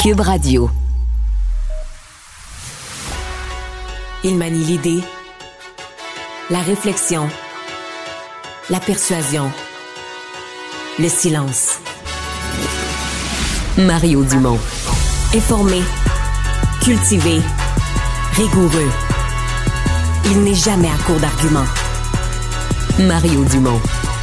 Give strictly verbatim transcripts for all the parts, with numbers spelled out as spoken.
Cube Radio. Il manie l'idée, la réflexion, la persuasion, le silence. Mario Dumont. Informé, cultivé, rigoureux. Il n'est jamais à court d'arguments. Mario Dumont.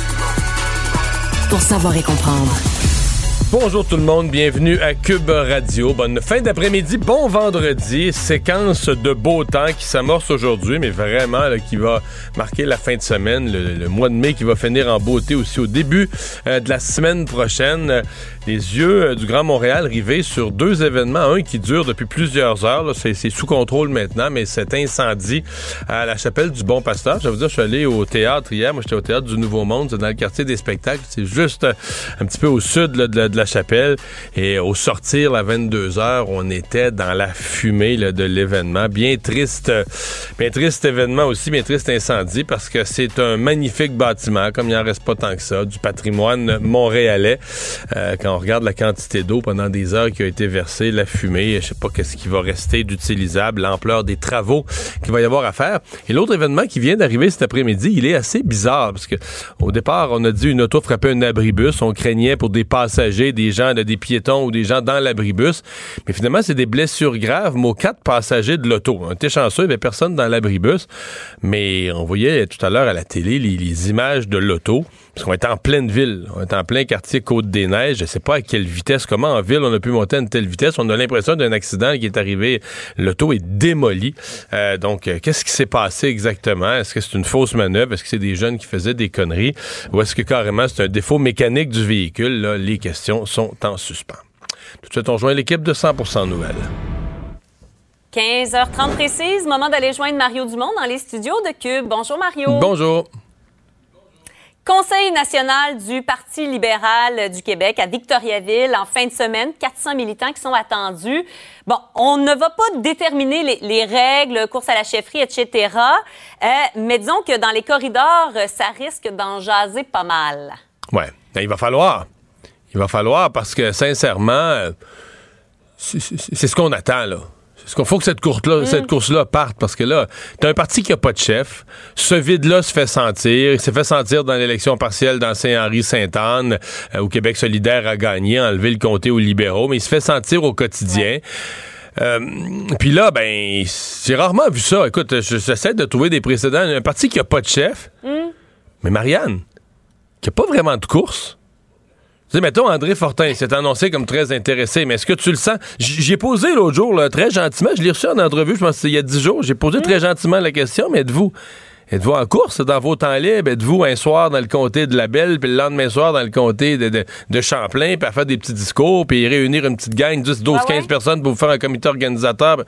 Pour savoir et comprendre. Bonjour tout le monde, bienvenue à Cube Radio. Bonne fin d'après-midi, bon vendredi. Séquence de beau temps qui s'amorce aujourd'hui, mais vraiment là, qui va marquer la fin de semaine, le, le mois de mai qui va finir en beauté aussi au début euh, de la semaine prochaine. Les yeux euh, du Grand Montréal rivés sur deux événements, un qui dure depuis plusieurs heures, là, c'est, c'est sous contrôle maintenant, mais cet incendie à la chapelle du Bon Pasteur. Je vais vous dire, je suis allé au théâtre hier, moi j'étais au théâtre du Nouveau Monde, c'est dans le quartier des spectacles, c'est juste euh, un petit peu au sud là, de, la, de la chapelle, et au sortir à vingt-deux heures, on était dans la fumée là, de l'événement. Bien triste, bien triste événement aussi, bien triste incendie, parce que c'est un magnifique bâtiment, comme il n'en reste pas tant que ça, du patrimoine montréalais. Euh, quand on regarde la quantité d'eau pendant des heures qui a été versée, la fumée, je sais pas qu'est-ce qui va rester d'utilisable, l'ampleur des travaux qu'il va y avoir à faire. Et l'autre événement qui vient d'arriver cet après-midi, il est assez bizarre, parce que au départ, on a dit une auto frappait un abribus, on craignait pour des passagers, des gens, des piétons ou des gens dans l'abribus, mais finalement, c'est des blessures graves, mais aux quatre passagers de l'auto. On était chanceux, il n'y avait personne dans l'abribus, mais on voyait tout à l'heure à la télé les, les images de l'auto, parce qu'on était en pleine ville, on était en plein quartier Côte-des-Neiges, je sais pas à quelle vitesse, comment en ville on a pu monter à une telle vitesse, on a l'impression d'un accident qui est arrivé, l'auto est démolie. Euh, donc, euh, qu'est-ce qui s'est passé exactement? Est-ce que c'est une fausse manœuvre? Est-ce que c'est des jeunes qui faisaient des conneries? Ou est-ce que carrément c'est un défaut mécanique du véhicule? Là, les questions sont en suspens. Tout de suite, on rejoint l'équipe de cent pour cent Nouvelles. quinze heures trente précise, moment d'aller joindre Mario Dumont dans les studios de Cube. Bonjour Mario. Bonjour. Conseil national du Parti libéral du Québec à Victoriaville en fin de semaine, quatre cents militants qui sont attendus. Bon, on ne va pas déterminer les, les règles, course à la chefferie, et cetera. Euh, mais disons que dans les corridors, ça risque d'en jaser pas mal. Ouais, ben, il va falloir. Il va falloir parce que, sincèrement, c'est, c'est, c'est ce qu'on attend, là. Est-ce qu'il faut que cette course-là, mmh. cette course-là parte? Parce que là, t'as un parti qui n'a pas de chef. Ce vide-là se fait sentir. Il s'est fait sentir dans l'élection partielle dans Saint-Henri-Sainte-Anne, euh, où Québec solidaire a gagné, enlevé le comté aux libéraux, mais il se fait sentir au quotidien. Ouais. Euh, Puis là, ben, j'ai rarement vu ça. Écoute, j'essaie de trouver des précédents. Un parti qui n'a pas de chef, mmh. mais Marianne, qui n'a pas vraiment de course. Tu sais, mettons, André Fortin s'est annoncé comme très intéressé, mais est-ce que tu le sens? J'ai posé l'autre jour, là, très gentiment, je l'ai reçu en entrevue, je pense que c'est il y a dix jours, j'ai posé mmh. très gentiment la question, mais êtes-vous, êtes-vous en course dans vos temps libres? Êtes-vous un soir dans le comté de La Belle, puis le lendemain soir dans le comté de, de, de Champlain, puis à faire des petits discours, puis réunir une petite gang, dix, douze, quinze personnes pour vous faire un comité organisateur?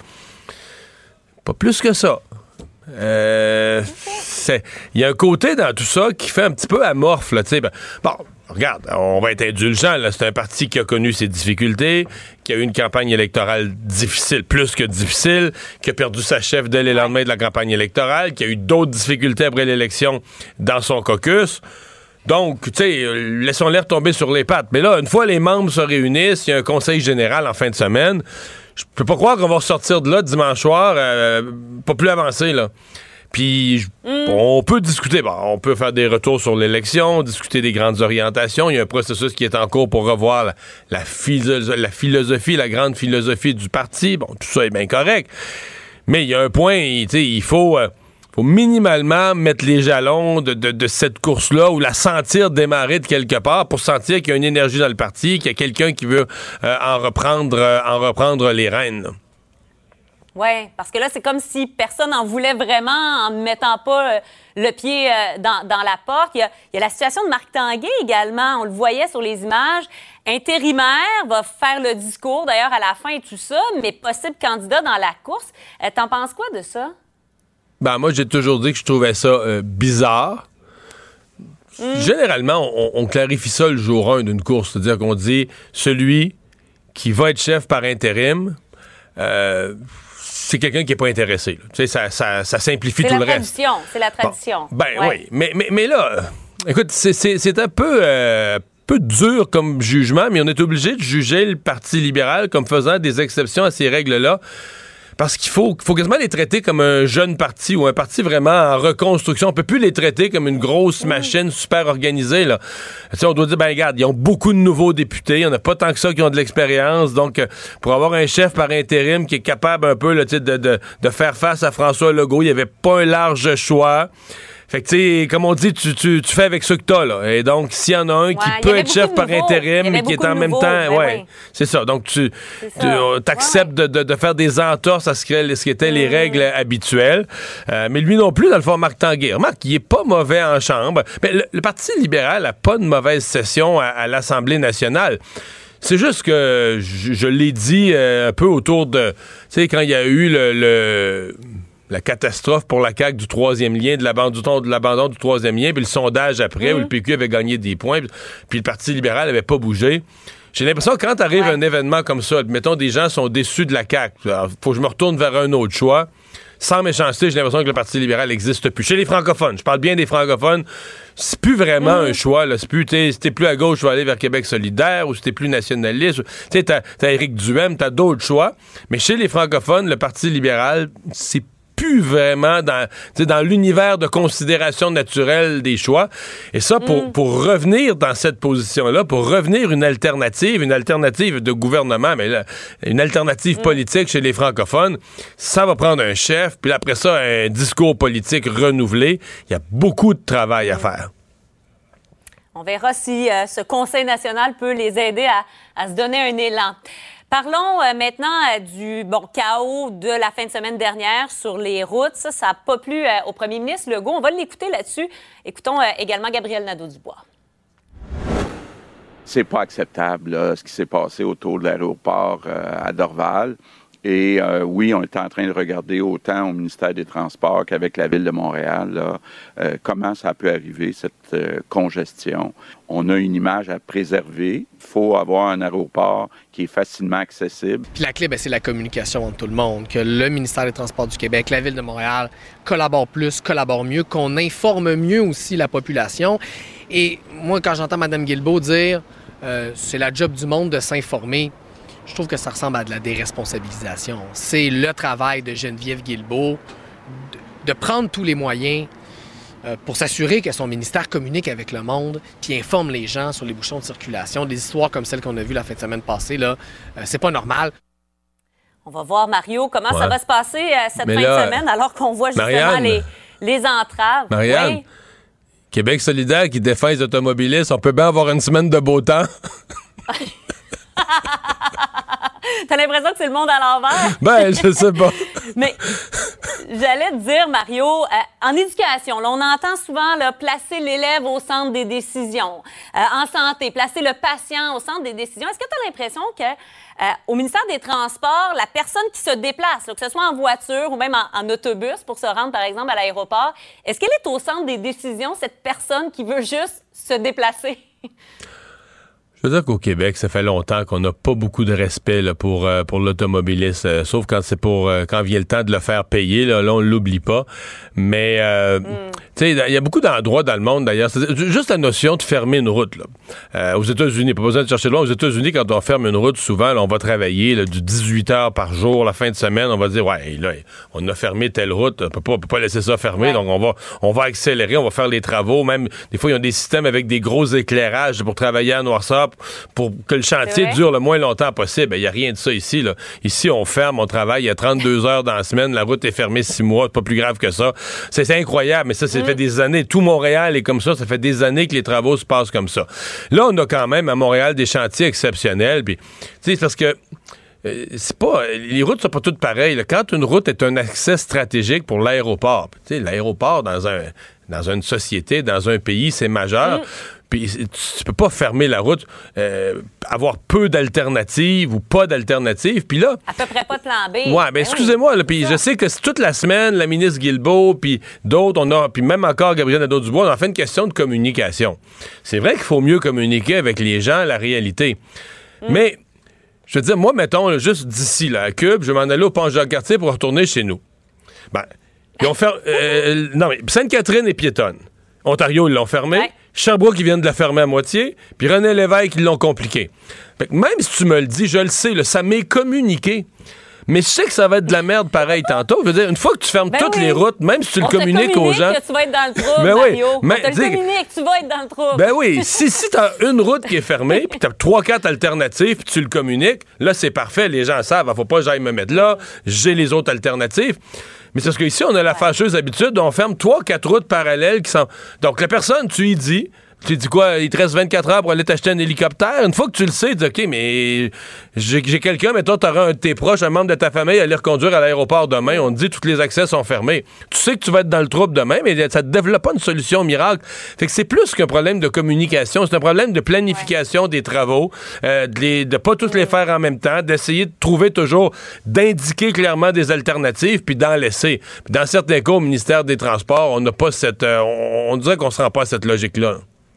Pas plus que ça. Euh, okay. Il y a un côté dans tout ça qui fait un petit peu amorphe, là, tu sais. Ben, bon, regarde, on va être indulgent, là. C'est un parti qui a connu ses difficultés, qui a eu une campagne électorale difficile, plus que difficile, qui a perdu sa chef dès les lendemains de la campagne électorale, qui a eu d'autres difficultés après l'élection dans son caucus. Donc, tu sais, laissons-les retomber sur les pattes. Mais là, une fois les membres se réunissent, il y a un conseil général en fin de semaine. Je peux pas croire qu'on va ressortir de là dimanche soir, euh, pas plus avancé, là. Puis, mm. on peut discuter, bon, on peut faire des retours sur l'élection, discuter des grandes orientations. Il y a un processus qui est en cours pour revoir la, la, philo- la philosophie, la grande philosophie du parti. Bon, tout ça est bien correct. Mais il y a un point, tu sais, il faut... Euh, faut minimalement mettre les jalons de, de, de cette course-là ou la sentir démarrer de quelque part pour sentir qu'il y a une énergie dans le parti, qu'il y a quelqu'un qui veut euh, en reprendre euh, en reprendre les rênes. Oui, parce que là, c'est comme si personne n'en voulait vraiment en ne mettant pas euh, le pied euh, dans, dans la porte. Il y, a, il y a la situation de Marc Tanguay également. On le voyait sur les images. Intérimaire, va faire le discours d'ailleurs à la fin et tout ça, mais possible candidat dans la course. Euh, t'en penses quoi de ça? Ben, moi, j'ai toujours dit que je trouvais ça euh, bizarre. Mm. Généralement, on, on clarifie ça le jour un d'une course. C'est-à-dire qu'on dit celui qui va être chef par intérim, euh, c'est quelqu'un qui n'est pas intéressé. Tu sais, ça, ça, ça simplifie tout le reste. C'est la tradition. Bon, ben ouais. oui. Mais, mais, mais là, écoute, c'est, c'est, c'est un peu... Euh, peu dur comme jugement, mais on est obligé de juger le Parti libéral comme faisant des exceptions à ces règles-là. Parce qu'il faut, faut quasiment les traiter comme un jeune parti ou un parti vraiment en reconstruction. On peut plus les traiter comme une grosse machine super organisée, là. T'sais, on doit dire, ben regarde, ils ont beaucoup de nouveaux députés, il n'y en a pas tant que ça qui ont de l'expérience, donc euh, pour avoir un chef par intérim qui est capable un peu là, de, de, de faire face à François Legault, il n'y avait pas un large choix. Fait que, tu sais, comme on dit, tu, tu, tu fais avec ce que t'as, là. Et donc, s'il y en a un ouais, qui peut être chef par intérim, mais qui est en même temps... Ben ouais, oui. c'est ça. Donc, tu, tu acceptes ouais. de, de, de faire des entorses à ce que, ce qui étaient mmh. les règles habituelles. Euh, mais lui non plus, dans le fond, Marc Tanguay. Remarque, il est pas mauvais en chambre. Mais le, le Parti libéral a pas de mauvaise session à, à l'Assemblée nationale. C'est juste que, je, je l'ai dit euh, un peu autour de... Tu sais, quand il y a eu le... le la catastrophe pour la C A Q du troisième lien, de l'abandon, de l'abandon du troisième lien, puis le sondage après, mmh. où le P Q avait gagné des points, puis le Parti libéral n'avait pas bougé. J'ai l'impression que quand arrive ouais. un événement comme ça, mettons, des gens sont déçus de la C A Q, il faut que je me retourne vers un autre choix. Sans méchanceté, j'ai l'impression que le Parti libéral n'existe plus. Chez les francophones, je parle bien des francophones, c'est plus vraiment mmh. un choix. Là. C'est plus, t'es, si t'es plus à gauche, tu vas aller vers Québec solidaire, ou si t'es plus nationaliste. Tu sais, t'as, t'as Éric Duhaime, t'as d'autres choix. Mais chez les francophones, le Parti libéral, c'est plus vraiment dans, dans l'univers de considération naturelle des choix. Et ça, pour, mm. pour revenir dans cette position-là, pour revenir une alternative, une alternative de gouvernement, mais là, une alternative mm. politique chez les francophones, ça va prendre un chef, puis après ça, un discours politique renouvelé. Il y a beaucoup de travail mm. à faire. On verra si euh, ce Conseil national peut les aider à, à se donner un élan. Parlons euh, maintenant euh, du bon chaos de la fin de semaine dernière sur les routes. Ça, ça n'a pas plu euh, au premier ministre Legault. On va l'écouter là-dessus. Écoutons euh, également Gabriel Nadeau-Dubois. C'est pas acceptable, là, ce qui s'est passé autour de l'aéroport euh, à Dorval. Et euh, oui, on était en train de regarder autant au ministère des Transports qu'avec la Ville de Montréal, là, euh, comment ça peut arriver, cette euh, congestion. On a une image à préserver. Il faut avoir un aéroport qui est facilement accessible. Puis la clé, bien, c'est la communication entre tout le monde, que le ministère des Transports du Québec, la Ville de Montréal collaborent plus, collaborent mieux, qu'on informe mieux aussi la population. Et moi, quand j'entends Mme Guilbeault dire euh, c'est la job du monde de s'informer, je trouve que ça ressemble à de la déresponsabilisation. C'est le travail de Geneviève Guilbeault de, de prendre tous les moyens euh, pour s'assurer que son ministère communique avec le monde puis informe les gens sur les bouchons de circulation. Des histoires comme celles qu'on a vues la fin de semaine passée, là, euh, c'est pas normal. On va voir, Mario, comment ouais. ça va se passer euh, cette Mais fin là, de semaine alors qu'on voit justement Marianne, les, les entraves. Marianne, oui? Québec solidaire qui défend les automobilistes, on peut bien avoir une semaine de beau temps. T'as l'impression que c'est le monde à l'envers? Ben, je sais pas. Mais j'allais te dire, Mario, euh, en éducation, là, on entend souvent là, placer l'élève au centre des décisions. Euh, en santé, placer le patient au centre des décisions. Est-ce que tu as l'impression que euh, au ministère des Transports, la personne qui se déplace, là, que ce soit en voiture ou même en, en autobus pour se rendre, par exemple, à l'aéroport, est-ce qu'elle est au centre des décisions, cette personne qui veut juste se déplacer? Je veux dire qu'au Québec, ça fait longtemps qu'on n'a pas beaucoup de respect là, pour, euh, pour l'automobiliste, euh, sauf quand c'est pour euh, quand vient le temps de le faire payer, là, là on l'oublie pas. Mais euh, mm. tu sais, il y a beaucoup d'endroits dans le monde d'ailleurs. C'est juste la notion de fermer une route. Là. Euh, aux États-Unis, pas besoin de chercher loin. Aux États-Unis, quand on ferme une route, souvent, là, on va travailler là, du dix-huit heures par jour, la fin de semaine, on va dire ouais, là, on a fermé telle route, on peut pas, on peut pas laisser ça fermer, ouais. donc on va, on va accélérer, on va faire les travaux. Même des fois, ils ont des systèmes avec des gros éclairages pour travailler à noirceur. Pour que le chantier dure le moins longtemps possible. Il n'y a rien de ça ici. Là. Ici, on ferme, on travaille, il y a trente-deux heures dans la semaine, la route est fermée six mois, c'est pas plus grave que ça. C'est, c'est incroyable, mais ça, ça mmh. fait des années. Tout Montréal est comme ça, ça fait des années que les travaux se passent comme ça. Là, on a quand même à Montréal des chantiers exceptionnels. Puis, tu sais, c'est parce que euh, c'est pas, les routes sont pas toutes pareilles. Là. Quand une route est un accès stratégique pour l'aéroport, tu sais, l'aéroport dans un dans une société, dans un pays, c'est majeur. Mmh. Puis tu peux pas fermer la route, euh, avoir peu d'alternatives ou pas d'alternatives. Puis là, à peu près pas de plan B. Ouais, ben, ben excusez-moi, oui, puis je sais que c'est toute la semaine, la ministre Guilbeault, puis d'autres, on a, puis même encore Gabriel Nadeau-Dubois, on a fait une question de communication. C'est vrai qu'il faut mieux communiquer avec les gens, la réalité. Mm. Mais je veux dire, moi, mettons, là, juste d'ici, là, à Cube, je vais m'en aller au pont Jacques-Cartier pour retourner chez nous. Ben, ils ont fait, euh, non mais Sainte-Catherine est piétonne. Ontario, ils l'ont fermé. Ouais. Sherbrooke, ils viennent de la fermer à moitié, puis René Lévesque, ils l'ont compliqué. Fait que même si tu me le dis, je le sais, là, ça m'est communiqué. Mais je sais que ça va être de la merde pareil tantôt. Je veux dire, une fois que tu fermes ben toutes oui. les routes, même si tu on le communiques aux gens... que tu vas être dans le trouble, ben oui, Mario. mais, on te le communique, tu vas être dans le trouble. Ben oui, si, si t'as une route qui est fermée, puis t'as trois, quatre alternatives, puis tu le communiques, là, c'est parfait. Les gens savent, il faut pas que j'aille me mettre là, j'ai les autres alternatives. Mais c'est parce qu'ici, on a la fâcheuse habitude, on ferme trois, quatre routes parallèles qui sont... Donc, la personne, tu y dis... Tu dis quoi, il te reste vingt-quatre heures pour aller t'acheter un hélicoptère? Une fois que tu le sais, tu dis, OK, mais j'ai, j'ai quelqu'un, mettons, t'auras un de tes proches, un membre de ta famille à aller reconduire à l'aéroport demain. On te dit, tous les accès sont fermés. Tu sais que tu vas être dans le trouble demain, mais ça te développe pas une solution miracle. Fait que c'est plus qu'un problème de communication, c'est un problème de planification ouais. des travaux, euh, de, les, de pas tous les faire en même temps, d'essayer de trouver toujours, d'indiquer clairement des alternatives, puis d'en laisser. Puis dans certains cas, au ministère des Transports, on n'a pas cette... Euh, on, on dirait qu'on se rend pas à cette logique-là.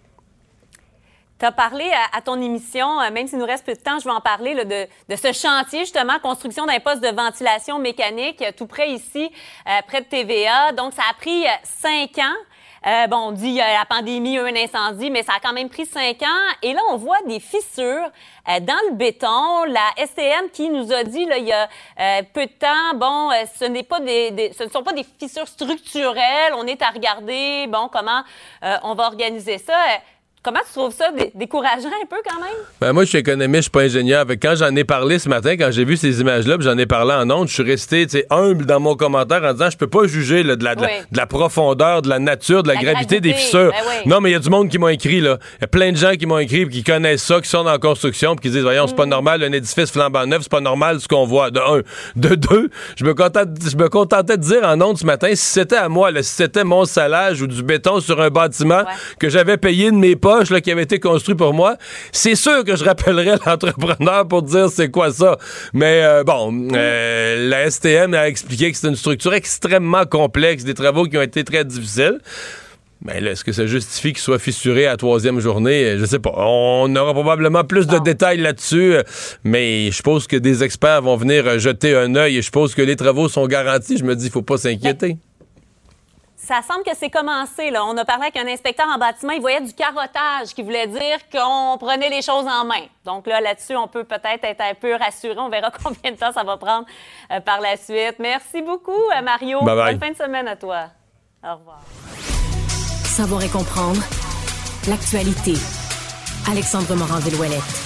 Tu as parlé à, à ton émission, euh, même s'il nous reste peu de temps, je vais en parler là, de, de ce chantier, justement, construction d'un poste de ventilation mécanique, euh, tout près ici, euh, près de T V A. Donc, ça a pris euh, cinq ans. Euh, bon, on dit il y a la pandémie, un incendie, mais ça a quand même pris cinq ans. Et là, on voit des fissures euh, dans le béton. La S T M qui nous a dit là, il y a euh, peu de temps, bon, euh, ce n'est pas des, des, ce ne sont pas des fissures structurelles. On est à regarder, bon, comment euh, on va organiser ça. Comment tu trouves ça dé- décourageant un peu quand même? Ben moi, je suis économiste, je suis pas ingénieur. Quand j'en ai parlé ce matin, quand j'ai vu ces images-là, puis j'en ai parlé en ondes, je suis resté humble dans mon commentaire en disant je peux pas juger là, de, la, de, oui. la, de la profondeur, de la nature, de la, la gravité, gravité des fissures. Ben oui. Non, mais il y a du monde qui m'ont écrit. Il y a plein de gens qui m'ont écrit, qui connaissent ça, qui sont en construction, puis qui disent voyons, c'est mm. pas normal, un édifice flambant neuf, c'est pas normal ce qu'on voit. De un. De deux, je me contentais, je me contentais de dire en ondes ce matin, si c'était à moi, là, si c'était mon salage ou du béton sur un bâtiment ouais. que j'avais payé de mes poches, là, qui avait été construit pour moi, c'est sûr que je rappellerais l'entrepreneur pour dire c'est quoi ça. Mais euh, bon, euh, la S T M a expliqué que c'est une structure extrêmement complexe, des travaux qui ont été très difficiles. Mais là, est-ce que ça justifie qu'il soit fissuré à la troisième journée? Je sais pas. On aura probablement plus de non. détails là-dessus, mais je suppose que des experts vont venir jeter un œil et je suppose que les travaux sont garantis. Je me dis, il faut pas s'inquiéter. Mais... Ça semble que c'est commencé, là. On a parlé avec un inspecteur en bâtiment, il voyait du carottage, qui voulait dire qu'on prenait les choses en main. Donc là, là-dessus, on peut peut-être être un peu rassuré. On verra combien de temps ça va prendre euh, par la suite. Merci beaucoup, euh, Mario. Bye bye. Bonne fin de semaine à toi. Au revoir. Savoir et comprendre l'actualité. Alexandre Morin-Villouellette.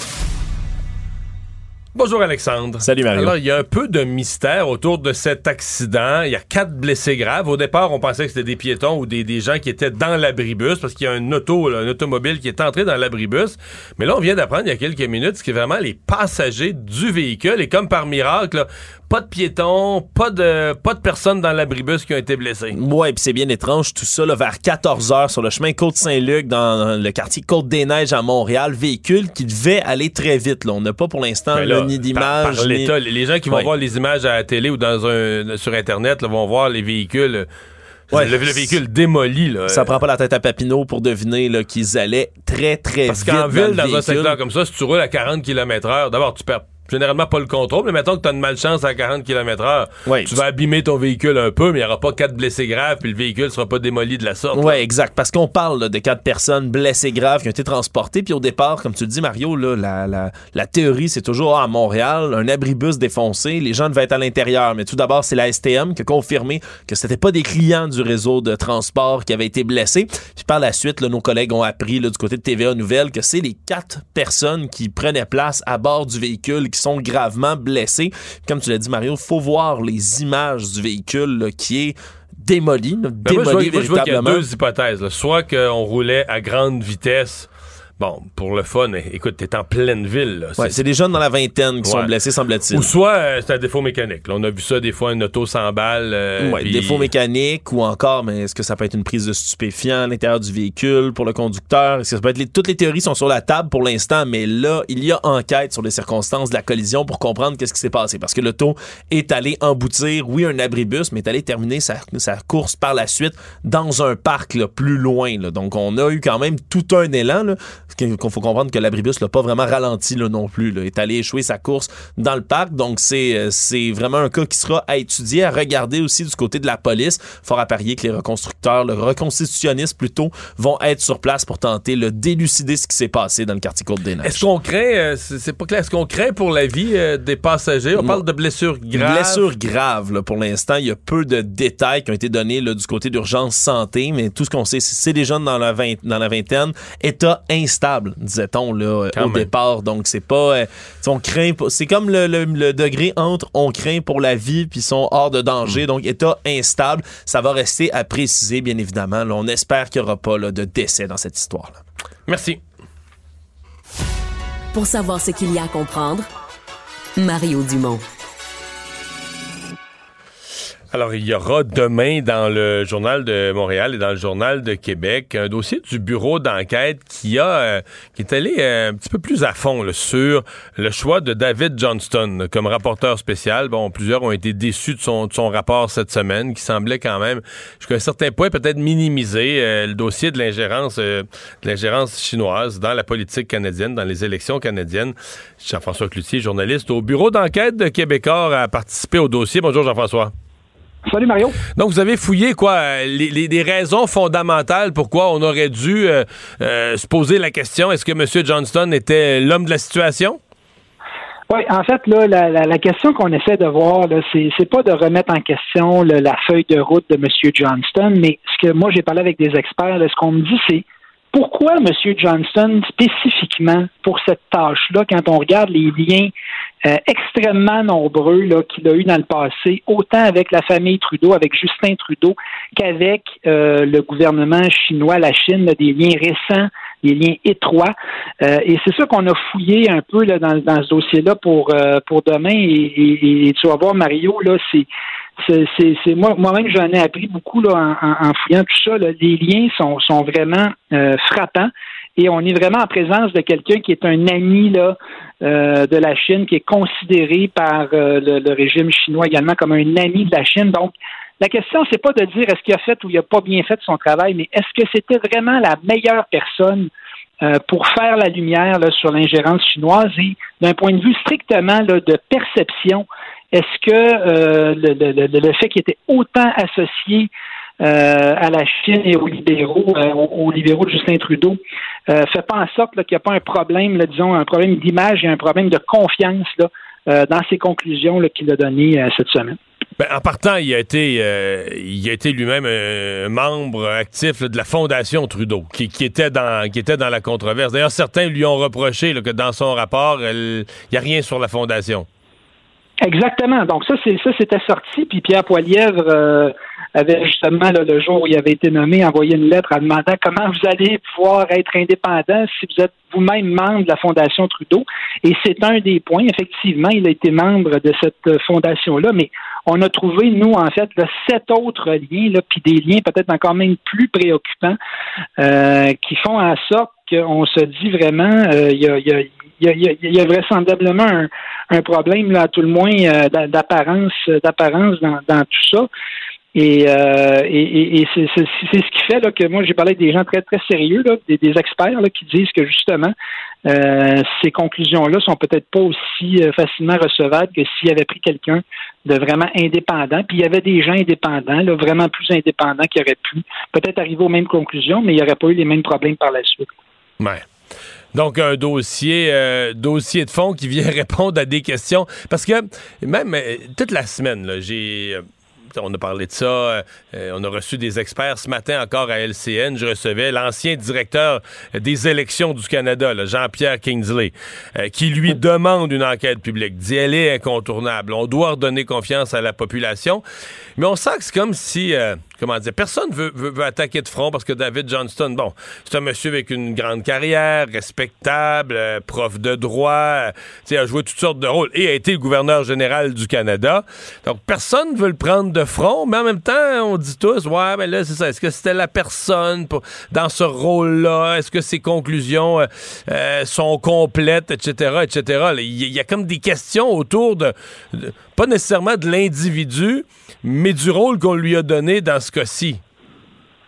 Bonjour Alexandre. Salut Mario. Alors, il y a un peu de mystère autour de cet accident. Il y a quatre blessés graves. Au départ, on pensait que c'était des piétons ou des, des gens qui étaient dans l'abribus parce qu'il y a un auto, là, un automobile qui est entré dans l'abribus. Mais là, on vient d'apprendre il y a quelques minutes ce qui est vraiment les passagers du véhicule. Et comme par miracle, là, pas de piétons, pas de pas de personnes dans l'abribus qui ont été blessées. Ouais, puis c'est bien étrange tout ça là, vers quatorze heures sur le chemin Côte-Saint-Luc dans le quartier Côte-des-Neiges à Montréal, véhicule qui devait aller très vite là. On n'a pas pour l'instant là, là, ni d'image par, par ni... l'État, les gens qui vont ouais. voir les images à la télé ou dans un sur internet là, vont voir les véhicules ouais. le, le véhicule démoli là. Ça prend pas la tête à Papineau pour deviner là, qu'ils allaient très très Parce vite. Parce qu'en ville, dans, dans un secteur comme ça, si tu roules à quarante kilomètres heure, d'abord tu perds généralement pas le contrôle, mais mettons que t'as une malchance à quarante kilomètres heure, ouais, tu vas abîmer ton véhicule un peu, mais il n'y aura pas quatre blessés graves, puis le véhicule sera pas démoli de la sorte. Oui, exact, parce qu'on parle là, de quatre personnes blessées graves qui ont été transportées, puis au départ, comme tu le dis, Mario, là, la, la, la théorie, c'est toujours, ah, à Montréal, un abribus défoncé, les gens devaient être à l'intérieur, mais tout d'abord, c'est la S T M qui a confirmé que c'était pas des clients du réseau de transport qui avaient été blessés, puis par la suite, là, nos collègues ont appris là, du côté de T V A Nouvelles que c'est les quatre personnes qui prenaient place à bord du véhicule qui sont gravement blessés. Comme tu l'as dit, Mario, il faut voir les images du véhicule là, qui est démoli, là, ben démoli moi, je vois, véritablement. Moi, je vois qu'il y a deux hypothèses. Là. Soit qu'on roulait à grande vitesse. Bon, pour le fun, écoute, t'es en pleine ville. Là. Ouais, c'est... c'est des jeunes dans la vingtaine qui ouais. sont blessés, semble-t-il. Ou soit euh, c'est un défaut mécanique. Là, on a vu ça des fois, une auto cent balles. Euh, ouais, pis... défaut mécanique ou encore, mais est-ce que ça peut être une prise de stupéfiant à l'intérieur du véhicule pour le conducteur? Est-ce que ça peut être les... Toutes les théories sont sur la table pour l'instant, mais là, il y a enquête sur les circonstances de la collision pour comprendre qu'est-ce qui s'est passé. Parce que l'auto est allé emboutir, oui, un abribus, mais est allé terminer sa, sa course par la suite dans un parc là, plus loin. Là. Donc, on a eu quand même tout un élan. Là. Il faut comprendre que l'abribus l'a pas vraiment ralenti là, non plus. Il est allé échouer sa course dans le parc. Donc, c'est, c'est vraiment un cas qui sera à étudier, à regarder aussi du côté de la police. Fort à parier que les reconstructeurs, le reconstitutionnistes plutôt, vont être sur place pour tenter de d'élucider ce qui s'est passé dans le quartier Côte-des-Neiges. Est-ce qu'on craint, euh, c'est, c'est pas clair, est-ce qu'on craint pour la vie euh, des passagers? On parle de blessures graves. Blessures graves, là, pour l'instant. Il y a peu de détails qui ont été donnés là, du côté d'urgence santé, mais tout ce qu'on sait, c'est des jeunes dans la, vingt, dans la vingtaine, état instable, disait-on, là, au même. départ. Donc, c'est pas... Euh, on craint... C'est comme le, le, le degré entre on craint pour la vie puis sont hors de danger. Mm. Donc, état instable, ça va rester à préciser, bien évidemment. Là, on espère qu'il n'y aura pas là, de décès dans cette histoire-là. Merci. Pour savoir ce qu'il y a à comprendre, Mario Dumont. Alors, il y aura demain dans le Journal de Montréal et dans le Journal de Québec un dossier du bureau d'enquête qui a euh, qui est allé euh, un petit peu plus à fond là, sur le choix de David Johnston là, comme rapporteur spécial. Bon, plusieurs ont été déçus de son, de son rapport cette semaine, qui semblait quand même, jusqu'à un certain point, peut-être minimiser euh, le dossier de l'ingérence, euh, de l'ingérence chinoise dans la politique canadienne, dans les élections canadiennes. Jean-François Cloutier, journaliste au bureau d'enquête de Québécois, a participé au dossier. Bonjour Jean-François. Salut Mario. Donc vous avez fouillé quoi les, les, les raisons fondamentales pourquoi on aurait dû euh, euh, se poser la question, est-ce que M. Johnston était l'homme de la situation? Oui, en fait, là, la, la, la question qu'on essaie de voir, là, c'est, c'est pas de remettre en question là, la feuille de route de M. Johnston, mais ce que moi j'ai parlé avec des experts, là, ce qu'on me dit, c'est pourquoi M. Johnston spécifiquement pour cette tâche-là, quand on regarde les liens euh, extrêmement nombreux là, qu'il a eu dans le passé, autant avec la famille Trudeau, avec Justin Trudeau, qu'avec euh, le gouvernement chinois, la Chine, là, des liens récents, des liens étroits. Euh, et c'est ça qu'on a fouillé un peu là, dans, dans ce dossier-là pour, euh, pour demain. Et, et, et tu vas voir, Mario, là, c'est C'est, c'est, c'est moi, moi-même, j'en ai appris beaucoup là, en, en, en fouillant tout ça. Là. Les liens sont, sont vraiment euh, frappants et on est vraiment en présence de quelqu'un qui est un ami là, euh, de la Chine, qui est considéré par euh, le, le régime chinois également comme un ami de la Chine. Donc, la question, c'est pas de dire est-ce qu'il a fait ou il a pas bien fait son travail, mais est-ce que c'était vraiment la meilleure personne euh, pour faire la lumière là, sur l'ingérence chinoise et d'un point de vue strictement là, de perception. Est-ce que euh, le, le, le fait qu'il était autant associé euh, à la Chine et aux libéraux, euh, aux, aux libéraux de Justin Trudeau, euh, fait pas en sorte là, qu'il n'y a pas un problème, là, disons, un problème d'image et un problème de confiance là, euh, dans ses conclusions là, qu'il a données euh, cette semaine? Ben, en partant, il a été, euh, il a été lui-même un membre actif là, de la Fondation Trudeau, qui, qui, était dans, qui était dans la controverse. D'ailleurs, certains lui ont reproché là, que dans son rapport, il n'y a rien sur la Fondation. Exactement. Donc ça, c'est ça, c'était sorti. Puis Pierre Poilievre euh, avait justement là, le jour où il avait été nommé, envoyé une lettre en demandant comment vous allez pouvoir être indépendant si vous êtes vous-même membre de la Fondation Trudeau. Et c'est un des points. Effectivement, il a été membre de cette fondation-là, mais on a trouvé, nous, en fait, là, sept autres liens, là, puis des liens peut-être encore même plus préoccupants, euh, qui font en sorte qu'on se dit vraiment, euh, il y a, y a Il y, a, il, y a, il y a vraisemblablement un, un problème, là, à tout le moins, euh, d'apparence, d'apparence dans, dans tout ça. Et, euh, et, et c'est, c'est, c'est ce qui fait là, que moi, j'ai parlé avec des gens très, très sérieux, là, des, des experts là, qui disent que, justement, euh, ces conclusions-là sont peut-être pas aussi euh, facilement recevables que s'il avait pris quelqu'un de vraiment indépendant. Puis il y avait des gens indépendants, là, vraiment plus indépendants, qui auraient pu peut-être arriver aux mêmes conclusions, mais il n'y aurait pas eu les mêmes problèmes par la suite. Ouais. Donc, un dossier, euh, dossier de fond qui vient répondre à des questions. Parce que même euh, toute la semaine, là, j'ai... Euh, on a parlé de ça, euh, on a reçu des experts ce matin encore à L C N. Je recevais l'ancien directeur des élections du Canada, là, Jean-Pierre Kingsley, euh, qui lui demande une enquête publique. Dit, elle est incontournable. On doit redonner confiance à la population. Mais on sent que c'est comme si... Euh, Comment dire, personne veut, veut, veut attaquer de front parce que David Johnston, bon, c'est un monsieur avec une grande carrière, respectable, euh, prof de droit, euh, tu sais, a joué toutes sortes de rôles et a été le gouverneur général du Canada. Donc, personne veut le prendre de front, mais en même temps, on dit tous, ouais, mais là, c'est ça, est-ce que c'était la personne pour, dans ce rôle-là? Est-ce que ses conclusions euh, euh, sont complètes, et cetera, et cetera. Il y, y a comme des questions autour de, de pas nécessairement de l'individu, mais du rôle qu'on lui a donné dans ce cas-ci.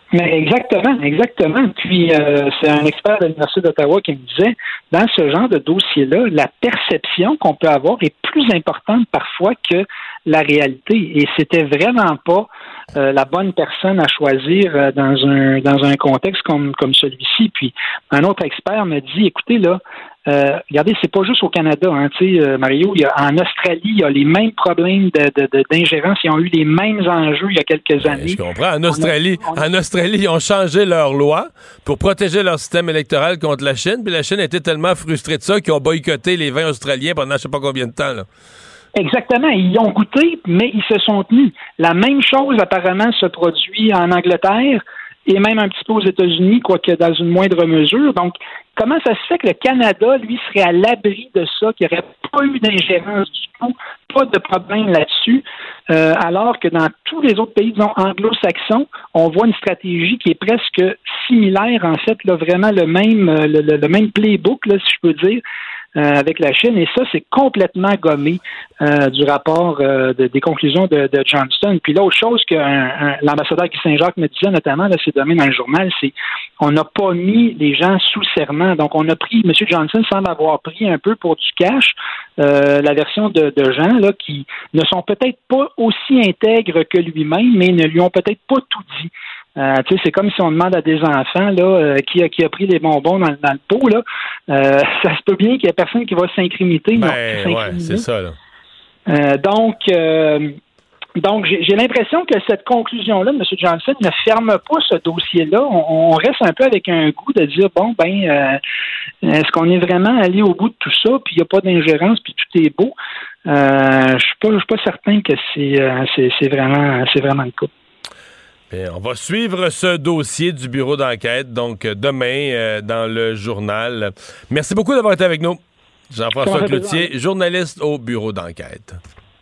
Mais exactement, exactement. Puis euh, c'est un expert de l'Université d'Ottawa qui me disait, dans ce genre de dossier-là, la perception qu'on peut avoir est plus importante parfois que la réalité. Et c'était vraiment pas euh, la bonne personne à choisir euh, dans un dans un contexte comme comme celui-ci. Puis un autre expert me dit, écoutez là, euh, regardez, c'est pas juste au Canada, hein, tu sais, euh, Mario, il y a, en Australie, il y a les mêmes problèmes de, de, de, d'ingérence, ils ont eu les mêmes enjeux il y a quelques années. Je comprends. En Australie, on a, on a... en Australie, ils ont changé leur loi pour protéger leur système électoral contre la Chine, puis la Chine était tellement frustrée de ça qu'ils ont boycotté les vins australiens pendant je sais pas combien de temps, là. Exactement. Ils y ont goûté, mais ils se sont tenus. La même chose, apparemment, se produit en Angleterre et même un petit peu aux États-Unis, quoique dans une moindre mesure. Donc, comment ça se fait que le Canada, lui, serait à l'abri de ça, qu'il n'y aurait pas eu d'ingérence du tout, pas de problème là-dessus, euh, alors que dans tous les autres pays, disons, anglo-saxons, on voit une stratégie qui est presque similaire, en fait, là, vraiment le même, le, le, le même playbook, là, si je peux dire, Euh, avec la Chine, et ça, c'est complètement gommé euh, du rapport euh, de, des conclusions de, de Johnston. Puis l'autre chose que un, un, l'ambassadeur Guy Saint-Jacques me disait notamment, là, c'est demain dans le journal, c'est on n'a pas mis les gens sous serment. Donc, on a pris, M. Johnson semble avoir pris un peu pour du cash euh, la version de, de gens là qui ne sont peut-être pas aussi intègres que lui-même, mais ne lui ont peut-être pas tout dit. Euh, tu sais, c'est comme si on demande à des enfants là euh, qui a qui a pris les bonbons dans, dans le pot là. Euh, ça se peut bien qu'il y ait personne qui va s'incriminer. Ben, non, ouais, c'est ça là. Euh, donc, euh, donc j'ai, j'ai l'impression que cette conclusion-là de M. Johnson ne ferme pas ce dossier-là. On, on reste un peu avec un goût de dire bon ben, euh, est-ce qu'on est vraiment allé au bout de tout ça, puis il n'y a pas d'ingérence, puis tout est beau. Euh, je suis pas, je suis pas certain que c'est, euh, c'est, c'est vraiment, c'est vraiment le cas. Bien, on va suivre ce dossier du bureau d'enquête, donc demain euh, dans le journal. Merci beaucoup d'avoir été avec nous. Jean-François Cloutier, journaliste au bureau d'enquête.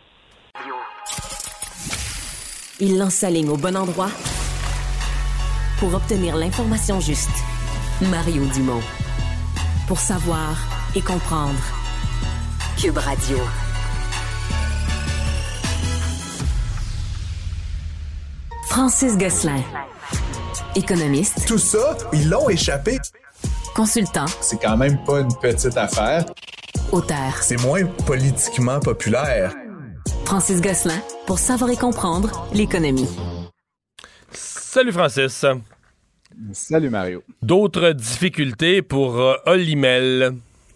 Il lance sa ligne au bon endroit pour obtenir l'information juste. Mario Dumont. Pour savoir et comprendre. Cube Radio. Francis Gosselin, économiste. Tout ça, ils l'ont échappé. Consultant. C'est quand même pas une petite affaire. Auteur. C'est moins politiquement populaire. Francis Gosselin, pour savoir et comprendre l'économie. Salut Francis. Salut Mario. D'autres difficultés pour euh, Olimel.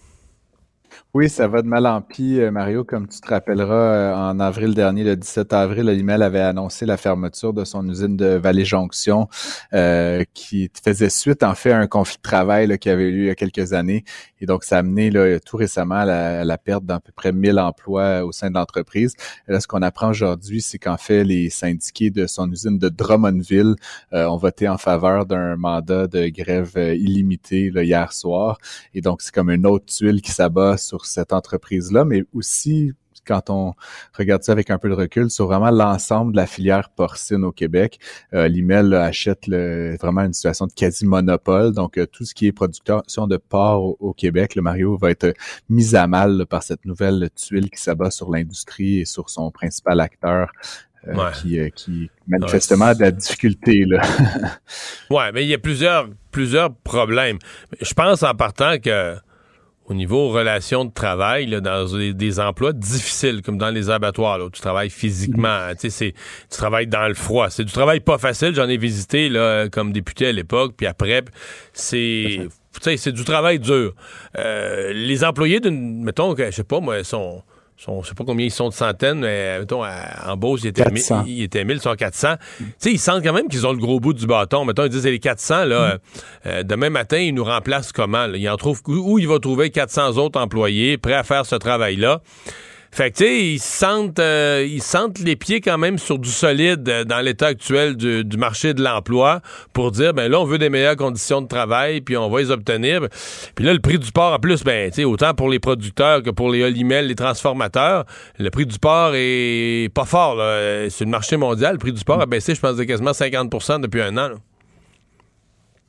Oui, ça va de mal en pis, Mario. Comme tu te rappelleras, en avril dernier, le dix-sept avril, Olimel avait annoncé la fermeture de son usine de Vallée-Jonction euh, qui faisait suite, en fait, à un conflit de travail là, qui avait eu lieu il y a quelques années. Et donc, ça a amené là, tout récemment à la, à la perte d'à peu près mille emplois au sein de l'entreprise. Et là, ce qu'on apprend aujourd'hui, c'est qu'en fait, les syndiqués de son usine de Drummondville euh, ont voté en faveur d'un mandat de grève euh, illimité là, hier soir. Et donc, c'est comme une autre tuile qui s'abat sur cette entreprise-là, mais aussi, quand on regarde ça avec un peu de recul, sur vraiment l'ensemble de la filière porcine au Québec. Euh, Olimel achète le, vraiment une situation de quasi-monopole, donc euh, tout ce qui est production de porc au, au Québec, le Mario, va être mis à mal là, par cette nouvelle tuile qui s'abat sur l'industrie et sur son principal acteur, Euh, ouais. qui, euh, qui manifestement a de la difficulté, là. Ouais, mais il y a plusieurs, plusieurs problèmes. Je pense en partant que au niveau relations de travail, là, dans des, des emplois difficiles, comme dans les abattoirs, là, où tu travailles physiquement, mmh. tu sais, c'est, tu travailles dans le froid. C'est du travail pas facile. J'en ai visité, là, comme député à l'époque, puis après, c'est, tu sais, c'est du travail dur. Euh, les employés d'une, mettons, je sais pas, moi, sont, sont, je sais pas combien ils sont de centaines, mais, mettons, à, en Beauce, ils étaient mille, ils étaient mille, ils sont quatre cents. Mm. Tu sais, ils sentent quand même qu'ils ont le gros bout du bâton. Mettons, ils disent, les quatre cents, là, mm. euh, demain matin, ils nous remplacent comment, là? Ils en trouvent, où il va trouver quatre cents autres employés prêts à faire ce travail-là? Fait que, tu sais, ils sentent, euh, ils sentent les pieds quand même sur du solide euh, dans l'état actuel du, du marché de l'emploi pour dire, ben là, on veut des meilleures conditions de travail, puis on va les obtenir. Puis là, le prix du porc, en plus, ben, tu sais, autant pour les producteurs que pour les Olimel, les transformateurs, le prix du porc est pas fort, là. Sur le marché mondial, le prix du porc a baissé, je pense, de quasiment cinquante pour cent depuis un an, là.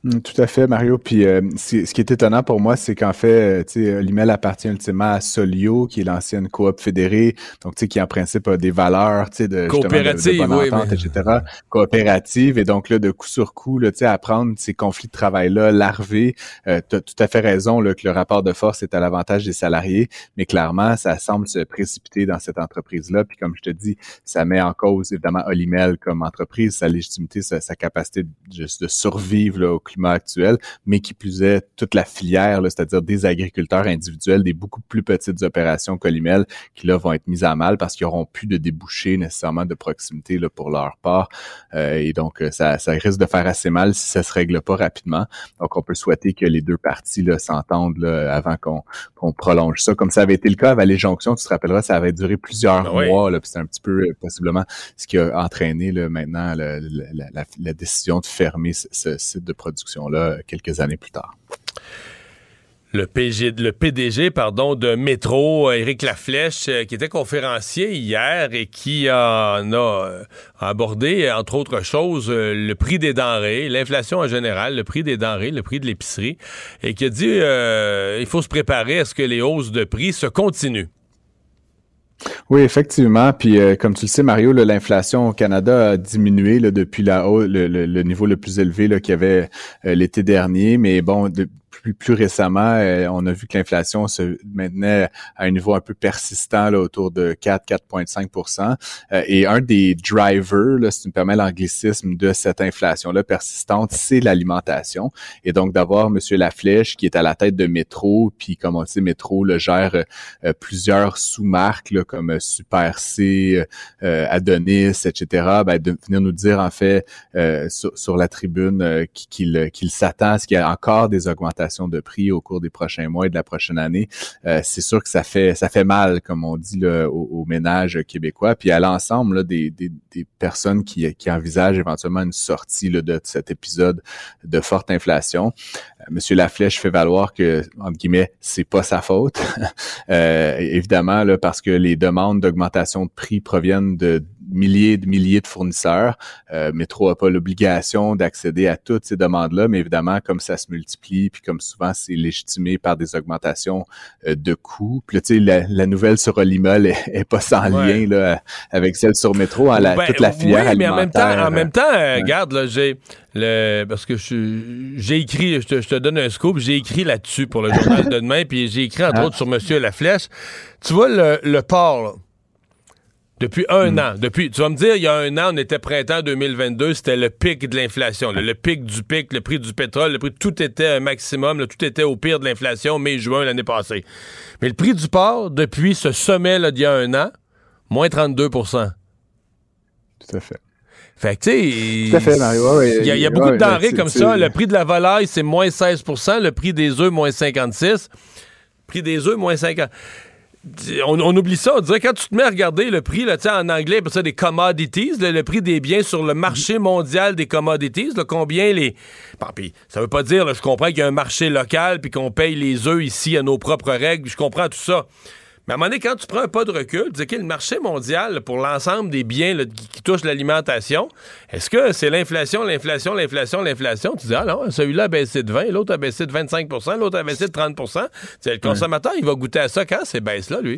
Tout à fait, Mario. Puis euh, ce qui est étonnant pour moi, c'est qu'en fait, tu sais, l'I M E L appartient ultimement à Solio, qui est l'ancienne coop fédérée, donc tu sais, qui en principe a des valeurs, tu sais, de coopérative, de, de bonne entente, oui, mais... et cetera. Coopérative, et donc là, de coup sur coup, là, tu sais, à prendre ces conflits de travail-là, larvés. Euh, tu as tout à fait raison là, que le rapport de force est à l'avantage des salariés, mais clairement, ça semble se précipiter dans cette entreprise-là. Puis comme je te dis, ça met en cause évidemment l'I M E L comme entreprise, sa légitimité, sa, sa capacité de, juste de survivre là, au actuel, mais qui plus est, toute la filière, là, c'est-à-dire des agriculteurs individuels, des beaucoup plus petites opérations qu'I M E L, qui là vont être mises à mal parce qu'ils n'auront plus de débouchés nécessairement de proximité là, pour leur part. Euh, et donc, ça, ça risque de faire assez mal si ça se règle pas rapidement. Donc, on peut souhaiter que les deux parties là, s'entendent là, avant qu'on, qu'on prolonge ça. Comme ça avait été le cas à Vallée-Jonction, tu te rappelleras, ça avait duré plusieurs ah, mois. Oui. Là, puis c'est un petit peu possiblement ce qui a entraîné là, maintenant la, la, la, la décision de fermer ce, ce site de production là quelques années plus tard. Le, P G, le P D G pardon, de Métro, Éric Laflèche, euh, qui était conférencier hier et qui a, en a euh, abordé, entre autres choses, euh, le prix des denrées, l'inflation en général, le prix des denrées, le prix de l'épicerie, et qui a dit euh, il faut se préparer à ce que les hausses de prix se continuent. Oui, effectivement. Puis, euh, comme tu le sais, Mario, là, l'inflation au Canada a diminué là, depuis la haut, le, le, le niveau le plus élevé là, qu'il y avait euh, l'été dernier. Mais bon, de, plus, plus récemment, euh, on a vu que l'inflation se maintenait à un niveau un peu persistant là, autour de quatre à quatre virgule cinq pour cent. Euh, et un des drivers, là, si tu me permets l'anglicisme, de cette inflation-là persistante, c'est l'alimentation. Et donc, d'avoir M. Laflèche qui est à la tête de Métro, puis comme on le sait, Métro là, gère euh, plusieurs sous-marques là, comme Super C, euh, Adonis, et cetera, ben, de venir nous dire, en fait, euh, sur, sur la tribune, euh, qu'il, qu'il s'attend à ce qu'il y ait encore des augmentations de prix au cours des prochains mois et de la prochaine année. Euh, c'est sûr que ça fait ça fait mal, comme on dit, là, aux, aux ménages québécois, puis à l'ensemble là, des, des, des personnes qui, qui envisagent éventuellement une sortie là, de cet épisode de forte inflation. Euh, Monsieur Laflèche fait valoir que, entre guillemets, c'est pas sa faute. euh, évidemment, là, parce que les demandes d'augmentation de prix proviennent de milliers et de milliers de fournisseurs. Euh, Métro n'a pas l'obligation d'accéder à toutes ces demandes-là, mais évidemment, comme ça se multiplie, puis comme souvent, c'est légitimé par des augmentations euh, de coûts. Puis là, tu sais, la, la nouvelle sur Olimol est, est pas sans ouais. lien là, avec celle sur Métro, à la, ben, toute la filière oui, alimentaire. mais en même temps, en même temps euh, ouais. regarde, là, j'ai le parce que je, j'ai écrit, je te, je te donne un scoop, j'ai écrit là-dessus pour le journal de demain, puis j'ai écrit entre ah. autres sur Monsieur Laflèche. Tu vois, le, le port, là, depuis un mm. an, depuis, tu vas me dire, il y a un an, on était printemps deux mille vingt-deux, c'était le pic de l'inflation, là, le pic du pic, le prix du pétrole, le prix, tout était un maximum, là, tout était au pire de l'inflation, mai-juin l'année passée. Mais le prix du porc, depuis ce sommet là, d'il y a un an, moins trente-deux pour cent. Tout à fait. Fait que, tu sais, tout à fait, Mario. Ouais, il y a, y a beaucoup ouais, de denrées ouais, comme ça. Le prix de la volaille, c'est moins seize pour cent, le prix des œufs, moins cinquante-six. Le prix des œufs, moins cinquante. On, on oublie ça, on dirait quand tu te mets à regarder le prix, là, en anglais, ça, des commodities, là, le prix des biens sur le marché mondial des commodities, là, combien les... Bon, pis, ça veut pas dire, là, je comprends qu'il y a un marché local puis qu'on paye les œufs ici à nos propres règles, je comprends tout ça. Mais à un moment donné, quand tu prends un pas de recul, tu dis que le marché mondial, là, pour l'ensemble des biens là, qui, qui touchent l'alimentation, est-ce que c'est l'inflation, l'inflation, l'inflation, l'inflation? Tu dis, ah non, celui-là a baissé de vingt, l'autre a baissé de vingt-cinq pour cent, l'autre a baissé de trente pour cent. T'sais, le consommateur, il va goûter à ça quand ces baisses-là, lui?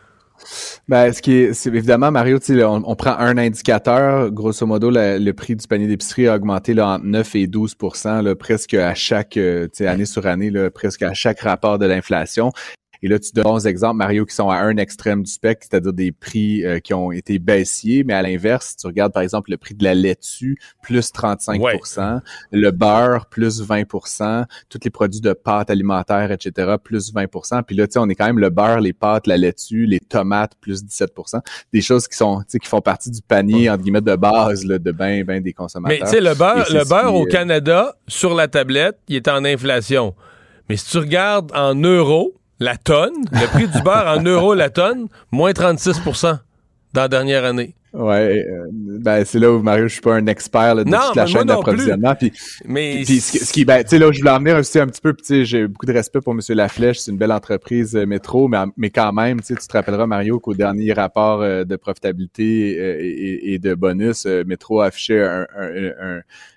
Ben, ce qui est, c'est évidemment, Mario, tu sais, on, on prend un indicateur, grosso modo, la, le prix du panier d'épicerie a augmenté là, entre neuf et douze pour cent, là, presque à chaque, tu sais, année sur année, là, presque à chaque rapport de l'inflation. Et là, tu donnes bons exemples, Mario, qui sont à un extrême du spectre, c'est-à-dire des prix euh, qui ont été baissiers, mais à l'inverse, si tu regardes, par exemple, le prix de la laitue, plus trente-cinq pour cent, ouais. Le beurre, plus vingt pour cent, tous les produits de pâtes alimentaires, et cetera, plus vingt pour cent. Puis là, tu sais, on est quand même le beurre, les pâtes, la laitue, les tomates, plus dix-sept pour cent. Des choses qui sont, tu sais, qui font partie du panier, entre guillemets, de base, là, de ben, ben des consommateurs. Mais tu sais, le beurre, le beurre qui, au Canada, sur la tablette, il est en inflation. Mais si tu regardes en euros, la tonne, le prix du beurre en euros la tonne, moins trente-six pour cent dans la dernière année. Ouais, euh, ben c'est là où, Mario, je suis pas un expert là, de non, toute la chaîne d'approvisionnement. Puis, mais puis ce, ce qui, ben, tu sais, là où je voulais en venir aussi un petit peu, puis tu sais, j'ai beaucoup de respect pour M. Laflèche, c'est une belle entreprise euh, Métro, mais, mais quand même, tu sais, tu te rappelleras, Mario, qu'au dernier rapport euh, de profitabilité euh, et, et de bonus, euh, Métro affichait un, un, un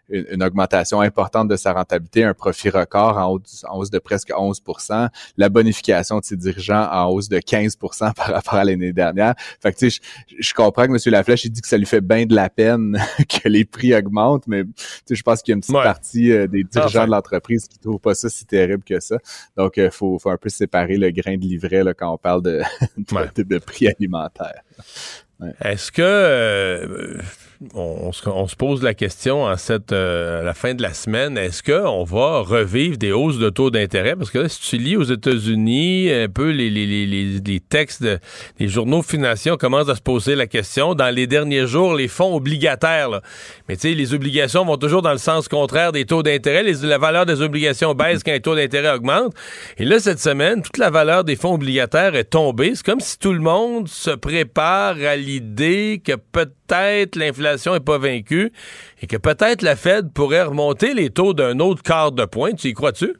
une, une augmentation importante de sa rentabilité, un profit record en hausse, en hausse de presque onze pour cent, la bonification de ses dirigeants en hausse de quinze pour cent par rapport à l'année dernière. Fait que tu sais, je, je comprends que M. Laflèche, il dit que ça lui fait bien de la peine que les prix augmentent, mais tu sais, je pense qu'il y a une petite ouais. partie euh, des dirigeants enfin. de l'entreprise qui trouvent pas ça si terrible que ça. Donc, il euh, faut, faut un peu séparer le grain de livret là, quand on parle de, de, ouais. de, de prix alimentaires. Ouais. Est-ce que euh, on, on, se, on se pose la question en cette euh, à la fin de la semaine, est-ce qu'on va revivre des hausses de taux d'intérêt? Parce que là, si tu lis aux États-Unis, un peu les, les, les, les, les textes de, des journaux financiers, on commence à se poser la question. Dans les derniers jours, les fonds obligataires, là, mais tu sais, les obligations vont toujours dans le sens contraire des taux d'intérêt. Les, la valeur des obligations baisse quand les taux d'intérêt augmentent. Et là, cette semaine, toute la valeur des fonds obligataires est tombée. C'est comme si tout le monde se prépare à l'idée que peut-être l'inflation n'est pas vaincue et que peut-être la Fed pourrait remonter les taux d'un autre quart de point. Tu y crois-tu?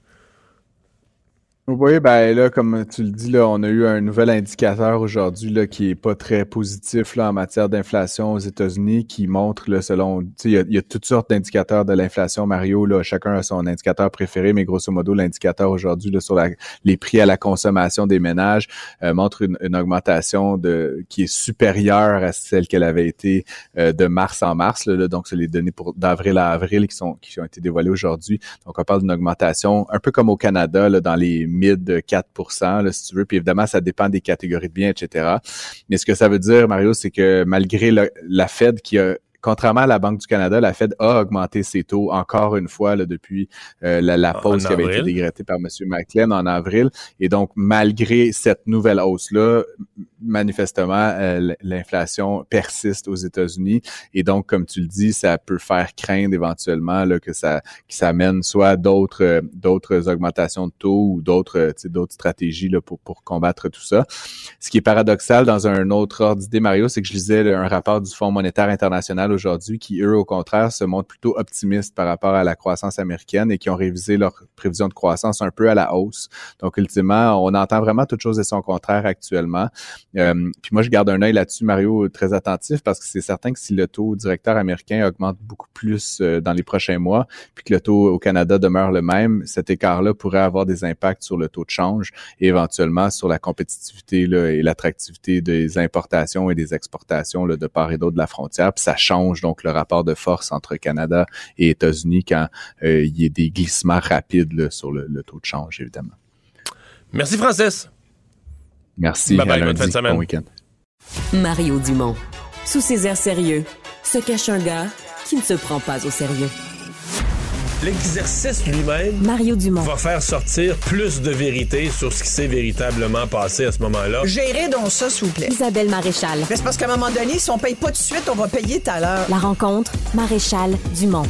Oui, ben là, comme tu le dis, là, on a eu un nouvel indicateur aujourd'hui là, qui est pas très positif là, en matière d'inflation aux États-Unis, qui montre, là, selon, tu sais, il y a, il y a toutes sortes d'indicateurs de l'inflation, Mario, là, chacun a son indicateur préféré, mais grosso modo, l'indicateur aujourd'hui là, sur la, les prix à la consommation des ménages euh, montre une, une augmentation de qui est supérieure à celle qu'elle avait été euh, de mars en mars. Là, là, donc, c'est les données pour d'avril à avril qui sont qui ont été dévoilées aujourd'hui. Donc, on parle d'une augmentation un peu comme au Canada, là, dans les mid de quatre pour cent, là, si tu veux. Puis évidemment, ça dépend des catégories de biens, et cetera. Mais ce que ça veut dire, Mario, c'est que malgré le, la Fed qui a contrairement à la Banque du Canada, la Fed a augmenté ses taux encore une fois là, depuis euh, la, la pause qui avait été décrétée par M. McClellan en avril. Et donc, malgré cette nouvelle hausse-là, manifestement, euh, l'inflation persiste aux États-Unis. Et donc, comme tu le dis, ça peut faire craindre éventuellement là, que ça, que ça amène soit d'autres, euh, d'autres augmentations de taux ou d'autres, euh, tu sais, d'autres stratégies là, pour, pour combattre tout ça. Ce qui est paradoxal dans un autre ordre d'idée, Mario, c'est que je lisais là, un rapport du Fonds monétaire international aujourd'hui qui, eux, au contraire, se montrent plutôt optimistes par rapport à la croissance américaine et qui ont révisé leur prévision de croissance un peu à la hausse. Donc, ultimement, on entend vraiment toute chose et son contraire actuellement. Euh, puis moi, je garde un œil là-dessus, Mario, très attentif parce que c'est certain que si le taux directeur américain augmente beaucoup plus euh, dans les prochains mois, puis que le taux au Canada demeure le même, cet écart-là pourrait avoir des impacts sur le taux de change et éventuellement sur la compétitivité là, et l'attractivité des importations et des exportations là, de part et d'autre de la frontière. Puis ça change donc le rapport de force entre Canada et États-Unis quand euh, il y a des glissements rapides là, sur le, le taux de change, évidemment. Merci, Francis. Merci. Bye bye, à bonne fin de lundi, semaine. bon week-end. Mario Dumont. Sous ses airs sérieux, se cache un gars qui ne se prend pas au sérieux. L'exercice lui-même Mario Dumont va faire sortir plus de vérité sur ce qui s'est véritablement passé à ce moment-là. Gérez donc ça, s'il vous plaît. Isabelle Maréchal. Mais c'est parce qu'à un moment donné, si on paye pas tout de suite, on va payer tout à l'heure. La rencontre, Maréchal Dumont.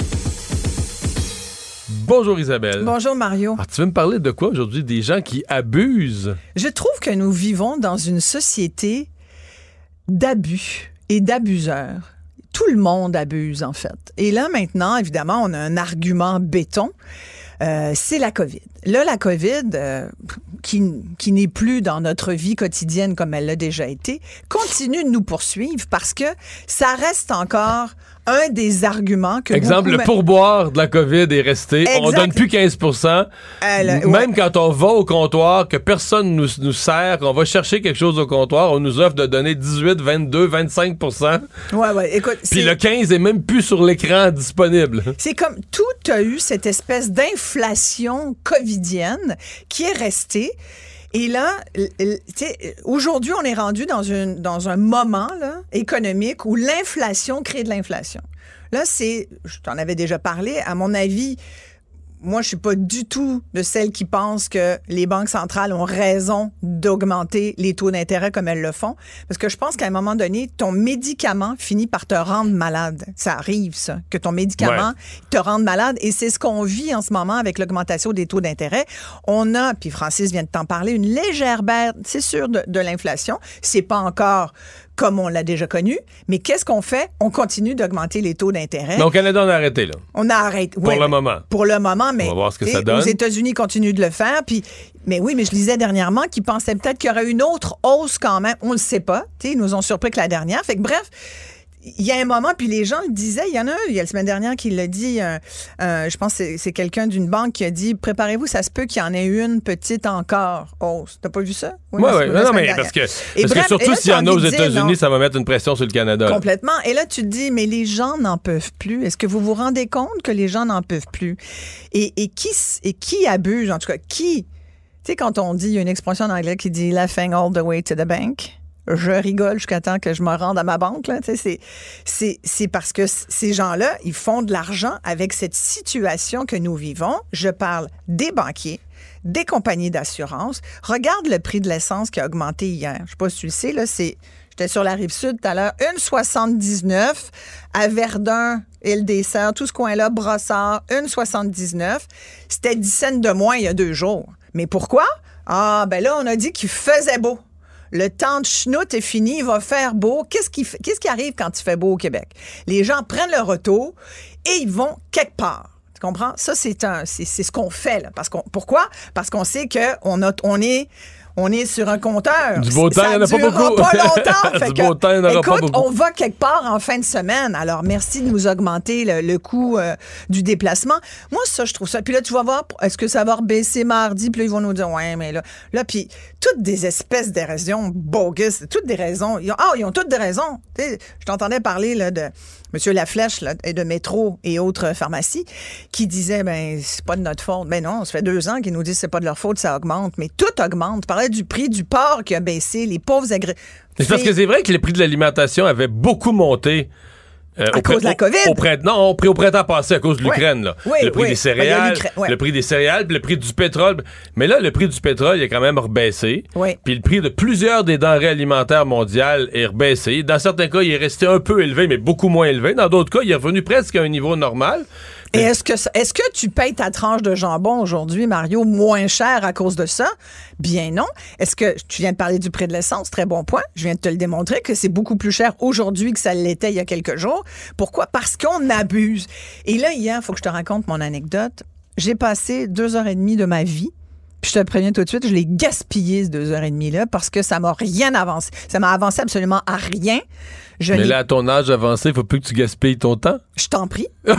Bonjour Isabelle. Bonjour Mario. Alors, tu veux me parler de quoi aujourd'hui? Des gens qui abusent? Je trouve que nous vivons dans une société d'abus et d'abuseurs. Tout le monde abuse, en fait. Et là, maintenant, évidemment, on a un argument béton. Euh, c'est la COVID. Là, la COVID, euh, qui, qui n'est plus dans notre vie quotidienne comme elle l'a déjà été, continue de nous poursuivre parce que ça reste encore un des arguments que... Exemple, beaucoup... le pourboire de la COVID est resté. Exact. On donne plus quinze pour cent. Euh, le, Même ouais. quand on va au comptoir, que personne nous, nous sert, qu'on va chercher quelque chose au comptoir, on nous offre de donner dix-huit, vingt-deux, vingt-cinq pour cent. Ouais, ouais, écoute... Puis le quinze est même plus sur l'écran disponible. C'est comme tout a eu cette espèce d'inflation covidienne qui est restée. Et là, aujourd'hui, on est rendu dans, une, dans un moment là, économique où l'inflation crée de l'inflation. Là, c'est, je t'en avais déjà parlé, à mon avis, moi, je suis pas du tout de celle qui pense que les banques centrales ont raison d'augmenter les taux d'intérêt comme elles le font. Parce que je pense qu'à un moment donné, ton médicament finit par te rendre malade. Ça arrive, ça, que ton médicament ouais. te rende malade. Et c'est ce qu'on vit en ce moment avec l'augmentation des taux d'intérêt. On a, puis Francis vient de t'en parler, une légère baisse, c'est sûr, de, de l'inflation. C'est pas encore comme on l'a déjà connu. Mais qu'est-ce qu'on fait? On continue d'augmenter les taux d'intérêt. Donc, au Canada, on a arrêté, là. On a arrêté. Pour oui, le moment. Pour le moment, mais... On va voir ce que ça donne. Aux États-Unis, ils continuent de le faire. Puis, mais oui, mais je lisais dernièrement qu'ils pensaient peut-être qu'il y aurait une autre hausse quand même. On ne le sait pas. T'sais, ils nous ont surpris que la dernière. Fait que bref... il y a un moment, puis les gens le disaient, il y en a un, il y a la semaine dernière qui l'a dit, euh, euh, je pense que c'est, c'est quelqu'un d'une banque qui a dit, préparez-vous, ça se peut qu'il y en ait une petite encore. Oh, t'as pas vu ça? Oui, oui, ouais, non, mais parce que, parce bref, que surtout là, s'il y en a aux États-Unis, dire, ça va mettre une pression sur le Canada. Complètement. Là. Et là, tu te dis, mais les gens n'en peuvent plus. Est-ce que vous vous rendez compte que les gens n'en peuvent plus? Et, et, qui, et qui abuse, en tout cas, qui... Tu sais, quand on dit, il y a une expression en anglais qui dit « laughing all the way to the bank », je rigole jusqu'à temps que je me rende à ma banque. Là. Tu sais, c'est, c'est, c'est parce que c- ces gens-là, ils font de l'argent avec cette situation que nous vivons. Je parle des banquiers, des compagnies d'assurance. Regarde le prix de l'essence qui a augmenté hier. Je ne sais pas si tu le sais, là, c'est... J'étais sur la Rive-Sud tout à l'heure. un virgule soixante-dix-neuf à Verdun, Île-des-Sœurs, tout ce coin-là, Brossard, un virgule soixante-dix-neuf. C'était dix cents de moins il y a deux jours. Mais pourquoi? Ah, ben là, on a dit qu'il faisait beau. Le temps de schnout est fini, il va faire beau. Qu'est-ce qui, f- qu'est-ce qui arrive quand il fait beau au Québec? Les gens prennent le retour et ils vont quelque part. Tu comprends? Ça, c'est, un, c'est, c'est ce qu'on fait. Là. Parce qu'on, pourquoi? Parce qu'on sait qu'on a, on est... On est sur un compteur. Du beau temps, il n'y en a pas beaucoup. pas longtemps. Fait du que, beau temps, il n'y en aura écoute, pas beaucoup. on va quelque part en fin de semaine. Alors, merci de nous augmenter le, le coût euh, du déplacement. Moi, ça, je trouve ça. Puis là, tu vas voir, est-ce que ça va rebaisser mardi? Puis là, ils vont nous dire, ouais, mais là, là, puis toutes des espèces de raisons bogus, toutes des raisons. Ils ont, ah, ils ont toutes des raisons. Tu sais, je t'entendais parler là, de M. Laflèche là, et de Métro et autres pharmacies qui disaient, ben, c'est pas de notre faute. Ben non, ça fait deux ans qu'ils nous disent que c'est pas de leur faute, ça augmente. Mais tout augmente. Tu parlais du prix du porc qui a baissé, les pauvres agriculteurs. C'est parce que c'est vrai que les prix de l'alimentation avaient beaucoup monté. Euh, à au cause pr- de la COVID? Au, au printemps, non, au, au printemps passé à cause de l'Ukraine. Oui. Là. Oui, le prix oui. des céréales, Ben, ouais. le prix des céréales, puis le prix du pétrole. Mais là, le prix du pétrole, il a quand même rebaissé. Oui. Puis le prix de plusieurs des denrées alimentaires mondiales est rebaissé. Dans certains cas, il est resté un peu élevé, mais beaucoup moins élevé. Dans d'autres cas, il est revenu presque à un niveau normal. Et est-ce que, est-ce que tu payes ta tranche de jambon aujourd'hui, Mario, moins cher à cause de ça? Bien non. Est-ce que tu viens de parler du prix de l'essence? Très bon point. Je viens de te le démontrer que c'est beaucoup plus cher aujourd'hui que ça l'était il y a quelques jours. Pourquoi? Parce qu'on abuse. Et là, hier, il faut que je te raconte mon anecdote. J'ai passé deux heures et demie de ma vie. Puis je te préviens tout de suite, je l'ai gaspillé, ces deux heures et demie-là, parce que ça m'a rien avancé. Ça m'a avancé absolument à rien. Je mais n'ai... là, à ton âge avancé, il faut plus que tu gaspilles ton temps. Je t'en prie, mais...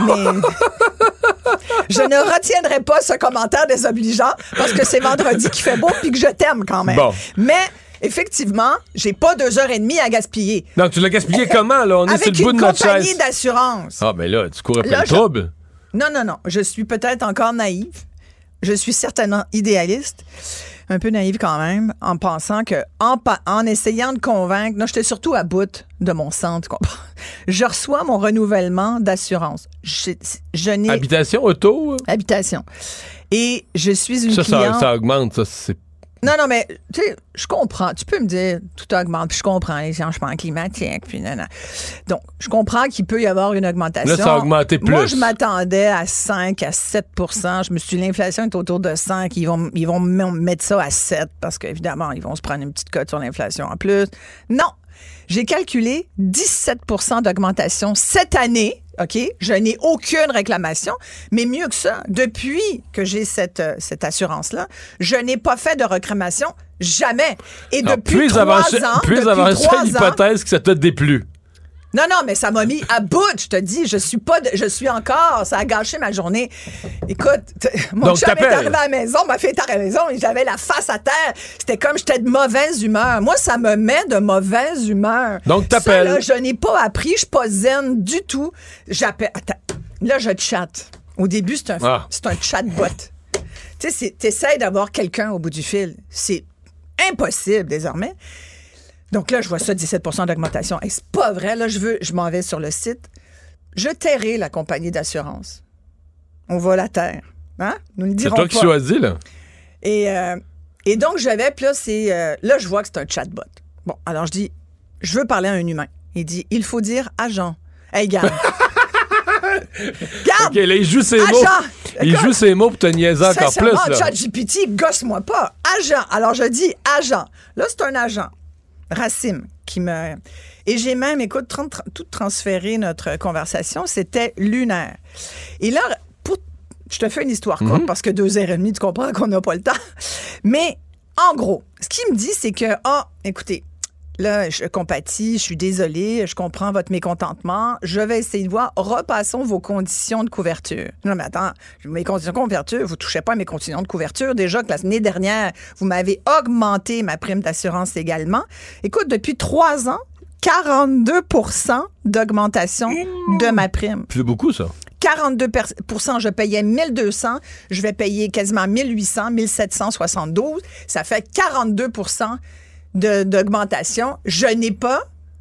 Je ne retiendrai pas ce commentaire désobligeant parce que c'est vendredi qu'il fait beau puis que je t'aime quand même. Bon. Mais effectivement, j'ai pas deux heures et demie à gaspiller. Donc, tu l'as gaspillé comment, là? On est sur le bout de notre chaise. Avec une compagnie d'assurance. Ah, ben là, tu cours après Là, le je... trouble. Non, non, non. Je suis peut-être encore naïve. Je suis certainement idéaliste. Un peu naïve quand même, en pensant que, en, pa- en essayant de convaincre, non, j'étais surtout à bout de mon sang, tu comprends? Je reçois mon renouvellement d'assurance. Je, je n'ai... Habitation, auto? Habitation. Et je suis une ça, cliente... Ça, ça augmente, ça, c'est... Non, non, mais, tu sais, je comprends. Tu peux me dire, tout augmente, puis je comprends les changements climatiques, puis non, non. Donc, je comprends qu'il peut y avoir une augmentation. Là, ça a augmenté plus. Moi, je m'attendais à cinq à sept pour cent. Je me suis dit, l'inflation est autour de cinq. Ils vont, ils vont mettre ça à sept parce qu'évidemment, ils vont se prendre une petite cote sur l'inflation en plus. Non! J'ai calculé dix-sept pour cent d'augmentation cette année. OK? Je n'ai aucune réclamation. Mais mieux que ça, depuis que j'ai cette, euh, cette assurance-là, je n'ai pas fait de réclamation jamais. Et Alors, depuis puis trois avancer, ans... Puis depuis avancer trois l'hypothèse ans, que ça t'a déplu. Non, non, mais ça m'a mis à bout, je te dis. Je suis pas, de, je suis encore, ça a gâché ma journée. Écoute, t- mon Donc, chum est t'appelles. arrivé à la maison, ma fille est arrivée à la maison et j'avais la face à terre. C'était comme j'étais de mauvaise humeur. Moi, ça me met de mauvaise humeur. Donc, t'appelles. Ça, là, je n'ai pas appris, je suis pas zen du tout. J'appelle. Attends, là, je chatte. Au début, c'est un, Ah. c'est un chatbot. Tu sais, t'essayes d'avoir quelqu'un au bout du fil. C'est impossible désormais. Donc là, je vois ça, dix-sept pour cent d'augmentation. Hey, c'est pas vrai. Là, je veux, je m'en vais sur le site. Je tairai la compagnie d'assurance. On va la taire. Hein? Nous ne C'est dirons toi pas. qui choisis, là. Et, euh, et donc, je vais, puis là, c'est, euh, là, je vois que c'est un chatbot. Bon, alors je dis, je veux parler à un humain. Il dit, il faut dire agent. Hey, garde. Garde! OK, là, il joue ses Agent! mots. Il Écoute, joue ses mots pour te niaiser encore plus, sincèrement, là. ChatGPT, gosse-moi pas. Agent. Alors, je dis agent. Là, c'est un agent. Racine qui me... Et j'ai même, écoute, tra- tra- tout transféré notre conversation. C'était lunaire. Et là, pour... je te fais une histoire courte Mm-hmm. parce que deux heures et demie, tu comprends qu'on n'a pas le temps. Mais, en gros, ce qu'il me dit, c'est que, ah, écoutez, là, je compatis, je suis désolée, je comprends votre mécontentement. Je vais essayer de voir. Repassons vos conditions de couverture. Non, mais attends, mes conditions de couverture, vous ne touchez pas à mes conditions de couverture. Déjà que l'année dernière, vous m'avez augmenté ma prime d'assurance également. Écoute, depuis trois ans, quarante-deux pour cent d'augmentation de ma prime. C'est beaucoup, ça. quarante-deux pour cent, je payais mille deux cents, je vais payer quasiment mille huit cents, mille sept cent soixante-douze. Ça fait quarante-deux pour cent de, d'augmentation. Je n'ai pas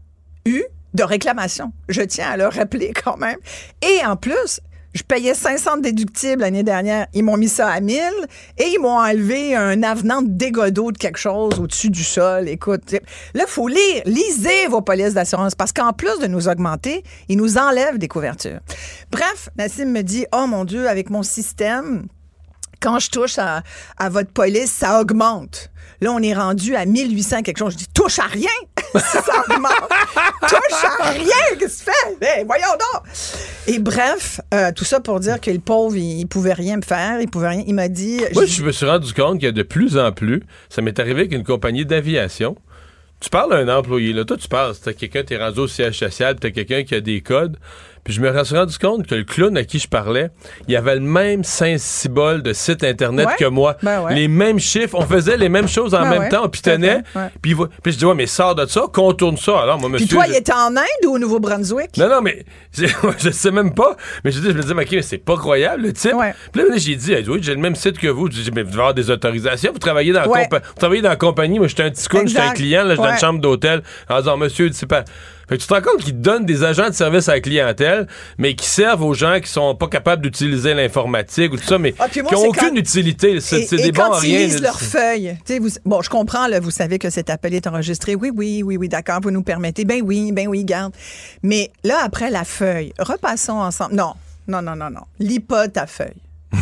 eu de réclamation. Je tiens à le rappeler quand même. Et en plus, je payais cinq cents déductibles l'année dernière. Ils m'ont mis ça à mille et ils m'ont enlevé un avenant de dégâts d'eau de quelque chose au-dessus du sol. Écoute, là, il faut lire. Lisez vos polices d'assurance parce qu'en plus de nous augmenter, ils nous enlèvent des couvertures. Bref, Nassim me dit, oh mon Dieu, avec mon système, quand je touche à, à votre police, ça augmente. Là, on est rendu à mille huit cents quelque chose. Je dis, touche à rien! Ça augmente! Touche à rien! Qu'est-ce que tu fais? Hey, voyons donc! Et bref, euh, tout ça pour dire que le pauvre, il, il pouvait rien me faire, il pouvait rien. Il m'a dit... Moi, je me suis rendu compte qu'il y a de plus en plus, ça m'est arrivé avec une compagnie d'aviation. Tu parles à un employé, là. Toi, tu parles, t'as quelqu'un, t'es rendu au siège social, t'as quelqu'un qui a des codes. Puis je me suis rendu compte que le clown à qui je parlais, il avait le même Saint-Cybole de site Internet ouais, que moi. Ben ouais. Les mêmes chiffres. On faisait les mêmes choses en ben même ouais, temps. On pitonnait. ouais. Puis, puis je dis, ouais, mais sors de ça, contourne ça. Alors, moi, monsieur. Puis toi, je... il était en Inde ou au Nouveau-Brunswick? Non, non, mais je sais même pas. Mais je dis, je me dis, OK, mais c'est pas croyable, le type. Ouais. Puis là, j'ai dit, oui, j'ai le même site que vous. Je dis, mais vous devez avoir des autorisations. Vous travaillez dans, ouais. compa- vous travaillez dans la compagnie. Moi, j'étais un petit coon, j'étais un client. Là, j'étais dans une chambre d'hôtel. En disant, monsieur, c'est pas. Fait que tu te rends compte qu'ils donnent des agents de service à la clientèle, mais qui servent aux gens qui sont pas capables d'utiliser l'informatique ou tout ça, mais ah, moi, qui ont aucune quand... utilité. C'est, et, c'est et des bons à rien. Quand ils lisent leurs feuilles, vous... bon, je comprends, là, vous savez que cet appel est enregistré. Oui, oui, oui, oui, d'accord, vous nous permettez. Ben oui, ben oui, garde. Mais là, après la feuille, repassons ensemble. Non, non, non, non, non. Lis pas ta feuille.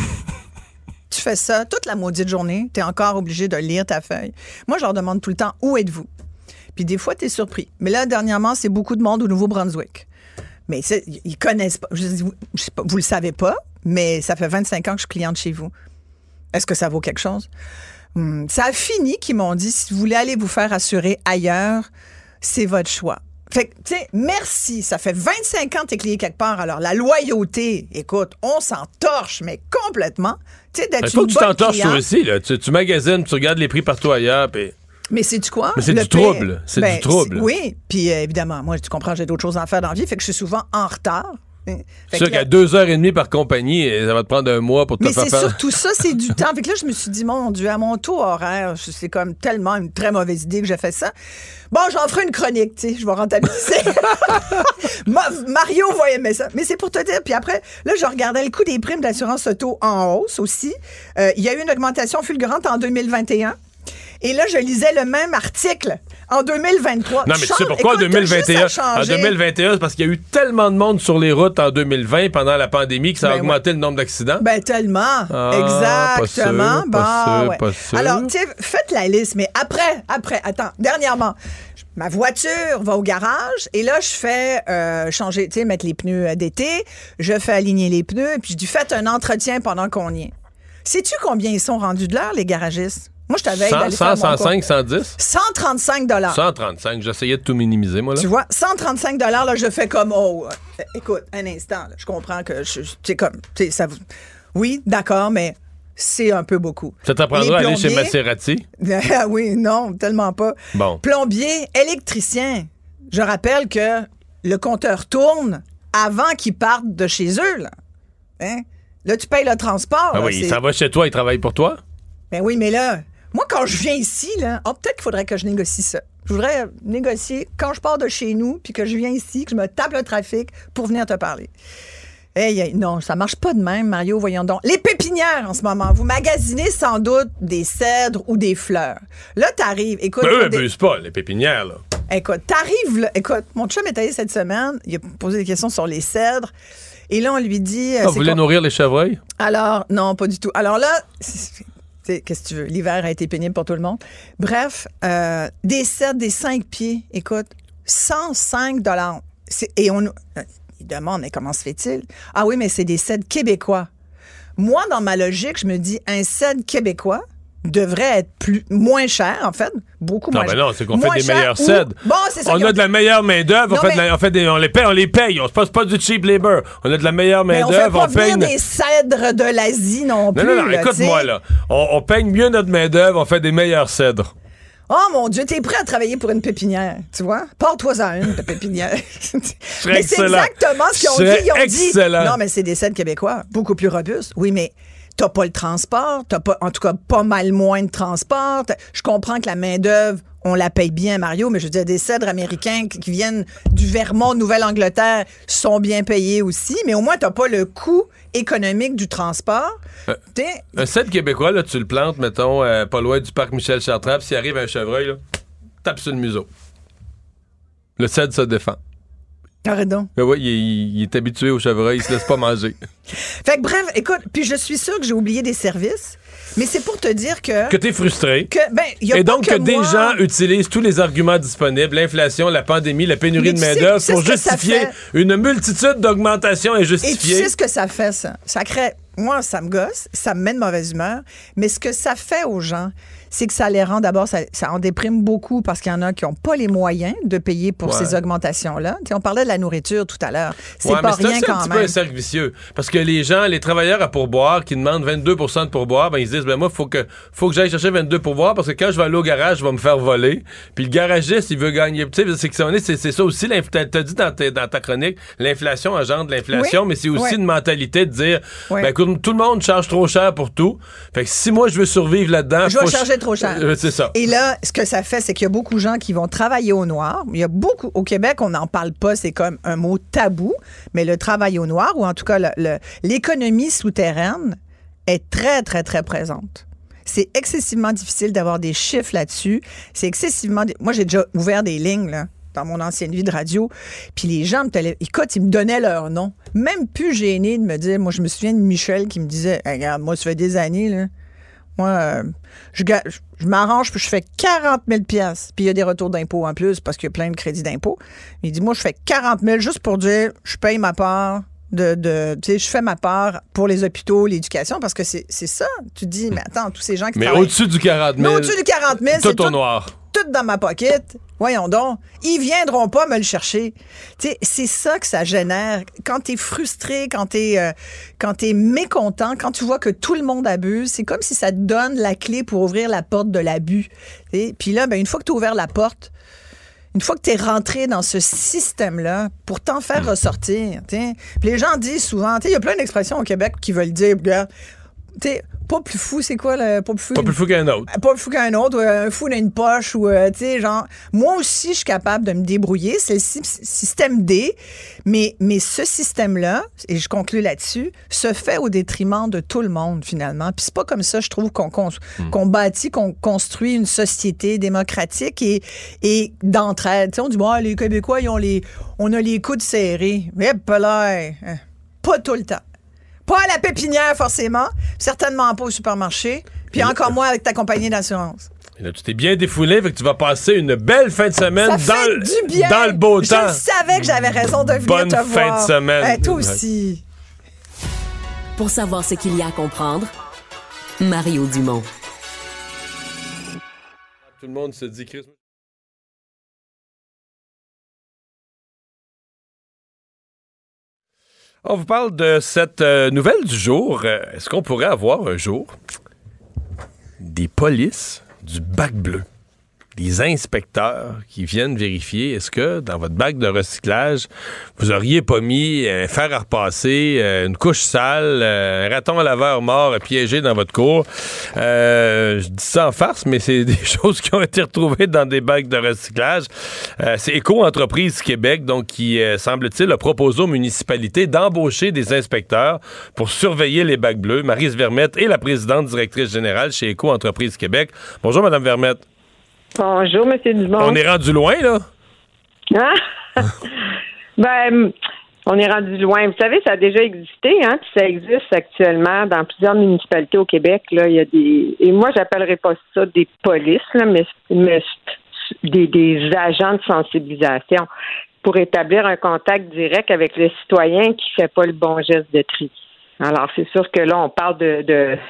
Tu fais ça toute la maudite journée, tu es encore obligé de lire ta feuille. Moi, je leur demande tout le temps, où êtes-vous? Puis des fois, tu es surpris. Mais là, dernièrement, c'est beaucoup de monde au Nouveau-Brunswick. Mais c'est, ils connaissent pas. Je, je sais pas. Vous le savez pas, mais ça fait vingt-cinq ans que je suis cliente chez vous. Est-ce que ça vaut quelque chose? Hum, ça a fini qu'ils m'ont dit, si vous voulez aller vous faire assurer ailleurs, c'est votre choix. Fait que, tu sais, merci. Ça fait vingt-cinq ans que tu es client quelque part. Alors, la loyauté, écoute, on s'en torche, mais complètement. Tu sais, d'être Il faut une que tu t'en bonne torches toi cliente. aussi. Là. Tu, tu magasines, tu regardes les prix partout ailleurs, puis... Mais c'est du quoi? Mais c'est le du pire, trouble. C'est ben, du trouble. C'est, oui. Puis euh, évidemment, moi, tu comprends, j'ai d'autres choses à faire dans la vie, fait que je suis souvent en retard. Fait c'est sûr que, qu'à deux heures et demie par compagnie, ça va te prendre un mois pour te mais faire c'est faire... surtout ça, c'est du temps. Fait que là, je me suis dit, mon Dieu, à mon taux horaire, c'est comme tellement une très mauvaise idée que j'ai fait ça. Bon, j'en ferai une chronique, tu sais, je vais rentabiliser. Mario va aimer ça. Mais c'est pour te dire, puis après, là, je regardais le coût des primes d'assurance auto en hausse aussi. Euh, il y a eu une augmentation fulgurante en deux mille vingt et un. Et là, je lisais le même article en deux mille vingt-trois. Non, mais tu sais pourquoi en deux mille vingt et un? En deux mille vingt et un, c'est parce qu'il y a eu tellement de monde sur les routes en deux mille vingt pendant la pandémie que ça a ben augmenté ouais. le nombre d'accidents. Ben tellement. Ah, Exactement. Pas sûr, pas sûr, ouais. pas sûr. Alors, tu sais, faites la liste, mais après, après, attends, dernièrement, ma voiture va au garage et là, je fais euh, changer, tu sais, mettre les pneus d'été, je fais aligner les pneus, puis je dis, faites un entretien pendant qu'on y est. Sais-tu combien ils sont rendus de l'heure, les garagistes? Moi, je t'avais d'aller cent, faire cent mon cinq, cent dix? cent trente-cinq dollars. cent trente-cinq. J'essayais de tout minimiser, moi, là. Tu vois, cent trente-cinq dollars, là, je fais comme, oh, euh, écoute, un instant, là, je comprends que, tu sais, comme, tu sais, ça vous... Oui, d'accord, mais c'est un peu beaucoup. Ça t'apprendra à aller chez Maserati? Ah oui, non, tellement pas. Bon. Plombier, électricien. Je rappelle que le compteur tourne avant qu'ils partent de chez eux, là. Hein? Là, tu payes le transport. Ah là, oui, c'est... ça va chez toi, il travaille pour toi? Ben oui, mais là, moi, quand je viens ici, là, oh, peut-être qu'il faudrait que je négocie ça. Je voudrais négocier quand je pars de chez nous, puis que je viens ici, que je me tape le trafic pour venir te parler. Hey, hey, non, ça marche pas de même, Mario, voyons donc. Les pépinières, en ce moment, vous magasinez sans doute des cèdres ou des fleurs. Là, t'arrives, écoute... Ben eux, des... abusent pas, les pépinières, là. Écoute, t'arrives là, écoute, mon chum est allé cette semaine, il a posé des questions sur les cèdres, et là, on lui dit... Ah, vous voulez quoi? nourrir les chevreuils? Alors, non, pas du tout. Alors là... T'sais, qu'est-ce que tu veux? L'hiver a été pénible pour tout le monde. Bref, euh, des cèdres, des cinq pieds, écoute, cent cinq dollars. C'est, et on il demande, mais comment se fait-il? Ah oui, mais c'est des cèdres québécois. Moi, dans ma logique, je me dis, un cèdre québécois, devrait être plus, moins cher, en fait, beaucoup moins cher. Non, mais non, c'est qu'on fait des cher meilleurs ou... cèdres. Bon, c'est ça, on a ont... de la meilleure main-d'œuvre, on, fait mais... on, fait des... on les paye, on les paye. On se passe pas du cheap labor. On a de la meilleure main-d'œuvre. On fait pas venir une... des cèdres de l'Asie non, non plus. Non, non, non, là, écoute-moi, là. On, on paye mieux notre main-d'œuvre, on fait des meilleurs cèdres. Oh mon Dieu, t'es prêt à travailler pour une pépinière, tu vois? Porte-toi-en une, ta pépinière. Mais c'est exactement ce qu'ils ont dit. Ils ont excellent. dit. Non, mais c'est des cèdres québécois, beaucoup plus robustes. Oui, mais t'as pas le transport, t'as pas, en tout cas, pas mal moins de transport. Je comprends que la main-d'œuvre, on la paye bien, Mario, mais je veux dire, des cèdres américains qui viennent du Vermont, Nouvelle-Angleterre, sont bien payés aussi, mais au moins, t'as pas le coût économique du transport. Euh, un cèdre québécois, là, tu le plantes, mettons, euh, pas loin du parc Michel-Chartrand, puis s'il arrive un chevreuil, là, tape sur le museau. Le cèdre se défend. Arrête donc. Mais oui, il, il est habitué au chevreuil, il se laisse pas manger. Fait que bref, écoute, puis je suis sûre que j'ai oublié des services, mais c'est pour te dire que... Que t'es frustré. Que, ben, y a Et pas donc que que moi... des gens utilisent tous les arguments disponibles, l'inflation, la pandémie, la pénurie mais de main-d'œuvre, pour justifier une multitude d'augmentations injustifiées. Et tu sais ce que ça fait, ça? Ça crée... Moi, ça me gosse, ça me met de mauvaise humeur, mais ce que ça fait aux gens, c'est que ça les rend d'abord, ça, ça en déprime beaucoup parce qu'il y en a qui n'ont pas les moyens de payer pour ouais. ces augmentations-là. T'sais, on parlait de la nourriture tout à l'heure. C'est ouais, pas mais rien c'est quand un petit même. peu un cercle vicieux. Parce que les gens, les travailleurs à pourboire qui demandent vingt-deux pour cent de pourboire, ben ils se disent, ben moi, il faut que, faut que j'aille chercher vingt-deux pourboires parce que quand je vais aller au garage, je vais me faire voler. Puis le garagiste, il veut gagner. Tu sais, c'est, c'est, c'est ça aussi, t'as, t'as dit dans, ta, dans ta chronique, l'inflation engendre l'inflation, oui. mais c'est aussi oui. une mentalité de dire, oui. ben écoute, tout le monde charge trop cher pour tout. Fait que si moi, je veux survivre là-dedans... Je vais charger ch... trop cher. Euh, c'est ça. Et là, ce que ça fait, c'est qu'il y a beaucoup de gens qui vont travailler au noir. Il y a beaucoup... Au Québec, on n'en parle pas, c'est comme un mot tabou, mais le travail au noir, ou en tout cas le, le, l'économie souterraine, est très, très, très présente. C'est excessivement difficile d'avoir des chiffres là-dessus. C'est excessivement... Moi, j'ai déjà ouvert des lignes, là, dans mon ancienne vie de radio, puis les gens me télé... écoute, ils me donnaient leur nom. Même plus gêné de me dire... Moi, je me souviens de Michel qui me disait hey, « Regarde, moi, ça fait des années, là. Moi, euh, je, je, je m'arrange, puis je fais quarante mille piastres. Puis il y a des retours d'impôts en plus, parce qu'il y a plein de crédits d'impôts. Il dit, moi, je fais quarante mille juste pour dire, je paye ma part de... de tu sais, je fais ma part pour les hôpitaux, l'éducation, parce que c'est, c'est ça. Tu te dis, mais attends, tous ces gens qui mais travaillent... Mais au-dessus du quarante mille... Mais au-dessus du quarante mille, tout c'est au tout, noir. Tout dans ma pocket. Voyons donc. Ils viendront pas me le chercher. Tu sais, c'est ça que ça génère. Quand t'es frustré, quand t'es, euh, quand t'es mécontent, quand tu vois que tout le monde abuse, c'est comme si ça te donne la clé pour ouvrir la porte de l'abus. T'sais? Puis là, ben, une fois que t'as ouvert la porte, une fois que t'es rentré dans ce système-là, pour t'en faire ressortir, t'sais. Puis les gens disent souvent, il y a plein d'expressions au Québec qui veulent dire, regarde, tu sais, pas plus fou, c'est quoi le pas plus fou? Pas plus fou qu'un autre. Pas plus fou qu'un autre, ou un fou dans une poche, ou euh, tu sais, genre, moi aussi, je suis capable de me débrouiller. C'est le système D, mais, mais ce système-là, et je conclue là-dessus, se fait au détriment de tout le monde, finalement. Puis c'est pas comme ça, je trouve, qu'on, qu'on, mm. qu'on bâtit, qu'on construit une société démocratique et, et d'entraide. Tu sais, on dit, bon, les Québécois, ils ont les, on a les coudes serrés. Mais là, pas tout le temps. Pas à la pépinière, forcément. Certainement pas au supermarché. Puis encore moins avec ta compagnie d'assurance. Et là, tu t'es bien défoulé, fait que tu vas passer une belle fin de semaine ça dans, fait du bien. dans le beau temps. Je savais que j'avais raison de venir Bonne te voir. Bonne fin de semaine. Ben, toi aussi. Pour savoir ce qu'il y a à comprendre, Mario Dumont. Tout le monde se dit... Chris... On vous parle de cette euh, nouvelle du jour. Euh, est-ce qu'on pourrait avoir un jour des polices du bac bleu? Des inspecteurs qui viennent vérifier est-ce que dans votre bac de recyclage, vous auriez pas mis un fer à repasser, euh, une couche sale, euh, un raton laveur mort piégé dans votre cour. Euh, je dis ça en farce, mais c'est des choses qui ont été retrouvées dans des bacs de recyclage. Euh, c'est Éco-Entreprise Québec, donc qui, euh, semble-t-il, a proposé aux municipalités d'embaucher des inspecteurs pour surveiller les bacs bleus. Maryse Vermette est la présidente directrice générale chez Éco-Entreprise Québec. Bonjour, Mme Vermette. Bonjour, M. Dumont. On est rendu loin, là? Ah! ben, on est rendu loin. Vous savez, ça a déjà existé, hein, puis ça existe actuellement dans plusieurs municipalités au Québec. Là, il y a des... Et moi, j'appellerais pas ça des polices, là, mais, mais des, des agents de sensibilisation pour établir un contact direct avec le citoyen qui fait pas le bon geste de tri. Alors, c'est sûr que là, on parle de... de, de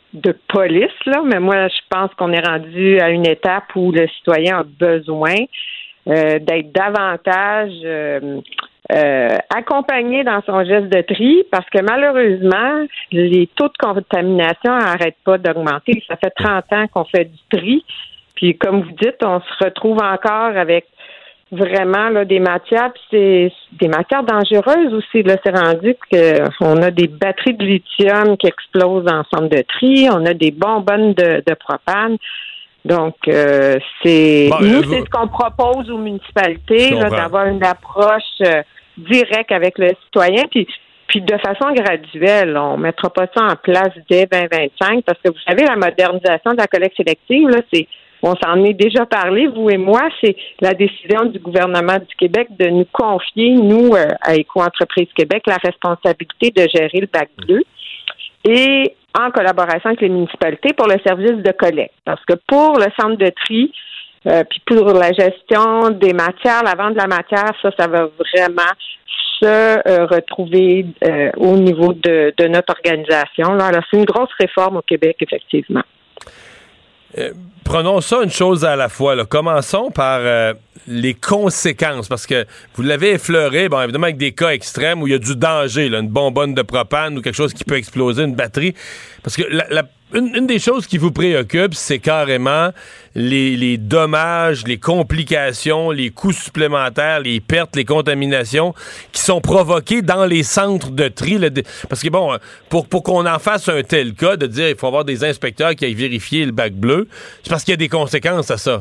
de police, là, mais moi, je pense qu'on est rendu à une étape où le citoyen a besoin euh, d'être davantage euh, euh, accompagné dans son geste de tri, parce que malheureusement, les taux de contamination n'arrêtent pas d'augmenter. Ça fait trente ans qu'on fait du tri, puis comme vous dites, on se retrouve encore avec vraiment là des matières, puis c'est des matières dangereuses aussi. Là, c'est rendu qu'on a des batteries de lithium qui explosent en centre de tri, on a des bonbonnes de, de propane. Donc, euh, c'est bon, nous, euh, c'est ce qu'on propose aux municipalités, là, d'avoir une approche euh, directe avec le citoyen, puis puis de façon graduelle. On ne mettra pas ça en place dès vingt vingt-cinq, parce que vous savez, la modernisation de la collecte sélective, là, c'est on s'en est déjà parlé, vous et moi, c'est la décision du gouvernement du Québec de nous confier, nous, euh, à Éco-entreprise Québec, la responsabilité de gérer le bac bleu et en collaboration avec les municipalités pour le service de collecte. Parce que pour le centre de tri, euh, puis pour la gestion des matières, la vente de la matière, ça, ça va vraiment se euh, retrouver euh, au niveau de, de notre organisation. Là. Alors, c'est une grosse réforme au Québec, effectivement. Euh, prenons ça une chose à la fois. Là. Commençons par euh, les conséquences, parce que vous l'avez effleuré, bon, évidemment avec des cas extrêmes où il y a du danger, là, une bonbonne de propane ou quelque chose qui peut exploser, une batterie. Parce que la, la, une, une des choses qui vous préoccupe, c'est carrément les, les dommages, les complications, les coûts supplémentaires, les pertes, les contaminations qui sont provoquées dans les centres de tri. Là, parce que bon, pour, pour qu'on en fasse un tel cas, de dire il faut avoir des inspecteurs qui aillent vérifier le bac bleu, c'est parce qu'il y a des conséquences à ça.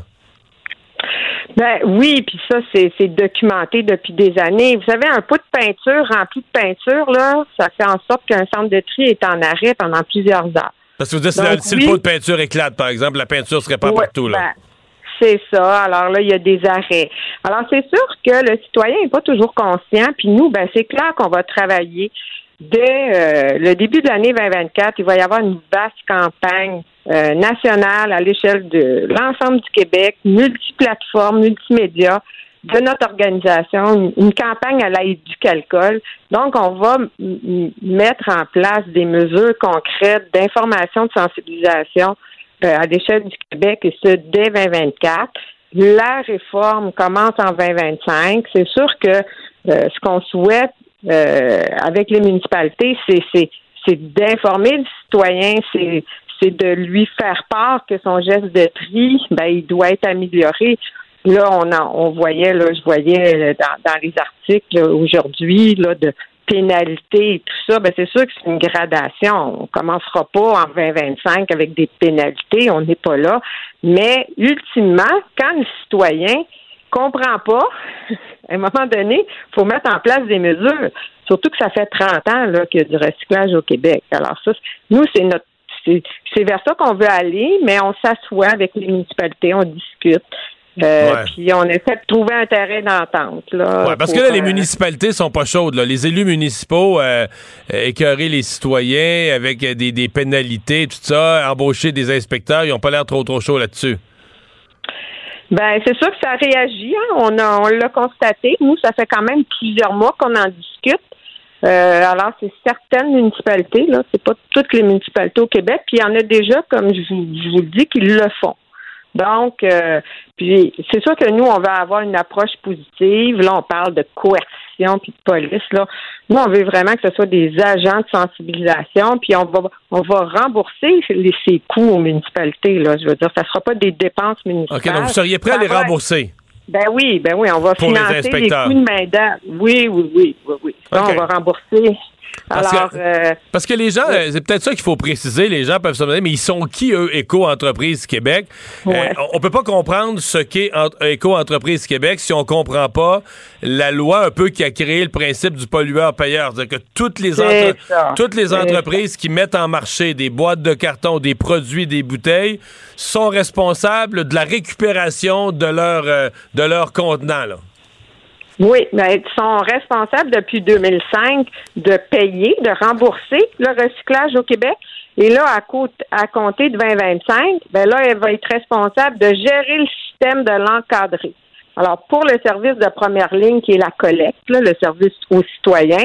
Ben oui, puis ça, c'est, c'est documenté depuis des années. Vous savez, un pot de peinture rempli de peinture, là, ça fait en sorte qu'un centre de tri est en arrêt pendant plusieurs heures. Parce que vous dites, si, Donc, si oui, le pot de peinture éclate, par exemple, la peinture serait pas ouais, partout, là. Ben, c'est ça. Alors là, il y a des arrêts. Alors, c'est sûr que le citoyen n'est pas toujours conscient, puis nous, ben c'est clair qu'on va travailler dès euh, le début de l'année vingt vingt-quatre. Il va y avoir une vaste campagne euh, nationale à l'échelle de l'ensemble du Québec, multiplateforme, multimédia, de notre organisation, une, une campagne à la Éducalcool. Donc, on va m- mettre en place des mesures concrètes d'information, de sensibilisation euh, à l'échelle du Québec, et ce, dès vingt vingt-quatre. La réforme commence en vingt vingt-cinq. C'est sûr que euh, ce qu'on souhaite euh, avec les municipalités, c'est, c'est, c'est d'informer le citoyen, c'est, c'est de lui faire part que son geste de tri, ben, il doit être amélioré. Là, on, en, on voyait, là, je voyais dans, dans les articles là, aujourd'hui, là, de pénalités et tout ça. Ben, c'est sûr que c'est une gradation. On commencera pas en vingt vingt-cinq avec des pénalités. On n'est pas là. Mais, ultimement, quand le citoyen comprend pas, à un moment donné, il faut mettre en place des mesures. Surtout que ça fait trente ans, là, qu'il y a du recyclage au Québec. Alors, ça, nous, c'est notre, c'est, c'est vers ça qu'on veut aller, mais on s'assoit avec les municipalités, on discute. Euh, ouais. Puis on essaie de trouver un terrain d'entente. Là, ouais, parce pour, que là, les euh... municipalités sont pas chaudes. Là. Les élus municipaux, euh, écœurer les citoyens avec des, des pénalités, tout ça, embaucher des inspecteurs, ils n'ont pas l'air trop trop chauds là-dessus. Ben c'est sûr que ça réagit. Hein. On, a, on l'a constaté. Nous, ça fait quand même plusieurs mois qu'on en discute. Euh, alors, c'est certaines municipalités, là, c'est pas toutes les municipalités au Québec, puis il y en a déjà, comme je vous, je vous le dis, qui le font. Donc, euh, puis c'est sûr que nous, on va avoir une approche positive. Là, on parle de coercition puis de police. Là, nous, on veut vraiment que ce soit des agents de sensibilisation. Puis on va, on va rembourser les, ces coûts aux municipalités. Là, je veux dire, ça ne sera pas des dépenses municipales. Ok, donc vous seriez prêt à les rembourser? Ben oui, ben oui, on va pour financer les, les coûts de main d'œuvre. Oui, oui, oui, oui, oui. Ça, okay. On va rembourser. Parce, Alors, que, euh, parce que les gens, oui. c'est peut-être ça qu'il faut préciser, les gens peuvent se demander, mais ils sont qui, eux, Éco-entreprise Québec? Ouais. Euh, on, on peut pas comprendre ce qu'est Éco-entreprise Québec si on comprend pas la loi un peu qui a créé le principe du pollueur-payeur. C'est-à-dire que toutes les, entre... toutes les entreprises qui mettent en marché des boîtes de carton, des produits, des bouteilles, sont responsables de la récupération de leur, euh, de leur contenant, là. Oui, mais ils sont responsables depuis deux mille cinq de payer, de rembourser le recyclage au Québec. Et là, à, co- à compter de vingt vingt-cinq, ben là, elle va être responsable de gérer le système, de l'encadrer. Alors, pour le service de première ligne, qui est la collecte, là, le service aux citoyens,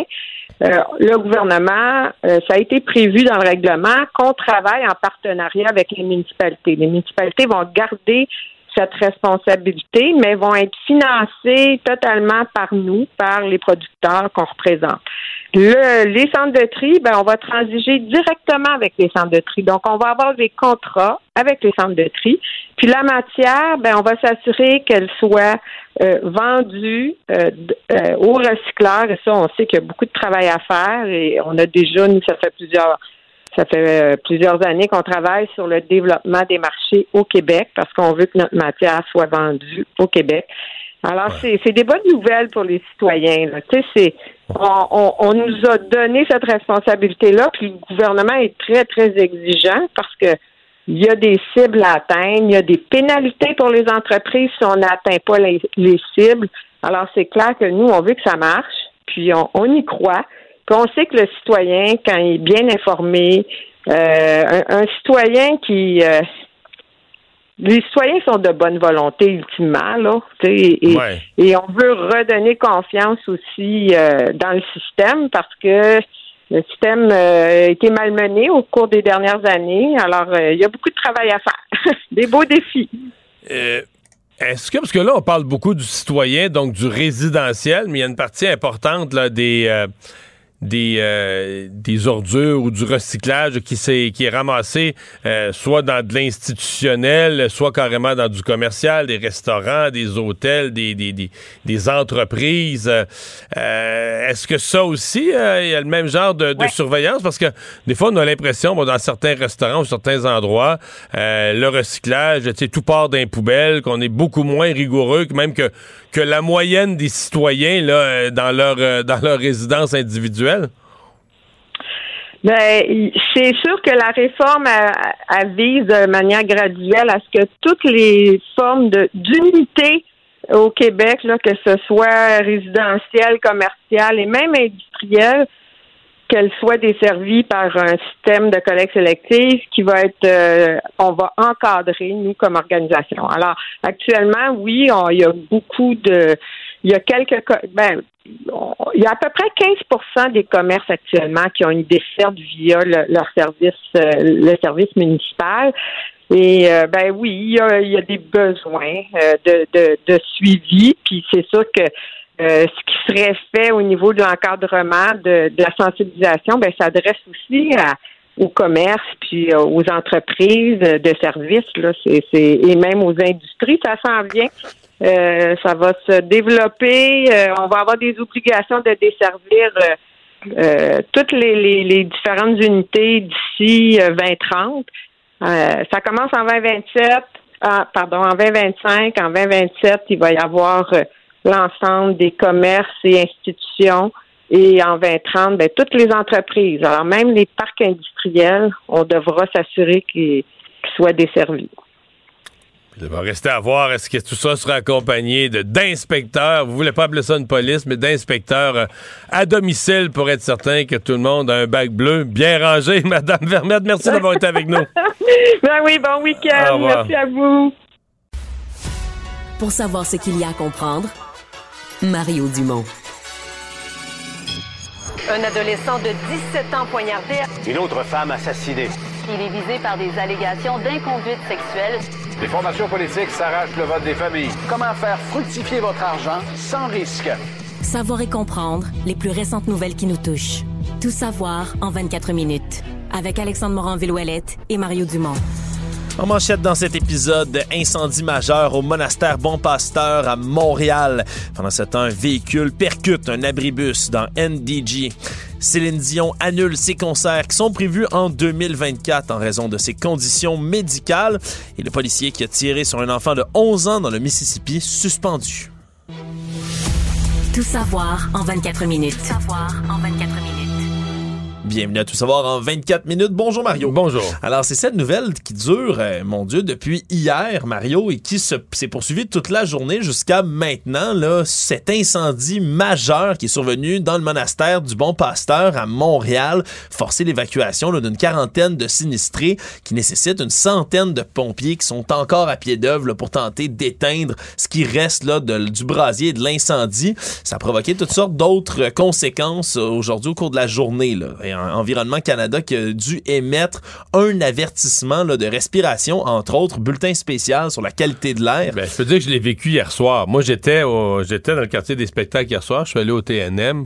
euh, le gouvernement, euh, ça a été prévu dans le règlement qu'on travaille en partenariat avec les municipalités. Les municipalités vont garder cette responsabilité, mais vont être financées totalement par nous, par les producteurs qu'on représente. Le, les centres de tri, ben, on va transiger directement avec les centres de tri. Donc, on va avoir des contrats avec les centres de tri. Puis la matière, ben, on va s'assurer qu'elle soit euh, vendue euh, euh, aux recycleurs. Et ça, on sait qu'il y a beaucoup de travail à faire. Et on a déjà, nous, ça fait plusieurs Ça fait euh, plusieurs années qu'on travaille sur le développement des marchés au Québec parce qu'on veut que notre matière soit vendue au Québec. Alors, ouais. c'est, c'est des bonnes nouvelles pour les citoyens. Là. Tu sais, c'est, on, on, on nous a donné cette responsabilité-là, puis le gouvernement est très, très exigeant parce que il y a des cibles à atteindre, il y a des pénalités pour les entreprises si on n'atteint pas les, les cibles. Alors, c'est clair que nous, on veut que ça marche, puis on, on y croit. Puis on sait que le citoyen, quand il est bien informé, euh, un, un citoyen qui... Euh, les citoyens sont de bonne volonté, ultimement, là, tu sais, et, ouais. et on veut redonner confiance aussi euh, dans le système parce que le système euh, a été malmené au cours des dernières années. Alors, euh, il y a beaucoup de travail à faire. Des beaux défis. Euh... Est-ce que, parce que là, on parle beaucoup du citoyen, donc du résidentiel, mais il y a une partie importante là, des, euh, des, euh, des ordures ou du recyclage qui, s'est, qui est ramassé euh, soit dans de l'institutionnel, soit carrément dans du commercial, des restaurants, des hôtels, des, des, des, des entreprises. Euh, est-ce que ça aussi, euh, il y a le même genre de, de ouais. surveillance? Parce que des fois, on a l'impression, bon, dans certains restaurants ou certains endroits, euh, le recyclage, tu sais, tout part d'un poubelle, qu'on est beaucoup moins rigoureux que même que, que la moyenne des citoyens là, dans leur, euh, dans leur résidence individuelle. Ben, c'est sûr que la réforme elle, elle vise de manière graduelle à ce que toutes les formes de, d'unité au Québec, là, que ce soit résidentiel, commercial et même industriel, qu'elles soient desservies par un système de collecte sélective qui va être, euh, on va encadrer, nous, comme organisation. Alors, actuellement, oui, on, il y a beaucoup de, il y a quelques, ben, on, il y a à peu près quinze pour cent des commerces actuellement qui ont une desserte via le, leur service, euh, le service municipal. Et, euh, ben oui, il y a, il y a des besoins euh, de, de, de suivi, puis c'est sûr que Euh, ce qui serait fait au niveau de l'encadrement, de, de la sensibilisation, ben, s'adresse aussi à, au commerce puis euh, aux entreprises de services, là, c'est, c'est, et même aux industries, ça s'en vient. Euh, ça va se développer. Euh, on va avoir des obligations de desservir euh, euh, toutes les, les, les différentes unités d'ici euh, vingt trente. Euh, ça commence en vingt vingt-sept, ah, pardon, en vingt vingt-cinq, en vingt vingt-sept, il va y avoir euh, l'ensemble des commerces et institutions, et en vingt trente, ben, toutes les entreprises. Alors, même les parcs industriels, on devra s'assurer qu'ils, qu'ils soient desservis. Il va rester à voir, est-ce que tout ça sera accompagné de, d'inspecteurs, vous voulez pas appeler ça une police, mais d'inspecteurs euh, à domicile pour être certain que tout le monde a un bac bleu bien rangé. Madame Vermette, merci d'avoir été avec nous. Ben oui, bon week-end. Merci à vous. Pour savoir ce qu'il y a à comprendre, Mario Dumont. Un adolescent de dix-sept ans poignardé. Une autre femme assassinée. Il est visé par des allégations d'inconduite sexuelle. Les formations politiques s'arrachent le vote des familles. Comment faire fructifier votre argent sans risque? Savoir et comprendre les plus récentes nouvelles qui nous touchent. Tout savoir en vingt-quatre minutes. Avec Alexandre Morin-Villouellette et Mario Dumont. En manchette dans cet épisode, incendie majeur au monastère Bon Pasteur à Montréal. Pendant ce temps, un véhicule percute un abribus dans N D G. Céline Dion annule ses concerts qui sont prévus en deux mille vingt-quatre en raison de ses conditions médicales. Et le policier qui a tiré sur un enfant de onze ans dans le Mississippi, suspendu. Tout savoir en vingt-quatre minutes. Tout savoir en vingt-quatre minutes. Bienvenue à Tout savoir en vingt-quatre minutes. Bonjour Mario. Bonjour. Alors c'est cette nouvelle qui dure, euh, mon Dieu, depuis hier, Mario, et qui se, s'est poursuivie toute la journée jusqu'à maintenant, là, cet incendie majeur qui est survenu dans le monastère du Bon Pasteur à Montréal, forcé l'évacuation là, d'une quarantaine de sinistrés qui nécessite une centaine de pompiers qui sont encore à pied d'œuvre là, pour tenter d'éteindre ce qui reste là, de, du brasier et de l'incendie. Ça a provoqué toutes sortes d'autres conséquences euh, aujourd'hui au cours de la journée. Là. Et Environnement Canada qui a dû émettre un avertissement là, de respiration, entre autres, bulletin spécial sur la qualité de l'air. Ben, je peux dire que je l'ai vécu hier soir. Moi, j'étais, au, j'étais dans le quartier des spectacles hier soir. Je suis allé au T N M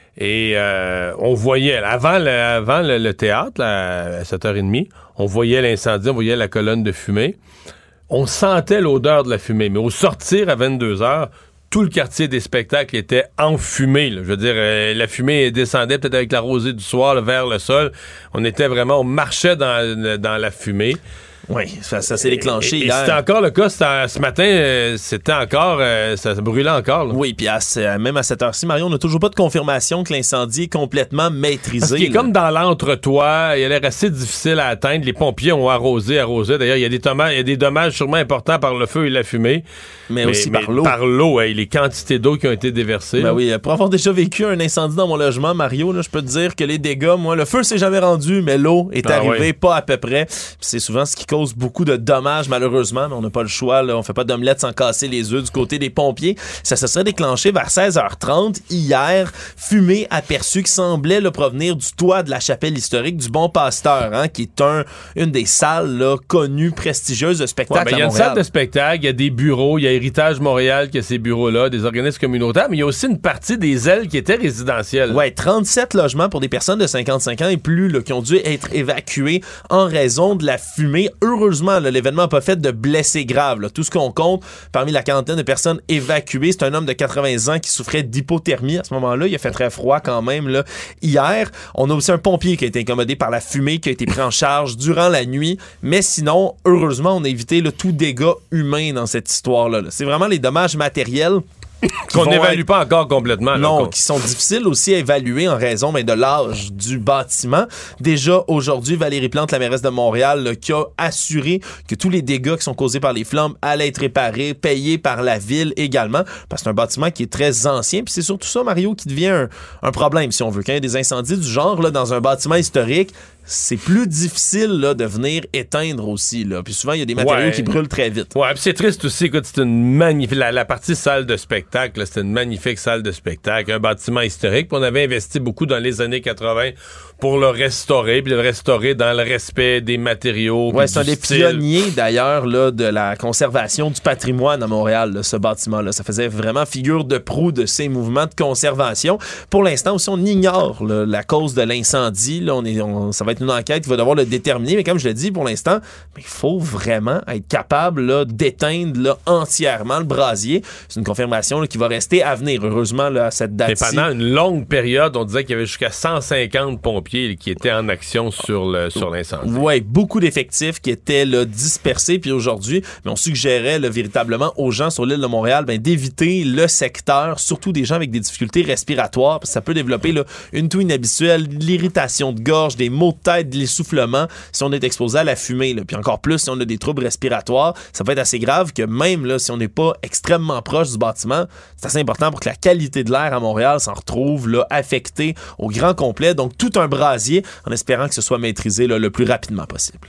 et euh, on voyait, avant le, avant le, le théâtre, là, à sept heures trente, on voyait l'incendie, on voyait la colonne de fumée. On sentait l'odeur de la fumée, mais au sortir à vingt-deux heures, tout le quartier des spectacles était enfumé. Là. Je veux dire, euh, la fumée descendait peut-être avec la rosée du soir là, vers le sol. On était vraiment, on marchait dans, dans la fumée. Oui, ça, ça s'est déclenché et, et hier. C'était encore le cas. Ce matin, euh, c'était encore... Euh, ça, ça brûlait encore. Là. Oui, puis même à cette heure-ci, Mario, on n'a toujours pas de confirmation que l'incendie est complètement maîtrisé. Parce qu'il est comme dans l'entre-toit. Il a l'air assez difficile à atteindre. Les pompiers ont arrosé, arrosé. D'ailleurs, il y a des dommages, il y a des dommages sûrement importants par le feu et la fumée. Mais, mais aussi mais par l'eau. Par l'eau, ouais, les quantités d'eau qui ont été déversées. Ben oui, pour avoir déjà vécu un incendie dans mon logement, Mario, là, je peux te dire que les dégâts, moi, le feu s'est jamais rendu, mais l'eau est ah, arrivée oui. pas à peu près. Puis c'est souvent ce qui cause beaucoup de dommages, malheureusement, mais on n'a pas le choix. Là. On fait pas d'omelette sans casser les œufs du côté des pompiers. Ça se serait déclenché vers seize heures trente hier. Fumée aperçue qui semblait là, provenir du toit de la chapelle historique du Bon Pasteur, hein, qui est un, une des salles là, connues, prestigieuses de spectacle ouais, ben, à Montréal. Il y a une salle de spectacle, il y a des bureaux, il y a Héritage Montréal qui a ces bureaux-là, des organismes communautaires, mais il y a aussi une partie des ailes qui étaient résidentielles. Ouais, trente-sept logements pour des personnes de cinquante-cinq ans et plus là, qui ont dû être évacués en raison de la fumée. Heureusement, là, l'événement n'a pas fait de blessés graves. Là. Tout ce qu'on compte, parmi la quarantaine de personnes évacuées, c'est un homme de quatre-vingts ans qui souffrait d'hypothermie à ce moment-là. Il a fait très froid quand même. Là. Hier, on a aussi un pompier qui a été incommodé par la fumée, qui a été pris en charge durant la nuit. Mais sinon, heureusement, on a évité là, tout dégât humain dans cette histoire-là. Là. C'est vraiment les dommages matériels qu'on n'évalue être... pas encore complètement. Non, là, qui sont difficiles aussi à évaluer en raison ben, de l'âge du bâtiment. Déjà, aujourd'hui, Valérie Plante, la mairesse de Montréal, là, qui a assuré que tous les dégâts qui sont causés par les flammes allaient être réparés, payés par la ville également, parce que c'est un bâtiment qui est très ancien. Puis c'est surtout ça, Mario, qui devient un, un problème, si on veut. Quand il y a des incendies du genre là, dans un bâtiment historique, c'est plus difficile là, de venir éteindre aussi. Là. Puis souvent, il y a des matériaux ouais. qui brûlent très vite. Ouais, puis c'est triste aussi. Écoute, c'est une magnifique... La, la partie salle de spectacle, là, c'était une magnifique salle de spectacle, un bâtiment historique. Puis on avait investi beaucoup dans les années quatre-vingts pour le restaurer, puis le restaurer dans le respect des matériaux. Ouais, c'est un des style. pionniers, d'ailleurs, là, de la conservation du patrimoine à Montréal, là, ce bâtiment-là. Ça faisait vraiment figure de proue de ces mouvements de conservation. Pour l'instant aussi, on ignore là, la cause de l'incendie. Là, on est, on, ça va être une enquête qui va devoir le déterminer, mais comme je l'ai dit, pour l'instant, il faut vraiment être capable là, d'éteindre là, entièrement le brasier. C'est une confirmation là, qui va rester à venir, heureusement, là, à cette date-ci. Mais pendant une longue période, on disait qu'il y avait jusqu'à cent cinquante pompiers qui étaient en action sur, le, sur l'incendie. Oui, beaucoup d'effectifs qui étaient là, dispersés, puis aujourd'hui, mais on suggérait là, véritablement aux gens sur l'île de Montréal ben, d'éviter le secteur, surtout des gens avec des difficultés respiratoires, parce que ça peut développer là, une toux inhabituelle, l'irritation de gorge, des maux de tête, de l'essoufflement, si on est exposé à la fumée. Là. Puis encore plus, si on a des troubles respiratoires, ça peut être assez grave que même là, si on n'est pas extrêmement proche du bâtiment, c'est assez important pour que la qualité de l'air à Montréal s'en retrouve là, affectée au grand complet. Donc, tout un brasier, en espérant que ce soit maîtrisé là, le plus rapidement possible.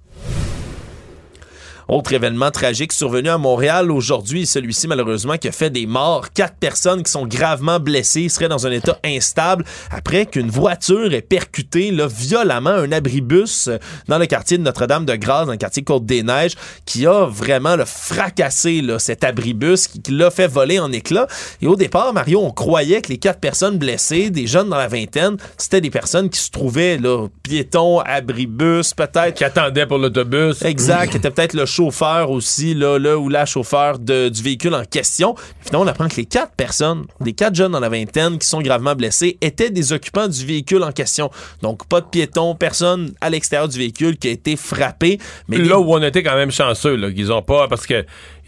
Autre événement tragique survenu à Montréal aujourd'hui, celui-ci malheureusement qui a fait des morts. Quatre personnes qui sont gravement blessées, seraient dans un état instable après qu'une voiture ait percuté là, violemment un abribus dans le quartier de Notre-Dame-de-Grâce, dans le quartier Côte-des-Neiges, qui a vraiment là, fracassé là, cet abribus, qui, qui l'a fait voler en éclats. Et au départ, Mario, on croyait que les quatre personnes blessées, des jeunes dans la vingtaine, c'était des personnes qui se trouvaient là, piétons, abribus, peut-être. Qui attendaient pour l'autobus. Exact, qui était peut-être le chauffeur aussi, là, là ou la chauffeur de, du véhicule en question. Finalement, on apprend que les quatre personnes, des quatre jeunes dans la vingtaine qui sont gravement blessés, étaient des occupants du véhicule en question. Donc, pas de piétons, personne à l'extérieur du véhicule qui a été frappé. Mais là des... où on était quand même chanceux, là, qu'ils ont pas, parce que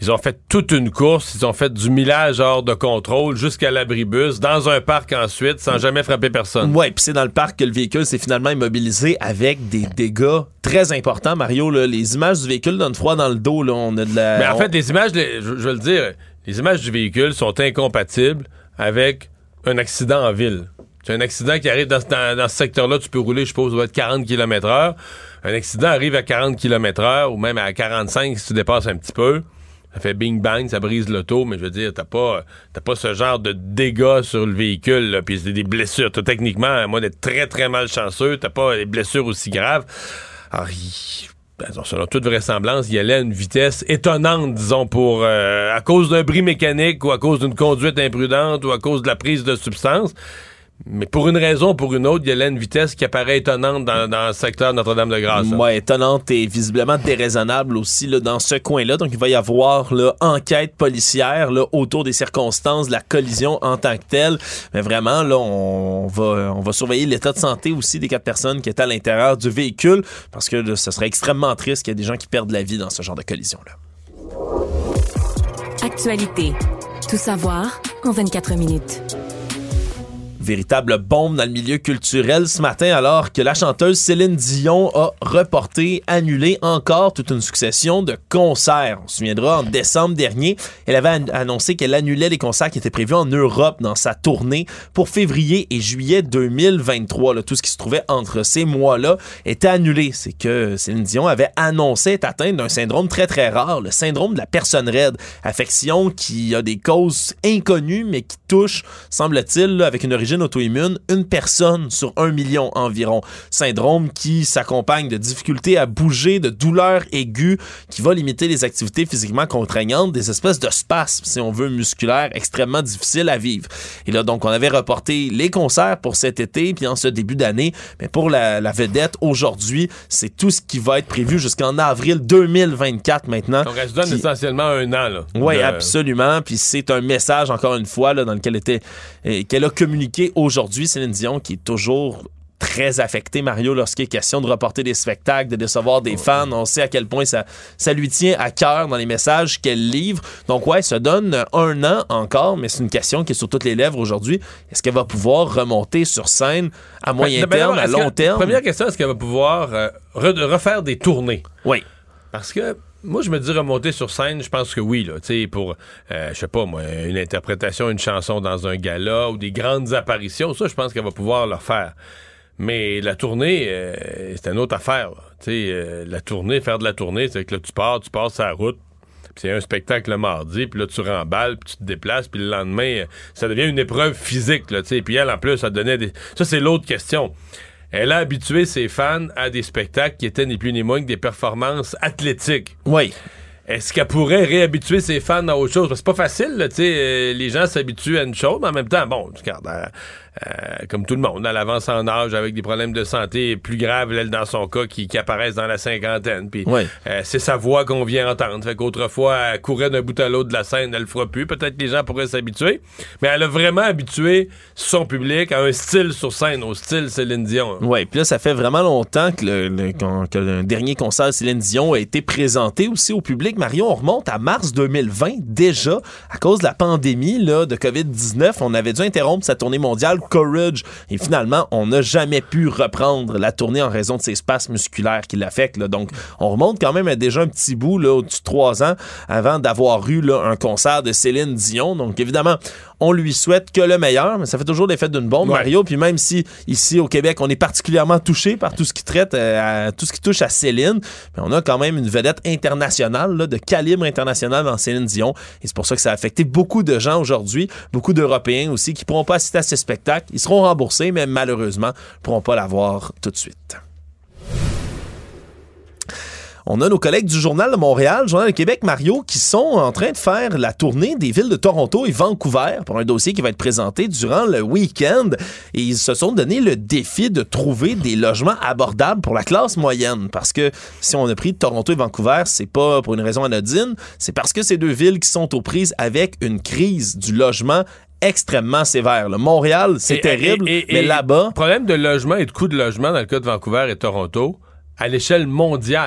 Ils ont fait toute une course, ils ont fait du millage hors de contrôle jusqu'à l'abribus, dans un parc ensuite, sans jamais frapper personne. Ouais, puis c'est dans le parc que le véhicule s'est finalement immobilisé avec des dégâts très importants, Mario. Là, les images du véhicule donnent froid dans le dos. Là, on a de la... Mais en on... fait, les images, les, je, je veux le dire, les images du véhicule sont incompatibles avec un accident en ville. C'est un accident qui arrive dans, dans, dans ce secteur-là, tu peux rouler, je suppose, ça doit être quarante kilomètres heure. Un accident arrive à quarante kilomètres heure ou même à quarante-cinq si tu dépasses un petit peu. Ça fait bing-bang, ça brise l'auto, mais je veux dire, t'as pas t'as pas ce genre de dégâts sur le véhicule, là, puis c'est des blessures. T'as techniquement, à moins d'être très, très malchanceux, t'as pas des blessures aussi graves. Alors, il, ben, selon toute vraisemblance, il allait à une vitesse étonnante, disons, pour euh, à cause d'un bris mécanique ou à cause d'une conduite imprudente ou à cause de la prise de substances. Mais pour une raison ou pour une autre, il y a là une vitesse qui apparaît étonnante dans, dans le secteur de Notre-Dame-de-Grâce. Oui, étonnante et visiblement déraisonnable aussi là, dans ce coin-là. Donc, il va y avoir là, enquête policière là, autour des circonstances de la collision en tant que telle. Mais vraiment, là, on va, on va surveiller l'état de santé aussi des quatre personnes qui étaient à l'intérieur du véhicule parce que là, ce serait extrêmement triste qu'il y ait des gens qui perdent la vie dans ce genre de collision-là. Actualité. Tout savoir en vingt-quatre minutes. Véritable bombe dans le milieu culturel ce matin alors que la chanteuse Céline Dion a reporté, annulé encore toute une succession de concerts. On se souviendra, en décembre dernier, elle avait an- annoncé qu'elle annulait les concerts qui étaient prévus en Europe dans sa tournée pour février et juillet deux mille vingt-trois. Là, tout ce qui se trouvait entre ces mois-là était annulé. C'est que Céline Dion avait annoncé être atteinte d'un syndrome très très rare, le syndrome de la personne raide, affection qui a des causes inconnues mais qui touche, semble-t-il, là, avec une origine auto-immune, une personne sur un million environ. Syndrome qui s'accompagne de difficultés à bouger, de douleurs aiguës, qui va limiter les activités physiquement contraignantes, des espèces de spasmes, si on veut, musculaires, extrêmement difficiles à vivre. Et là, donc, on avait reporté les concerts pour cet été, puis en ce début d'année, mais pour la, la vedette, aujourd'hui, c'est tout ce qui va être prévu jusqu'en avril deux mille vingt-quatre maintenant. Donc, elle se donne qui... essentiellement un an, là. Oui, de... absolument, puis c'est un message, encore une fois, là, dans lequel était, euh, qu'elle a communiqué aujourd'hui, Céline Dion, qui est toujours très affectée, Mario, lorsqu'il est question de reporter des spectacles, de décevoir des fans. On sait à quel point ça, ça lui tient à cœur dans les messages qu'elle livre. Donc, ouais, ça donne un an encore, mais c'est une question qui est sur toutes les lèvres aujourd'hui. Est-ce qu'elle va pouvoir remonter sur scène à moyen ben, terme, ben, à long terme? Première question, est-ce qu'elle va pouvoir euh, re- refaire des tournées? Oui. Parce que moi, je me dis remonter sur scène, je pense que oui, là, tu sais, pour, euh, je sais pas, moi, une interprétation, une chanson dans un gala ou des grandes apparitions, ça, je pense qu'elle va pouvoir le faire. Mais la tournée, euh, c'est une autre affaire, tu sais, euh, la tournée, faire de la tournée, c'est que là, tu pars, tu passes sur la route, puis c'est un spectacle le mardi, puis là, tu remballes, puis tu te déplaces, puis le lendemain, ça devient une épreuve physique, là, tu sais, puis elle, en plus, ça donnait des... Ça, c'est l'autre question. Elle a habitué ses fans à des spectacles qui étaient ni plus ni moins que des performances athlétiques. Oui. Est-ce qu'elle pourrait réhabituer ses fans à autre chose? Parce que c'est pas facile, là, tu sais, euh, les gens s'habituent à une chose, mais en même temps, bon, regarde, euh, euh, comme tout le monde, à l'avance en âge, avec des problèmes de santé plus graves, elle, dans son cas, qui, qui apparaissent dans la cinquantaine. Puis oui. euh, c'est sa voix qu'on vient entendre. Fait qu'autrefois, elle courait d'un bout à l'autre de la scène, elle le fera plus. Peut-être que les gens pourraient s'habituer, mais elle a vraiment habitué son public à un style sur scène, au style Céline Dion. Oui, puis là, ça fait vraiment longtemps que le, le, que le dernier concert de Céline Dion a été présenté aussi au public. Mario, on remonte à mars deux mille vingt déjà, à cause de la pandémie là, de covid dix-neuf. On avait dû interrompre sa tournée mondiale Courage et finalement, on n'a jamais pu reprendre la tournée en raison de ces spasmes musculaires qui l'affectent. Là. Donc, on remonte quand même à déjà un petit bout, là, au-dessus de trois ans, avant d'avoir eu là, un concert de Céline Dion. Donc, évidemment, on lui souhaite que le meilleur, mais ça fait toujours l'effet d'une bombe, ouais. Mario. Puis même si, ici, au Québec, on est particulièrement touché par tout ce qui traite, euh, à, tout ce qui touche à Céline, mais on a quand même une vedette internationale, là, de calibre international dans Céline Dion. Et c'est pour ça que ça a affecté beaucoup de gens aujourd'hui, beaucoup d'Européens aussi, qui ne pourront pas assister à ces spectacles. Ils seront remboursés, mais malheureusement, ne pourront pas l'avoir tout de suite. On a nos collègues du Journal de Montréal, Journal de Québec, Mario, qui sont en train de faire la tournée des villes de Toronto et Vancouver pour un dossier qui va être présenté durant le week-end. Et ils se sont donné le défi de trouver des logements abordables pour la classe moyenne. Parce que si on a pris Toronto et Vancouver, c'est pas pour une raison anodine, c'est parce que ces deux villes qui sont aux prises avec une crise du logement extrêmement sévère. Là. Montréal, c'est et, terrible, et, et, mais et là-bas... Problème de logement et de coût de logement dans le cas de Vancouver et Toronto, à l'échelle mondiale,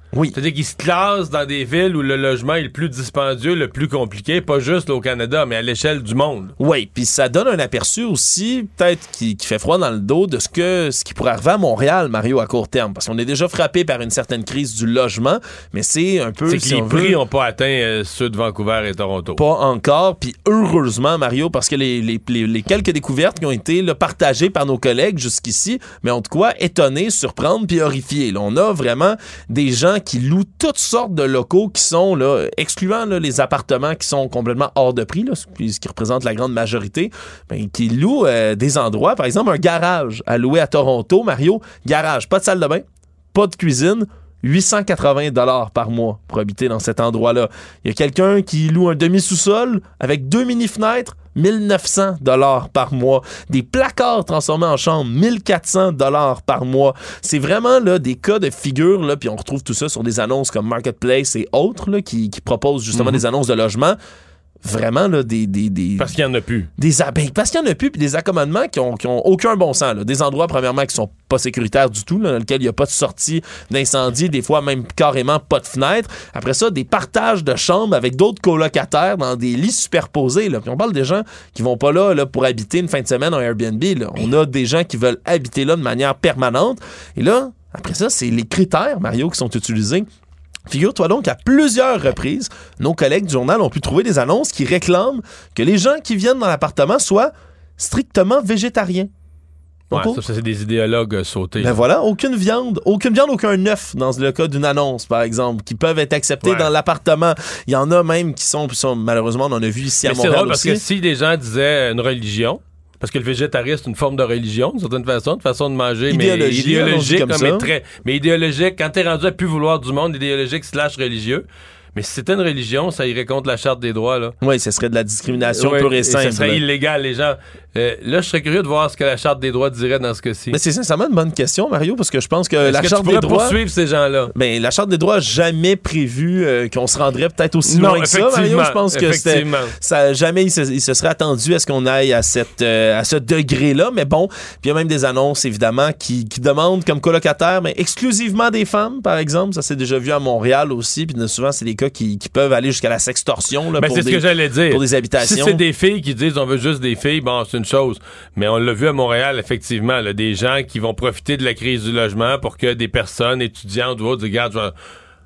Oui. C'est-à-dire qu'ils se classent dans des villes où le logement est le plus dispendieux, le plus compliqué, pas juste au Canada, mais à l'échelle du monde. Oui, puis ça donne un aperçu aussi, peut-être qui, qui fait froid dans le dos, de ce que ce qui pourrait arriver à Montréal, Mario, à court terme. Parce qu'on est déjà frappé par une certaine crise du logement, mais c'est un peu... C'est que si les on prix veut, n'ont pas atteint euh, ceux de Vancouver et Toronto. Pas encore, puis heureusement, Mario, parce que les, les, les, les quelques découvertes qui ont été là, partagées par nos collègues jusqu'ici, mais ont de quoi étonner, surprendre, puis horrifier. Là, on a vraiment des gens qui louent toutes sortes de locaux qui sont, là, excluant là, les appartements qui sont complètement hors de prix, là, ce qui représente la grande majorité, ben, qui louent euh, des endroits, par exemple un garage à louer à Toronto, Mario, garage, pas de salle de bain, pas de cuisine, huit cent quatre-vingts dollars par mois pour habiter dans cet endroit-là. Il y a quelqu'un qui loue un demi-sous-sol avec deux mini-fenêtres, mille neuf cents dollars par mois. Des placards transformés en chambre, mille quatre cents dollars par mois. C'est vraiment là, des cas de figure, là, puis on retrouve tout ça sur des annonces comme Marketplace et autres là, qui, qui proposent justement mm-hmm. des annonces de logement. Vraiment, là, des... des, des parce qu'il n'y en a plus. Des, ben, parce qu'il n'y en a plus, puis des accommodements qui ont, qui ont aucun bon sens. Là. Des endroits, premièrement, qui sont pas sécuritaires du tout, là, dans lesquels il n'y a pas de sortie d'incendie, des fois même carrément pas de fenêtre. Après ça, des partages de chambres avec d'autres colocataires dans des lits superposés. Là. Puis on parle des gens qui vont pas là, là pour habiter une fin de semaine en Airbnb. Là. On a des gens qui veulent habiter là de manière permanente. Et là, après ça, c'est les critères, Mario, qui sont utilisés. Figure-toi donc qu'à plusieurs reprises, nos collègues du journal ont pu trouver des annonces qui réclament que les gens qui viennent dans l'appartement soient strictement végétariens. Ouais, ça, ça, c'est des idéologues euh, sautés. Ben voilà, aucune viande, aucune viande, aucun œuf dans le cas d'une annonce, par exemple, qui peuvent être acceptés ouais. dans l'appartement. Il y en a même qui sont, sont malheureusement, on en a vu ici Mais à Montréal c'est drôle aussi. Parce que si des gens disaient une religion, parce que le végétarisme, c'est une forme de religion, d'une certaine façon, de façon de manger, Idéologie, mais idéologique, comme non, ça. mais, très, mais idéologique, quand t'es rendu à plus vouloir du monde, idéologique slash religieux. Mais si c'était une religion, ça irait contre la Charte des droits, là. Oui, ce serait de la discrimination ouais, pure et simple. Ça serait là. illégal, les gens. Euh, là, je serais curieux de voir ce que la Charte des droits dirait dans ce cas-ci. Mais c'est sincèrement une bonne question, Mario, parce que je pense que Est-ce la que Charte tu des droits... poursuivre ces gens-là? Ben, la Charte des droits n'a jamais prévu euh, qu'on se rendrait peut-être aussi non, loin que ça, Mario. Je pense que c'était... Ça, jamais il se, il se serait attendu à ce qu'on aille à, cette, euh, à ce degré-là. Mais bon, puis il y a même des annonces, évidemment, qui, qui demandent comme colocataires, mais exclusivement des femmes, par exemple. Ça s'est déjà vu à Montréal aussi. Puis souvent, c'est des cas qui, qui peuvent aller jusqu'à la sextorsion. Là, ben, pour c'est des, ce que j'allais dire. Pour des habitations. Si c'est des filles qui disent on veut juste des filles, bon, c'est une chose. Mais on l'a vu à Montréal, effectivement, là, des gens qui vont profiter de la crise du logement pour que des personnes étudiantes ou autres disent, regarde, je vais...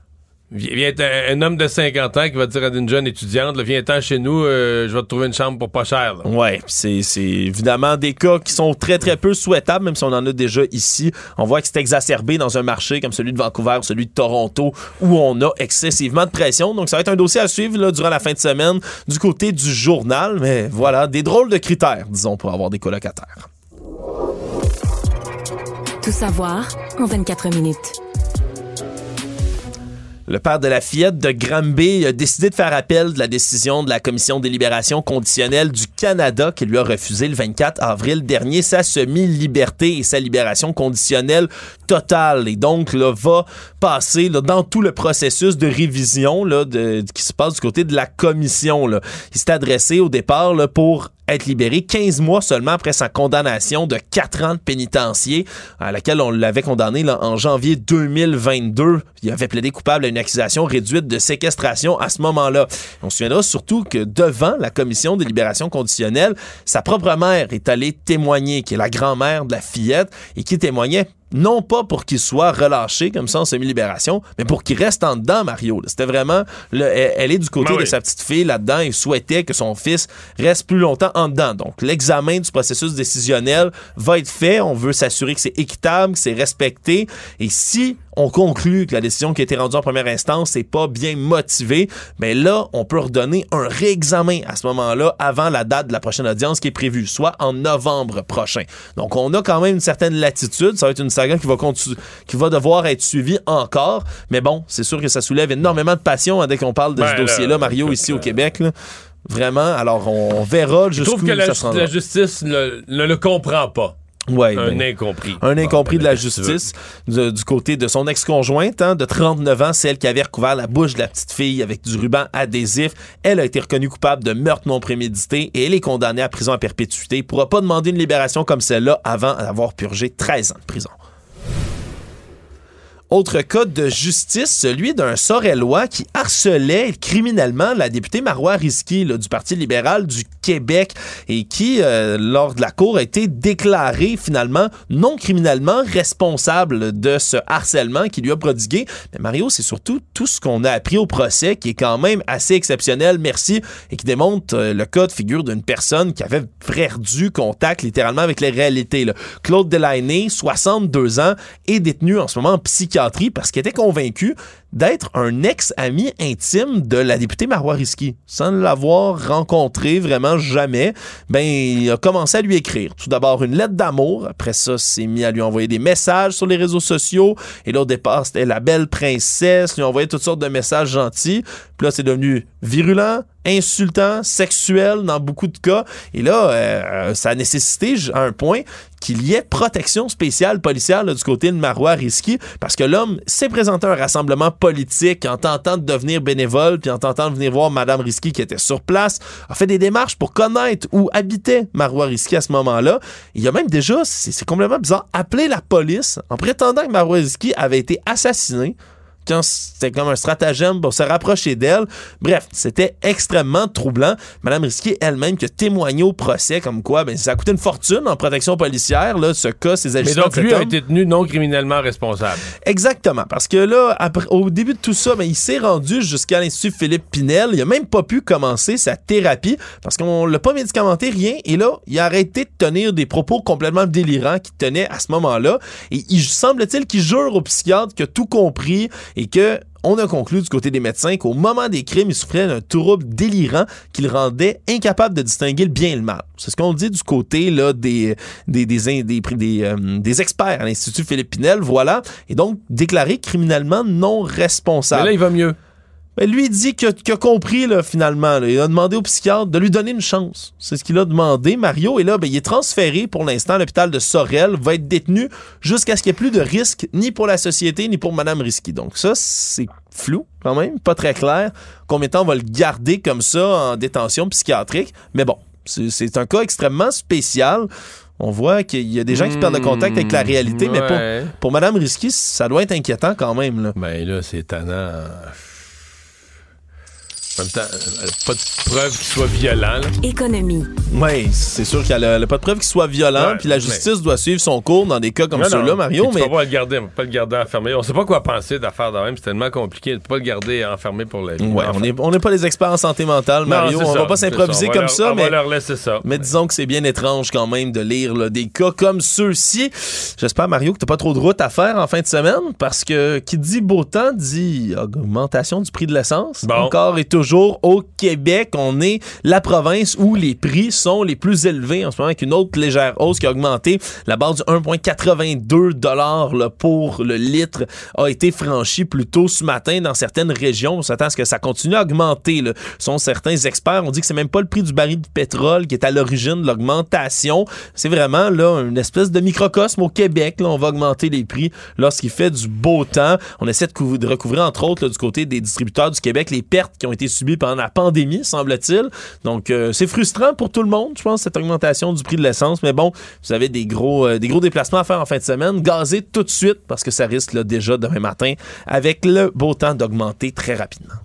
Viens un, un homme de cinquante ans qui va dire à une jeune étudiante, là, viens-t'en chez nous, euh, je vais te trouver une chambre pour pas cher. Là. Ouais, c'est, c'est évidemment des cas qui sont très très peu souhaitables, même si on en a déjà ici. On voit que c'est exacerbé dans un marché comme celui de Vancouver, celui de Toronto, où on a excessivement de pression. Donc ça va être un dossier à suivre là, durant la fin de semaine du côté du journal. Mais voilà, des drôles de critères, disons, pour avoir des colocataires. Tout savoir en vingt-quatre minutes. Le père de la fillette de Granby a décidé de faire appel de la décision de la Commission des libérations conditionnelles du Canada qui lui a refusé le vingt-quatre avril dernier sa semi-liberté et sa libération conditionnelle totale. Et donc, là, va passer là, dans tout le processus de révision là, de, de, qui se passe du côté de la Commission. Là. Il s'est adressé au départ là, pour être libéré quinze mois seulement après sa condamnation de quatre ans de pénitencier à laquelle on l'avait condamné là, en janvier deux mille vingt-deux. Il avait plaidé coupable à une accusation réduite de séquestration à ce moment-là. On se souviendra surtout que devant la Commission des libérations conditionnelles, sa propre mère est allée témoigner, qui est la grand-mère de la fillette, et qui témoignait non pas pour qu'il soit relâché comme ça en semi-libération, mais pour qu'il reste en dedans, Mario. Là. C'était vraiment... Là, elle, elle est du côté ben oui. de sa petite fille là-dedans et souhaitait que son fils reste plus longtemps en dedans. Donc, l'examen du processus décisionnel va être fait. On veut s'assurer que c'est équitable, que c'est respecté. Et si on conclut que la décision qui a été rendue en première instance n'est pas bien motivée, bien là, on peut redonner un réexamen à ce moment-là avant la date de la prochaine audience qui est prévue, soit en novembre prochain. Donc, on a quand même une certaine latitude. Ça va être une saga qui va, continu- qui va devoir être suivie encore. Mais bon, c'est sûr que ça soulève énormément de passion hein, dès qu'on parle de ben, ce dossier-là, Mario, ici euh... au Québec. Là. Vraiment. Alors, on verra jusqu'où ça la, se rendra. La justice ne le, le comprend pas. Ouais, un ben, incompris. Un incompris bon, de la justice de, du côté de son ex-conjointe hein, de trente-neuf ans, celle qui avait recouvert la bouche de la petite fille avec du ruban adhésif. Elle a été reconnue coupable de meurtre non prémédité et elle est condamnée à prison à perpétuité. Elle ne pourra pas demander une libération comme celle-là avant d'avoir purgé treize ans de prison. Autre cas de justice, celui d'un Sorellois qui harcelait criminellement la députée Marois Risky là, du Parti libéral du Québec et qui, euh, lors de la cour, a été déclaré finalement non criminellement responsable de ce harcèlement qui lui a prodigué. Mais Mario, c'est surtout tout ce qu'on a appris au procès qui est quand même assez exceptionnel, merci, et qui démontre euh, le cas de figure d'une personne qui avait perdu contact littéralement avec les réalités. Là. Claude Delaney, soixante-deux ans, est détenu en ce moment en psychiatrie parce qu'il était convaincu d'être un ex-ami intime de la députée Marois Risky. Sans l'avoir rencontré vraiment jamais, ben, il a commencé à lui écrire. Tout d'abord une lettre d'amour, après ça, s'est mis à lui envoyer des messages sur les réseaux sociaux, et là, au départ, c'était la belle princesse, lui envoyait toutes sortes de messages gentils, puis là, c'est devenu virulent, insultant, sexuel dans beaucoup de cas, et là, euh, ça a nécessité à un point qu'il y ait protection spéciale policière là, du côté de Marois Risky, parce que l'homme s'est présenté à un rassemblement politique en tentant de devenir bénévole, puis en tentant de venir voir Mme Risky qui était sur place, a fait des démarches pour connaître où habitait Marois Risky à ce moment-là. Il y a même déjà, c'est, c'est complètement bizarre, appelé la police en prétendant que Marois Risky avait été assassiné. C'était comme un stratagème pour se rapprocher d'elle. Bref, c'était extrêmement troublant. Mme Risky elle-même qui a témoigné au procès comme quoi ben, ça a coûté une fortune en protection policière, là, ce cas, ces agissements. Mais donc, lui a été tenu non criminellement responsable. Exactement, parce que là, après, au début de tout ça, ben, il s'est rendu jusqu'à l'Institut Philippe Pinel. Il a même pas pu commencer sa thérapie parce qu'on l'a pas médicamenté, rien. Et là, il a arrêté de tenir des propos complètement délirants qu'il tenait à ce moment-là. Et il semble-t-il qu'il jure au psychiatre qu'il a tout compris et que on a conclu du côté des médecins qu'au moment des crimes, il souffrait d'un trouble délirant qui le rendait incapable de distinguer le bien et le mal. C'est ce qu'on dit du côté là, des, des, des, des, des, euh, des experts à l'Institut Philippe Pinel, voilà, et donc déclaré criminellement non responsable. Mais là, il va mieux. Ben, lui, il dit qu'il a, qu'il a compris, là, finalement. Là. Il a demandé au psychiatre de lui donner une chance. C'est ce qu'il a demandé, Mario. Et là, ben, il est transféré pour l'instant à l'hôpital de Sorel, va être détenu jusqu'à ce qu'il n'y ait plus de risque, ni pour la société, ni pour Mme Risky. Donc ça, c'est flou, quand même, pas très clair. Combien de temps on va le garder comme ça en détention psychiatrique? Mais bon, c'est, c'est un cas extrêmement spécial. On voit qu'il y a des gens qui mmh, perdent le contact avec la réalité, ouais. Mais pour, pour Mme Risky, ça doit être inquiétant quand même. Là. Ben là, c'est étonnant. En même temps, pas de preuve qu'il soit violent. Là. Économie. Oui, c'est sûr qu'il n'y a, a pas de preuve qu'il soit violent, ouais, puis la justice mais... doit suivre son cours dans des cas comme ceux-là, Mario. Tu mais... ne peux pas le garder, pas le garder enfermé. On ne sait pas quoi penser d'affaires de même, c'est tellement compliqué. Tu ne peux pas le garder enfermé pour la vie. Ouais, on n'est on n'est pas des experts en santé mentale, Mario. Non, on ne va pas s'improviser comme leur, ça, on mais, va leur laisser ça. mais disons que c'est bien étrange quand même de lire là, des cas comme ceux-ci. J'espère, Mario, que tu n'as pas trop de route à faire en fin de semaine, parce que qui dit beau temps dit augmentation du prix de l'essence. Bon. Encore et toujours au Québec, on est la province où les prix sont les plus élevés en ce moment, avec une autre légère hausse qui a augmenté. La barre du un virgule quatre-vingt-deux dollars là, pour le litre a été franchie plus tôt ce matin dans certaines régions. On s'attend à ce que ça continue à augmenter. Là. Sont certains experts, on dit que c'est même pas le prix du baril de pétrole qui est à l'origine de l'augmentation. C'est vraiment là une espèce de microcosme au Québec. Là, on va augmenter les prix lorsqu'il fait du beau temps. On essaie de, cou- de recouvrir, entre autres, là, du côté des distributeurs du Québec, les pertes qui ont été subies pendant la pandémie. Semble-t-il. Donc, euh, c'est frustrant pour tout le monde, je pense, cette augmentation du prix de l'essence. Mais bon, vous avez des gros, euh, des gros déplacements à faire en fin de semaine. Gazez tout de suite parce que ça risque là, déjà demain matin, avec le beau temps, d'augmenter très rapidement.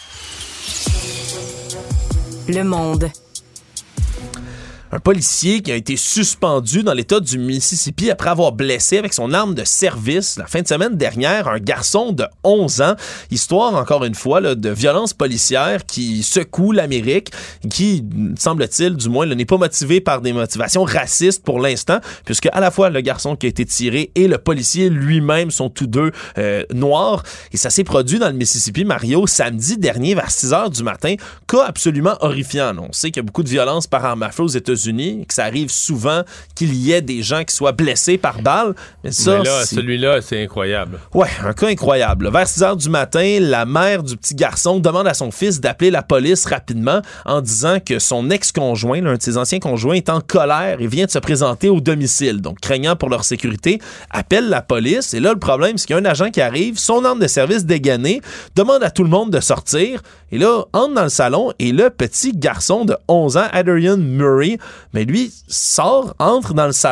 Le Monde. Un policier qui a été suspendu dans l'État du Mississippi après avoir blessé avec son arme de service la fin de semaine dernière un garçon de onze ans. Histoire, encore une fois, là, de violence policière qui secoue l'Amérique, qui, semble-t-il, du moins, là, n'est pas motivé par des motivations racistes pour l'instant, puisque à la fois le garçon qui a été tiré et le policier lui-même sont tous deux euh, noirs. Et ça s'est produit dans le Mississippi, Mario, samedi dernier vers six heures du matin. Cas absolument horrifiant. On sait qu'il y a beaucoup de violence par arme à feu aux États-Unis, que ça arrive souvent qu'il y ait des gens qui soient blessés par balle. Mais ça, mais là, c'est... celui-là, c'est incroyable. Ouais, un cas incroyable. Vers six heures du matin, la mère du petit garçon demande à son fils d'appeler la police rapidement en disant que son ex-conjoint, l'un de ses anciens conjoints, est en colère et vient de se présenter au domicile. Donc, craignant pour leur sécurité, appelle la police. Et là, le problème, c'est qu'il y a un agent qui arrive, son arme de service dégainée, demande à tout le monde de sortir. Et là, entre dans le salon et le petit garçon de onze ans, Adrian Murray, mais lui, sort, entre dans le salon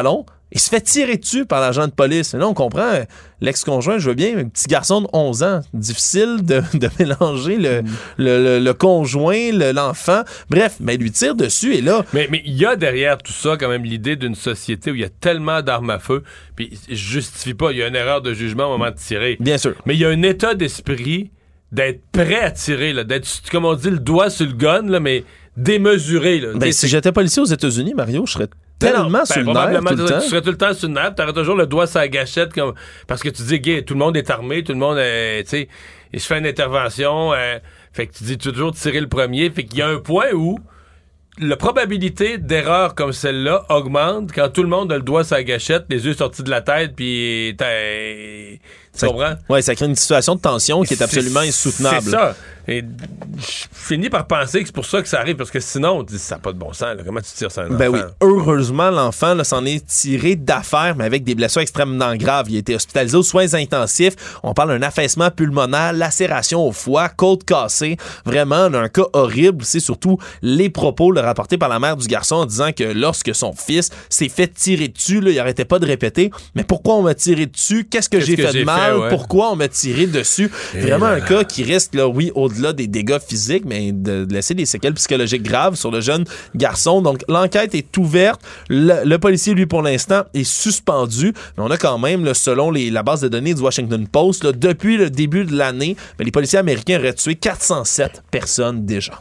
Il se fait tirer dessus par l'agent de police. Et là, on comprend, l'ex-conjoint, je veux bien, un petit garçon de onze ans. Difficile de, de mélanger le, mm. le, le, le conjoint, le, l'enfant. Bref, mais il lui tire dessus et là... Mais mais il y a derrière tout ça quand même l'idée d'une société où il y a tellement d'armes à feu, puis je justifie pas, il y a une erreur de jugement au moment de tirer. Bien sûr. Mais il y a un état d'esprit d'être prêt à tirer, là, d'être, comme on dit, le doigt sur le gun, là, mais démesuré. Là. Ben, si j'étais policier aux États-Unis, Mario, je serais... tellement ben, sur le nerf tout le temps. Tu serais tout le temps sur le nerf, t'aurais toujours le doigt sur la gâchette comme... parce que tu dis, gay, tout le monde est armé, tout le monde, euh, tu sais, il se fait une intervention, euh, fait que tu dis, tu veux toujours tirer le premier, fait qu'il y a un point où la probabilité d'erreur comme celle-là augmente quand tout le monde a le doigt sur la gâchette, les yeux sortis de la tête, puis t'as... Tu comprends? Oui, ça crée une situation de tension qui est absolument c'est, insoutenable. C'est ça. Et je finis par penser que c'est pour ça que ça arrive, parce que sinon, on dit, ça n'a pas de bon sens. Là. Comment tu tires ça à un enfant? Ben oui. Heureusement, l'enfant là, s'en est tiré d'affaire, mais avec des blessures extrêmement graves. Il a été hospitalisé aux soins intensifs. On parle d'un affaissement pulmonaire, lacération au foie, côte cassée. Vraiment, là, un cas horrible. C'est surtout les propos là, rapportés par la mère du garçon en disant que lorsque son fils s'est fait tirer dessus, là, il arrêtait pas de répéter « Mais pourquoi on m'a tiré dessus? Qu'est-ce que Qu'est-ce j'ai que fait j'ai de mal? Fait, ouais. Pourquoi on m'a tiré dessus? » Vraiment là. Un cas qui risque, là, oui, au-delà des dégâts physiques, mais de laisser des séquelles psychologiques graves sur le jeune garçon. Donc, l'enquête est ouverte. Le, le policier, lui, pour l'instant, est suspendu. Mais on a quand même, là, selon les, la base de données du Washington Post, là, depuis le début de l'année, ben, les policiers américains auraient tué quatre cent sept personnes déjà.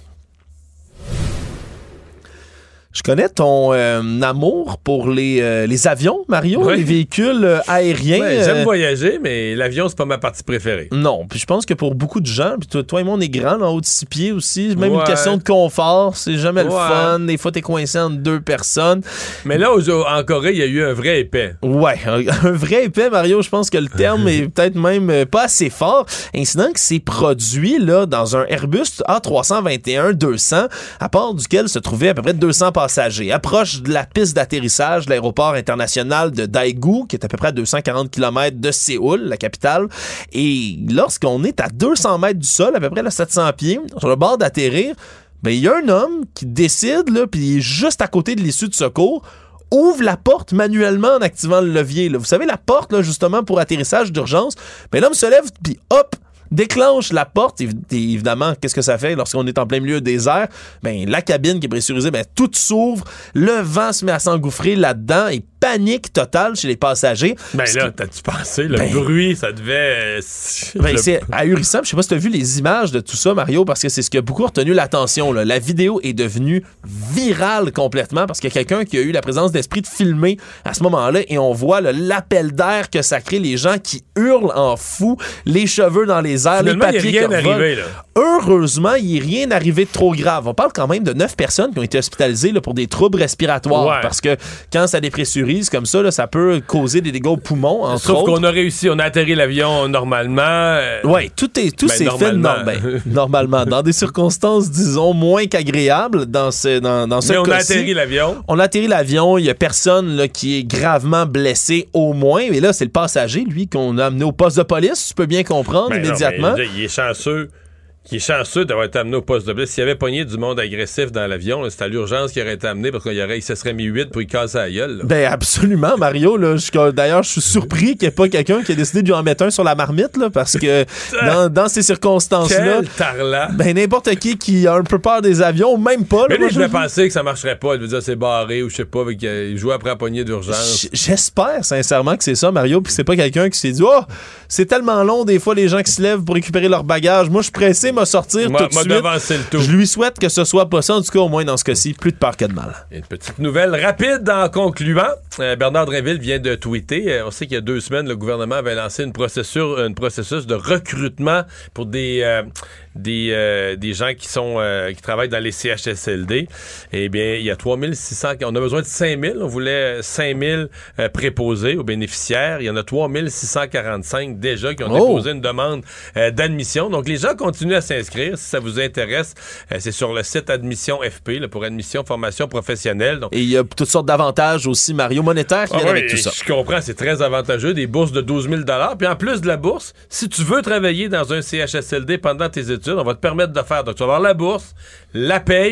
Je connais ton euh, amour pour les, euh, les avions, Mario, oui. Les véhicules euh, aériens. Ouais, j'aime euh... voyager, mais l'avion, c'est pas ma partie préférée. Non, puis je pense que pour beaucoup de gens, puis toi, toi et moi, on est grands, en haut de six pieds aussi, même ouais. Une question de confort, c'est jamais ouais. le fun. Des fois, t'es coincé entre deux personnes. Mais là, en Corée, il y a eu un vrai épais. Ouais, un, un vrai épais, Mario, je pense que le terme est peut-être même euh, pas assez fort. Incident qui s'est produit là, dans un Airbus A trois cent vingt et un deux cents, à bord duquel se trouvaient à peu près deux cents passagers. Approche de la piste d'atterrissage de l'aéroport international de Daegu, qui est à peu près à deux cent quarante kilomètres de Séoul, la capitale. Et lorsqu'on est à deux cents mètres du sol, à peu près là, sept cents pieds, sur le bord d'atterrir, ben, il y a un homme qui décide, là, puis il est juste à côté de l'issue de secours, ouvre la porte manuellement en activant le levier. Là. Vous savez, la porte, là, justement, pour atterrissage d'urgence, ben, l'homme se lève, puis hop, déclenche la porte. Et évidemment, qu'est-ce que ça fait lorsqu'on est en plein milieu des airs? Ben, la cabine qui est pressurisée, ben, tout s'ouvre, le vent se met à s'engouffrer là-dedans et panique totale chez les passagers. Ben là, que... t'as-tu pensé? Le ben... bruit, ça devait... Ben, c'est ahurissant. Je sais pas si t'as vu les images de tout ça, Mario, parce que c'est ce qui a beaucoup retenu l'attention. Là. La vidéo est devenue virale complètement parce qu'il y a quelqu'un qui a eu la présence d'esprit de filmer à ce moment-là et on voit là, l'appel d'air que ça crée, les gens qui hurlent en fou, les cheveux dans les airs, finalement, les papiers il y a rien qui arrivé, là. Heureusement, il n'est rien arrivé de trop grave. On parle quand même de neuf personnes qui ont été hospitalisées là, pour des troubles respiratoires ouais. parce que quand ça dépressurise comme ça, là, ça peut causer des dégâts aux poumons, entre Sauf autres. qu'on a réussi, on a atterri l'avion normalement. Euh... Oui, tout, est, tout ben, s'est fait non, ben, normalement, dans des circonstances, disons, moins qu'agréables dans ce, dans, dans ce Mais cas-ci. on a atterri l'avion. On a atterri l'avion, il n'y a personne là, qui est gravement blessé au moins, mais là, c'est le passager, lui, qu'on a amené au poste de police, tu peux bien comprendre ben immédiatement. Non, mais, il est chanceux. Qui est chanceux d'avoir été amené au poste de police. S'il avait pogné du monde agressif dans l'avion, c'est à l'urgence qu'il aurait été amené parce qu'il aurait, il se serait mis huit pour y casser la gueule. Là. Ben absolument, Mario. Là, je, d'ailleurs, je suis surpris qu'il n'y ait pas quelqu'un qui ait décidé de lui en mettre un sur la marmite là, parce que dans, dans ces circonstances-là, quel tarlat. Ben n'importe qui qui a un peu peur des avions, même pas. Là, mais lui, je vais penser que ça marcherait pas. Il veut dire c'est barré ou je sais pas, qu'il joue après la poignée d'urgence. J'espère sincèrement que c'est ça, Mario, puis c'est pas quelqu'un qui s'est dit oh, c'est tellement long des fois les gens qui se lèvent pour récupérer leur bagage. Moi, je suis pressé, m'a sortir tout de suite. Le je lui souhaite que ce soit pas ça. En tout cas, au moins dans ce cas-ci, plus de peur que de mal. Une petite nouvelle rapide en concluant. Euh, Bernard Drinville vient de tweeter. Euh, on sait qu'il y a deux semaines, le gouvernement avait lancé une processus, une processus de recrutement pour des, euh, des, euh, des gens qui sont euh, qui travaillent dans les C H S L D. Eh bien, il y a trois mille six cents. On a besoin de cinq mille. On voulait cinq mille euh, préposés aux bénéficiaires. Il y en a trois mille six cent quarante-cinq déjà qui ont oh. déposé une demande euh, d'admission. Donc, les gens continuent à s'inscrire. Si ça vous intéresse, euh, c'est sur le site Admission F P là, pour admission, formation professionnelle. Donc, et il y a toutes sortes d'avantages aussi, Mario, monétaires qui ah, viennent oui, avec tout ça. Je comprends, c'est très avantageux. Des bourses de douze mille dollars. Puis en plus de la bourse, si tu veux travailler dans un C H S L D pendant tes études, on va te permettre de faire. Donc, tu vas avoir la bourse, la paye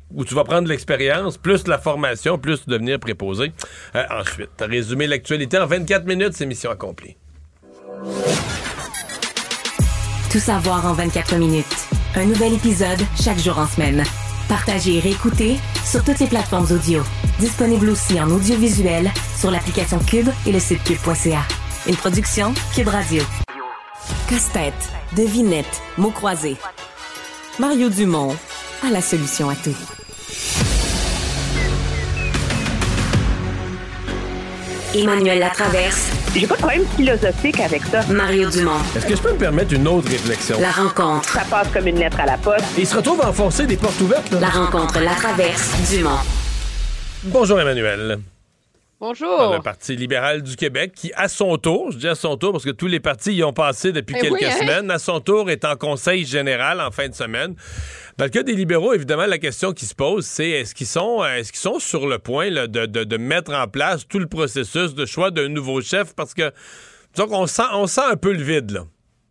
où tu vas prendre l'expérience, plus la formation, plus devenir préposé. Euh, ensuite, tu as résumé l'actualité en vingt-quatre minutes, c'est mission accomplie. Tout savoir en vingt-quatre minutes. Un nouvel épisode chaque jour en semaine. Partagez et réécoutez sur toutes les plateformes audio. Disponible aussi en audiovisuel sur l'application Cube et le site cube point c a. Une production Cube Radio. Casse-tête, devinette, mots croisés. Mario Dumont a la solution à tout. Emmanuel Latraverse. J'ai pas de problème philosophique avec ça. Mario Dumont. Est-ce que je peux me permettre une autre réflexion? La rencontre. Ça passe comme une lettre à la poste. Et il se retrouve à enfoncer des portes ouvertes, là. La rencontre Latraverse Dumont. Bonjour Emmanuel. Bonjour. Dans le Parti libéral du Québec qui, à son tour, je dis à son tour parce que tous les partis y ont passé depuis Mais quelques oui, hein? semaines, à son tour est en conseil général en fin de semaine. Dans le cas des libéraux, évidemment, la question qui se pose, c'est est-ce qu'ils sont, est-ce qu'ils sont sur le point là, de, de, de mettre en place tout le processus de choix d'un nouveau chef? Parce que, disons qu'on sent, on sent un peu le vide, là.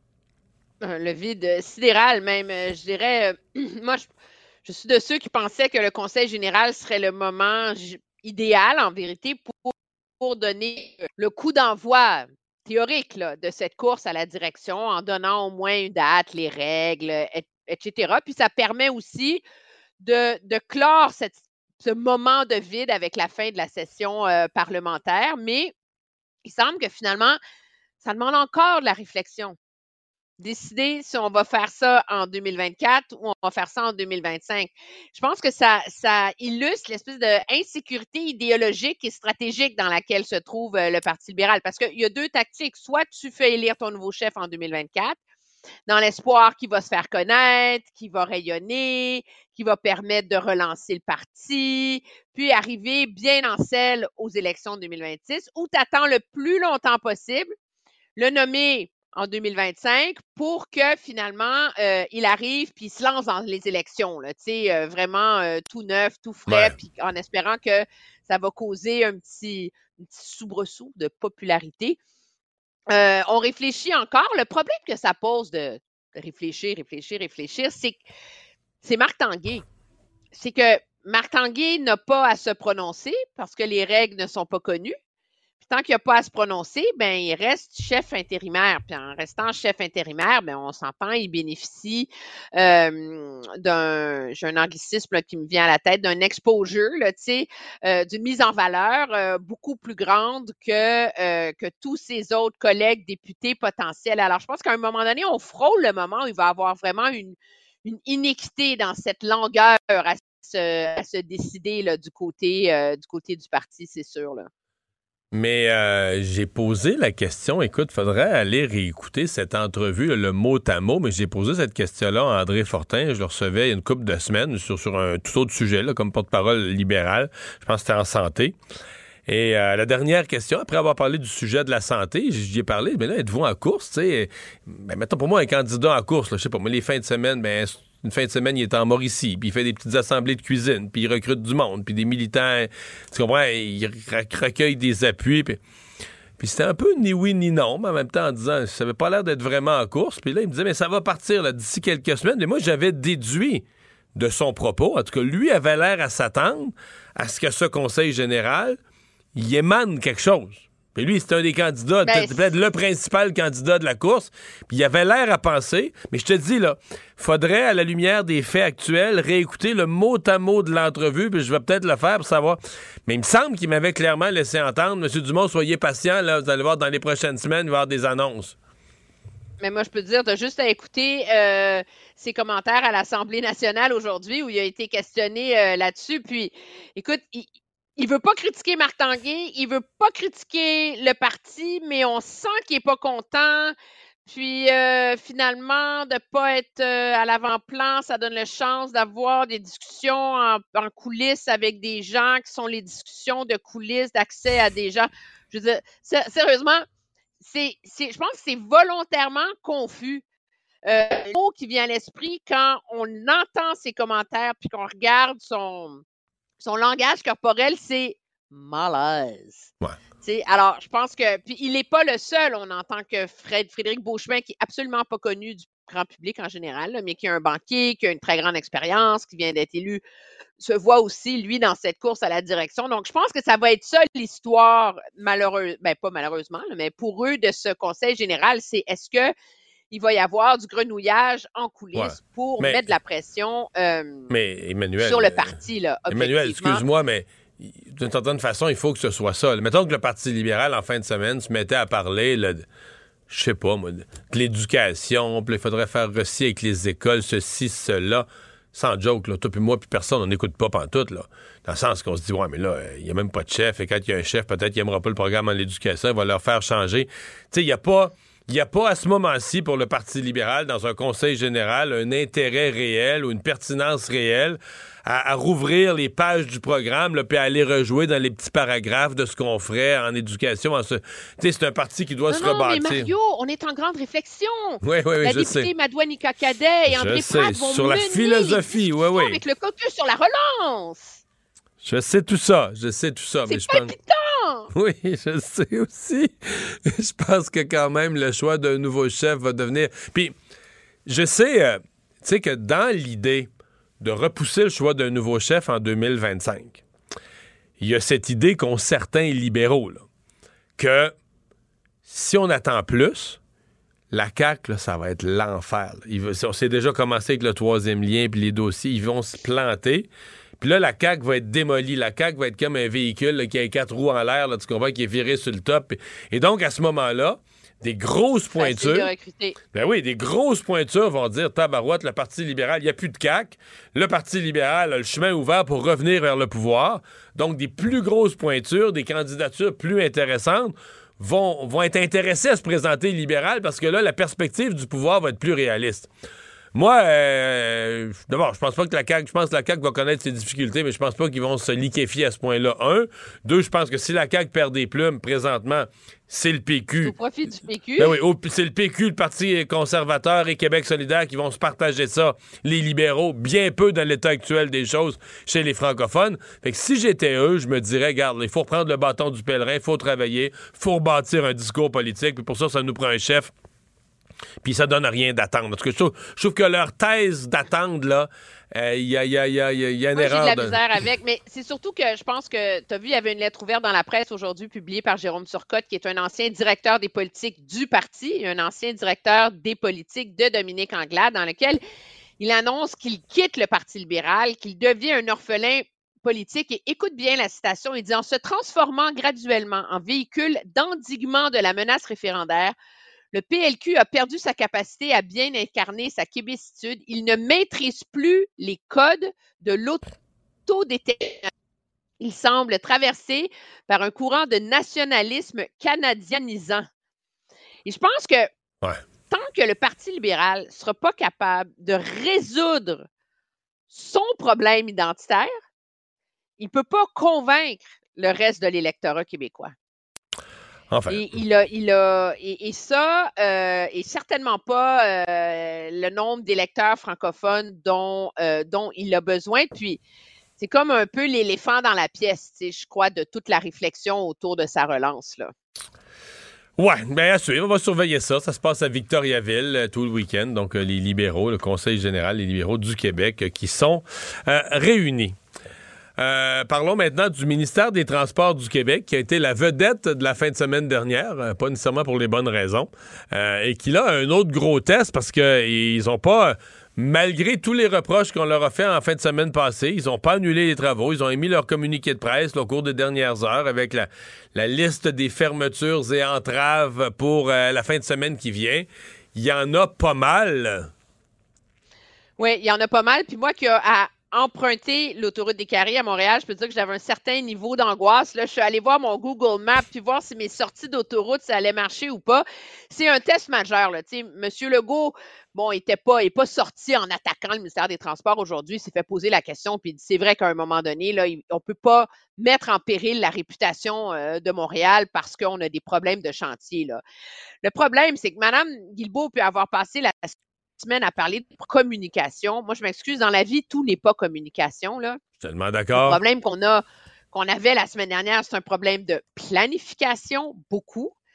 Le vide sidéral, même, je dirais. Euh, moi, je, je suis de ceux qui pensaient que le conseil général serait le moment j- idéal, en vérité, pour, pour donner le coup d'envoi théorique là, de cette course à la direction, en donnant au moins une date, les règles, et, etc. Puis ça permet aussi de, de clore cette, ce moment de vide avec la fin de la session euh, parlementaire. Mais il semble que finalement, ça demande encore de la réflexion. Décider si on va faire ça en deux mille vingt-quatre ou on va faire ça en deux mille vingt-cinq. Je pense que ça, ça illustre l'espèce d'insécurité idéologique et stratégique dans laquelle se trouve euh, le Parti libéral. Parce qu'il y a deux tactiques. Soit tu fais élire ton nouveau chef en deux mille vingt-quatre, dans l'espoir qu'il va se faire connaître, qu'il va rayonner, qu'il va permettre de relancer le parti, puis arriver bien en selle aux élections de deux mille vingt-six, ou tu attends le plus longtemps possible, le nommer en deux mille vingt-cinq pour que finalement euh, il arrive puis il se lance dans les élections, là, tu sais, euh, vraiment euh, tout neuf, tout frais, Ouais. puis en espérant que ça va causer un petit, un petit soubresaut de popularité. Euh, on réfléchit encore. Le problème que ça pose de, de réfléchir, réfléchir, réfléchir, c'est que c'est Marc Tanguay. C'est que Marc Tanguay n'a pas à se prononcer parce que les règles ne sont pas connues. Puis tant qu'il n'a pas à se prononcer, ben il reste chef intérimaire. Puis en restant chef intérimaire, ben on s'entend, il bénéficie euh, d'un, j'ai un anglicisme là, qui me vient à la tête, d'un exposure, là, tu sais, euh, d'une mise en valeur euh, beaucoup plus grande que euh, que tous ses autres collègues députés potentiels. Alors je pense qu'à un moment donné, on frôle le moment où il va y avoir vraiment une une inéquité dans cette longueur à se, à se décider là, du côté euh, du côté du parti, c'est sûr là. Mais euh, j'ai posé la question, écoute, faudrait aller réécouter cette entrevue, là, le mot à mot, mais j'ai posé cette question-là à André Fortin, je le recevais il y a une couple de semaines sur, sur un tout autre sujet, là, comme porte-parole libéral, je pense que c'était en santé. Et euh, la dernière question, après avoir parlé du sujet de la santé, j'y ai parlé, mais là, êtes-vous en course, tu sais? Ben, mettons pour moi un candidat en course, là, je sais pas, moi, les fins de semaine, ben, une fin de semaine, il est en Mauricie, puis il fait des petites assemblées de cuisine, puis il recrute du monde, puis des militants, tu comprends, il recueille des appuis, puis... Puis c'était un peu ni oui ni non, mais en même temps en disant, ça avait pas l'air d'être vraiment en course, puis là, il me disait, mais ça va partir là, d'ici quelques semaines, mais moi, j'avais déduit de son propos, en tout cas, lui avait l'air à s'attendre à ce que ce conseil général il émane quelque chose. Puis lui, c'était un des candidats, Ben, peut-être le principal candidat de la course. Puis il avait l'air à penser, mais je te dis, là, faudrait, à la lumière des faits actuels, réécouter le mot à mot de l'entrevue, puis je vais peut-être le faire pour savoir. Mais il me semble qu'il m'avait clairement laissé entendre, M. Dumont, soyez patient, là, vous allez voir, dans les prochaines semaines, il va y avoir des annonces. Mais moi, je peux te dire, de juste à écouter euh, ses commentaires à l'Assemblée nationale aujourd'hui où il a été questionné euh, là-dessus. Puis, écoute, il... Il veut pas critiquer Marc Tanguay, il veut pas critiquer le parti, mais on sent qu'il est pas content. Puis euh, finalement, de pas être euh, à l'avant-plan, ça donne la chance d'avoir des discussions en, en coulisses avec des gens qui sont les discussions de coulisses, d'accès à des gens. Je veux dire, sérieusement, c'est, c'est, je pense que c'est volontairement confus. Euh, le mot qui vient à l'esprit quand on entend ses commentaires puis qu'on regarde son... Son langage corporel, c'est malaise. Ouais. T'sais, alors, je pense que... Puis, il n'est pas le seul. On entend que Fred, Frédéric Beauchemin, qui est absolument pas connu du grand public en général, là, mais qui est un banquier, qui a une très grande expérience, qui vient d'être élu, se voit aussi, lui, dans cette course à la direction. Donc, je pense que ça va être ça l'histoire, malheureuse, ben pas malheureusement, là, mais pour eux, de ce conseil général, c'est est-ce que il va y avoir du grenouillage en coulisses ouais, pour mais, mettre de la pression euh, mais Emmanuel, sur le parti. Là, Emmanuel, excuse-moi, mais d'une certaine façon, il faut que ce soit ça. Mettons que le Parti libéral, en fin de semaine, se mettait à parler, là, de, je sais pas, moi, de l'éducation, puis il faudrait faire aussi avec les écoles, ceci, cela. Sans joke, là, toi puis moi puis personne, on n'écoute pas pantoute, là. Dans le sens qu'on se dit, ouais, mais là, il n'y a même pas de chef, et quand il y a un chef, peut-être qu'il n'aimera pas le programme en l'éducation, il va leur faire changer. Tu sais, il n'y a pas... Il n'y a pas à ce moment-ci pour le Parti libéral, dans un conseil général, un intérêt réel ou une pertinence réelle à, à rouvrir les pages du programme puis à aller rejouer dans les petits paragraphes de ce qu'on ferait en éducation. En ce... Tu sais, c'est un parti qui doit non, se non, rebâtir. Mais Mario, on est en grande réflexion. Oui, oui, oui, la je sais. députée Madouanika Cadet et André Pratt vont sur la philosophie, oui, oui. avec le caucus sur la relance. Je sais tout ça, je sais tout ça. C'est mais je palpitant! Pense... Oui, je sais aussi. Je pense que quand même, le choix d'un nouveau chef va devenir... Puis, je sais, euh, tu sais que dans l'idée de repousser le choix d'un nouveau chef en deux mille vingt-cinq, il y a cette idée qu'ont certains libéraux, là, que si on attend plus, la C A Q, là, ça va être l'enfer. Il va... On s'est déjà commencé avec le troisième lien puis les dossiers, ils vont se planter. Puis là, la C A Q va être démolie. La C A Q va être comme un véhicule là, qui a quatre roues en l'air, là, tu comprends, qui est viré sur le top. Et donc, à ce moment-là, des grosses pointures... Ben oui, des grosses pointures vont dire, tabarouette, le Parti libéral, il n'y a plus de C A Q. Le Parti libéral a le chemin ouvert pour revenir vers le pouvoir. Donc, des plus grosses pointures, des candidatures plus intéressantes vont, vont être intéressées à se présenter libéral parce que là, la perspective du pouvoir va être plus réaliste. Moi, euh, d'abord, je pense pas que la C A Q, je pense que la C A Q va connaître ses difficultés, mais je pense pas qu'ils vont se liquéfier à ce point-là. Un. Deux, je pense que si la C A Q perd des plumes, présentement, c'est le P Q. Au profit du P Q. Ben oui, au, c'est le P Q, le Parti conservateur et Québec solidaire qui vont se partager ça. Les libéraux, bien peu dans l'état actuel des choses chez les francophones. Fait que si j'étais eux, je me dirais, regarde, il faut reprendre le bâton du pèlerin, il faut travailler, il faut rebâtir un discours politique, puis pour ça, ça nous prend un chef. Puis ça donne rien d'attendre. En tout cas, je trouve, je trouve que leur thèse d'attendre, là, il euh, y, a, y, a, y, a, y a une Moi, erreur. J'ai de la de... misère avec, mais c'est surtout que je pense que tu as vu, il y avait une lettre ouverte dans la presse aujourd'hui publiée par Jérôme Turcotte, qui est un ancien directeur des politiques du parti et un ancien directeur des politiques de Dominique Anglade, dans lequel il annonce qu'il quitte le Parti libéral, qu'il devient un orphelin politique. Et écoute bien la citation, il dit « En se transformant graduellement en véhicule d'endiguement de la menace référendaire, le P L Q a perdu sa capacité à bien incarner sa québécitude. Il ne maîtrise plus les codes de l'autodétermination. Il semble traversé par un courant de nationalisme canadianisant. » Et je pense que ouais. tant que le Parti libéral ne sera pas capable de résoudre son problème identitaire, il ne peut pas convaincre le reste de l'électorat québécois. Enfin. Et, il a, il a, et, et ça, euh, et certainement pas euh, le nombre d'électeurs francophones dont, euh, dont il a besoin. Puis, c'est comme un peu l'éléphant dans la pièce, je crois, de toute la réflexion autour de sa relance, là. Ouais, bien à suivre, on va surveiller ça. Ça se passe à Victoriaville euh, tout le week-end. Donc, euh, les libéraux, le Conseil général, les libéraux du Québec euh, qui sont euh, réunis. Euh, parlons maintenant du ministère des Transports du Québec, qui a été la vedette de la fin de semaine dernière, euh, pas nécessairement pour les bonnes raisons, euh, et qui là a un autre gros test parce qu'ils n'ont pas, euh, malgré tous les reproches qu'on leur a fait en fin de semaine passée, ils n'ont pas annulé les travaux, ils ont émis leur communiqué de presse là, au cours des dernières heures avec la, la liste des fermetures et entraves pour euh, la fin de semaine qui vient. Il y en a pas mal. Oui, il y en a pas mal. Puis moi qui a à emprunter l'autoroute des Carrés à Montréal, je peux dire que j'avais un certain niveau d'angoisse. Là, je suis allée voir mon Google Maps puis voir si mes sorties d'autoroute, ça allait marcher ou pas. C'est un test majeur. Là. Tu sais, Monsieur Legault, bon, il était pas, il est pas sorti en attaquant le ministère des Transports aujourd'hui. Il s'est fait poser la question. Puis c'est vrai qu'à un moment donné, là, il, on peut pas mettre en péril la réputation euh, de Montréal parce qu'on a des problèmes de chantier. Là. Le problème, c'est que Mme Guilbeault peut avoir passé la semaine à parler de communication. Moi, je m'excuse, dans la vie, tout n'est pas communication, là. Je suis tellement d'accord. Le problème qu'on a, qu'on avait la semaine dernière, c'est un problème de planification, beaucoup.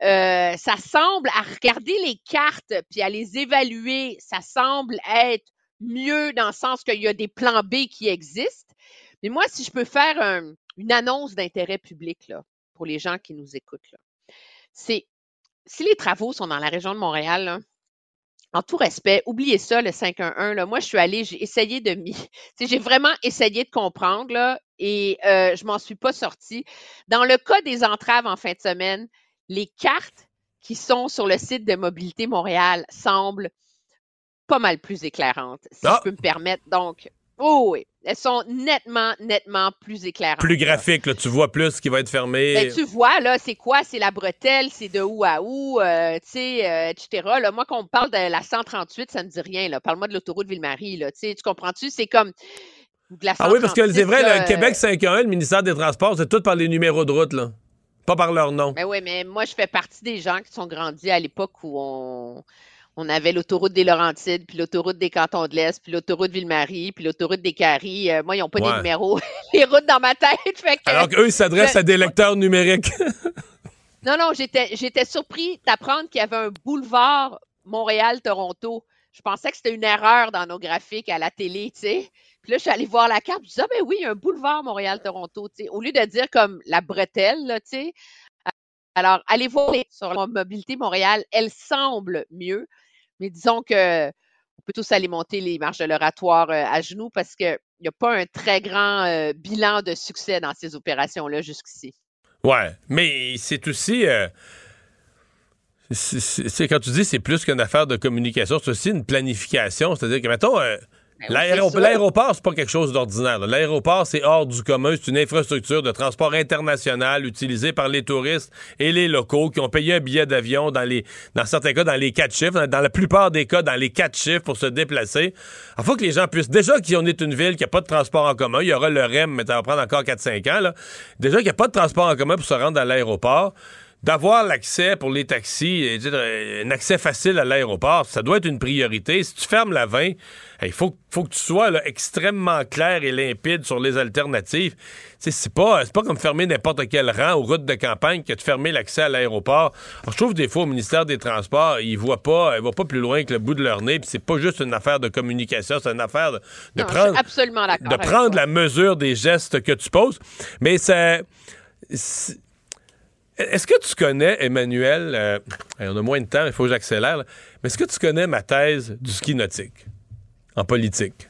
euh, ça semble, à regarder les cartes puis à les évaluer, ça semble être mieux dans le sens qu'il y a des plans B qui existent. Mais moi, si je peux faire un, une annonce d'intérêt public là, pour les gens qui nous écoutent, là, c'est si les travaux sont dans la région de Montréal, là, en tout respect, oubliez ça, le cinq un un. Là. Moi, je suis allée, j'ai essayé de m'y... J'ai vraiment essayé de comprendre là, et euh, je m'en suis pas sortie. Dans le cas des entraves en fin de semaine, les cartes qui sont sur le site de Mobilité Montréal semblent pas mal plus éclairantes, si ah. je peux me permettre. Donc, oh oui, elles sont nettement, nettement plus éclairantes. Plus graphiques, là, tu vois plus ce qui va être fermé. Ben, tu vois, là, c'est quoi? C'est la bretelle, c'est de où à où, euh, tu sais, euh, et cetera. Là, moi, quand on me parle de la cent trente-huit, ça me dit rien. Là. Parle-moi de l'autoroute Ville-Marie, là, tu sais, tu comprends-tu? C'est comme de la cent trente-six. Ah oui, parce que c'est vrai, là, le Québec cinq un un, le ministère des Transports, c'est tout par les numéros de route, là. Pas par leur nom. Ben oui, mais moi, je fais partie des gens qui sont grandis à l'époque où on... On avait l'autoroute des Laurentides, puis l'autoroute des Cantons de l'Est, puis l'autoroute Ville-Marie, puis l'autoroute des Caries. Euh, moi, ils n'ont pas ouais. des numéros, les routes dans ma tête. Fait que, alors qu'eux, ils s'adressent je... à des lecteurs numériques. non, non, j'étais, j'étais surpris d'apprendre qu'il y avait un boulevard Montréal-Toronto. Je pensais que c'était une erreur dans nos graphiques à la télé, tu sais. Puis là, je suis allée voir la carte, je me disais, ah ben oui, il y a un boulevard Montréal-Toronto, tu sais. Au lieu de dire comme la bretelle, là, tu sais. Alors, allez voir sur la Mobilité Montréal, elle semble mieux. Mais disons que on peut tous aller monter les marches de l'oratoire euh, à genoux parce qu'il n'y a pas un très grand euh, bilan de succès dans ces opérations-là jusqu'ici. Ouais, mais c'est aussi... Euh, c'est, c'est, c'est, quand tu dis c'est plus qu'une affaire de communication, c'est aussi une planification. C'est-à-dire que, mettons... Euh, L'aéro- l'aéroport, c'est pas quelque chose d'ordinaire. Là. L'aéroport, c'est hors du commun. C'est une infrastructure de transport international utilisée par les touristes et les locaux qui ont payé un billet d'avion dans les, dans certains cas, dans les quatre chiffres, dans, dans la plupart des cas, dans les quatre chiffres pour se déplacer. Il faut que les gens puissent... Déjà qu'on est une ville qui n'a pas de transport en commun, il y aura le R E M, mais ça va prendre encore quatre cinq ans. Là. Déjà qu'il n'y a pas de transport en commun pour se rendre à l'aéroport, d'avoir l'accès pour les taxis, un accès facile à l'aéroport, ça doit être une priorité. Si tu fermes la vingt, il faut, faut que tu sois là, extrêmement clair et limpide sur les alternatives. T'sais, c'est pas, c'est pas comme fermer n'importe quel rang aux routes de campagne que de fermer l'accès à l'aéroport. Alors, je trouve des fois au ministère des Transports, ils voient pas, ils voient pas plus loin que le bout de leur nez, puis c'est pas juste une affaire de communication, c'est une affaire de, de non, prendre, je suis absolument d'accord de prendre la mesure des gestes que tu poses. Mais ça... C'est, est-ce que tu connais, Emmanuel, euh, on a moins de temps, il faut que j'accélère, là, mais est-ce que tu connais ma thèse du ski nautique en politique?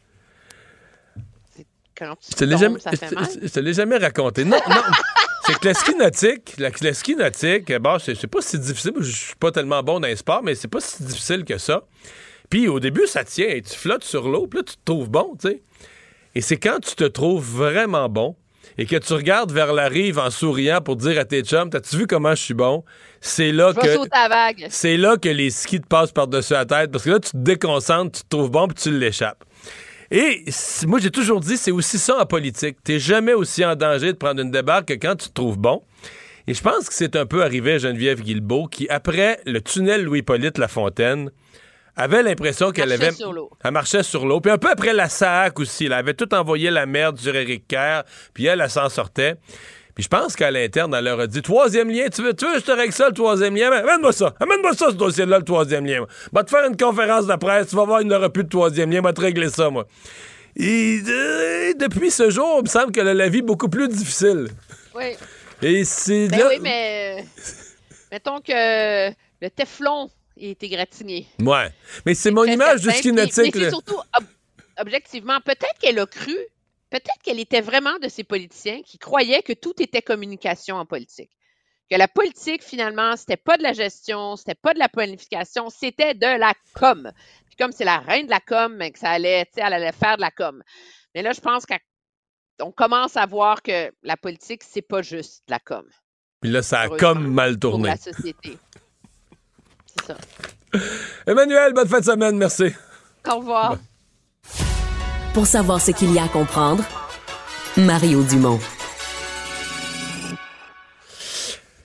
Quand tu tombes, jamais, ça fait mal? Je te l'ai jamais raconté. Non, non. C'est que le ski nautique, le, le ski nautique, bon, c'est, c'est pas si difficile, je suis pas tellement bon dans les sports, mais c'est pas si difficile que ça. Puis au début, ça tient, et tu flottes sur l'eau, puis là, tu te trouves bon, tu sais. Et c'est quand tu te trouves vraiment bon, et que tu regardes vers la rive en souriant pour dire à tes chums, t'as-tu vu comment je suis bon? C'est là je que... vais sauter à vague. C'est là que les skis te passent par-dessus la tête, parce que là, tu te déconcentres, tu te trouves bon, puis tu l'échappes. Et moi, j'ai toujours dit, c'est aussi ça en politique. T'es jamais aussi en danger de prendre une débarque que quand tu te trouves bon. Et je pense que c'est un peu arrivé à Geneviève Guilbeault, qui, après le tunnel Louis-Hippolyte Lafontaine, avait l'impression qu'elle marchait avait... sur l'eau. Elle marchait sur l'eau. Puis un peu après la S A A C aussi. Elle avait tout envoyé la merde sur Éric Kerr. Puis elle, elle s'en sortait. Puis je pense qu'à l'interne, elle leur a dit, troisième lien, tu veux, tu veux que je te règle ça, le troisième lien? Amène-moi ça. Amène-moi ça, ce dossier-là, le troisième lien. Va te faire une conférence de presse. Tu vas voir, il n'y aura plus de troisième lien. Va te régler ça, moi. Et euh, depuis ce jour, il me semble qu'elle a la vie beaucoup plus difficile. Oui. Et c'est ben là... oui, mais... mettons que le Teflon... il est égratigné. Ouais. Mais c'est, c'est mon image du ski nautique. Mais c'est surtout, ob- objectivement, peut-être qu'elle a cru, peut-être qu'elle était vraiment de ces politiciens qui croyaient que tout était communication en politique. Que la politique, finalement, c'était pas de la gestion, c'était pas de la planification, c'était de la com. Puis comme c'est la reine de la com, mais que ça allait, tu sais, elle allait faire de la com. Mais là, je pense qu'on commence à voir que la politique, c'est pas juste de la com. Puis là, ça a comme mal tourné. Pour la société. C'est ça. Emmanuel, bonne fin de semaine, merci. Au revoir. Ouais. Pour savoir ce qu'il y a à comprendre, Mario Dumont.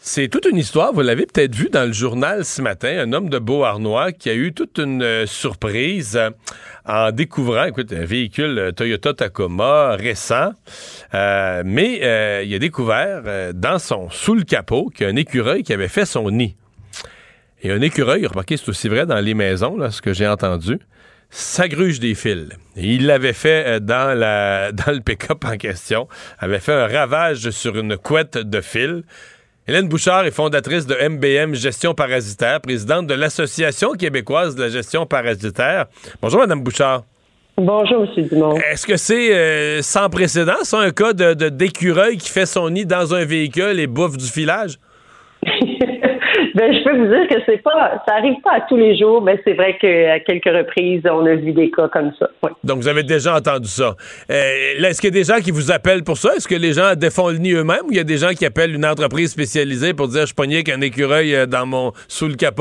C'est toute une histoire. Vous l'avez peut-être vu dans le journal ce matin, un homme de Beauharnois qui a eu toute une euh, surprise euh, en découvrant, écoute, un véhicule euh, Toyota Tacoma récent, euh, mais euh, il a découvert euh, dans son sous le capot qu'il y a un écureuil qui avait fait son nid. Et un écureuil, remarquez, c'est aussi vrai dans les maisons, là, ce que j'ai entendu, ça gruge des fils. Et il l'avait fait dans, la, dans le pick-up en question, avait fait un ravage sur une couette de fil. Hélène Bouchard est fondatrice de M B M Gestion Parasitaire, présidente de l'Association québécoise de la gestion parasitaire. Bonjour, Mme Bouchard. Bonjour, M. Dumont. Est-ce que c'est euh, sans précédent, ça, un cas de, de, d'écureuil qui fait son nid dans un véhicule et bouffe du filage? Ben, je peux vous dire que c'est pas, ça arrive pas à tous les jours, mais c'est vrai qu'à quelques reprises, on a vu des cas comme ça. Oui. Donc, vous avez déjà entendu ça. Euh, là, est-ce qu'il y a des gens qui vous appellent pour ça? Est-ce que les gens défont le nid eux-mêmes ou il y a des gens qui appellent une entreprise spécialisée pour dire « je pognais qu'un écureuil dans mon sous le capot »?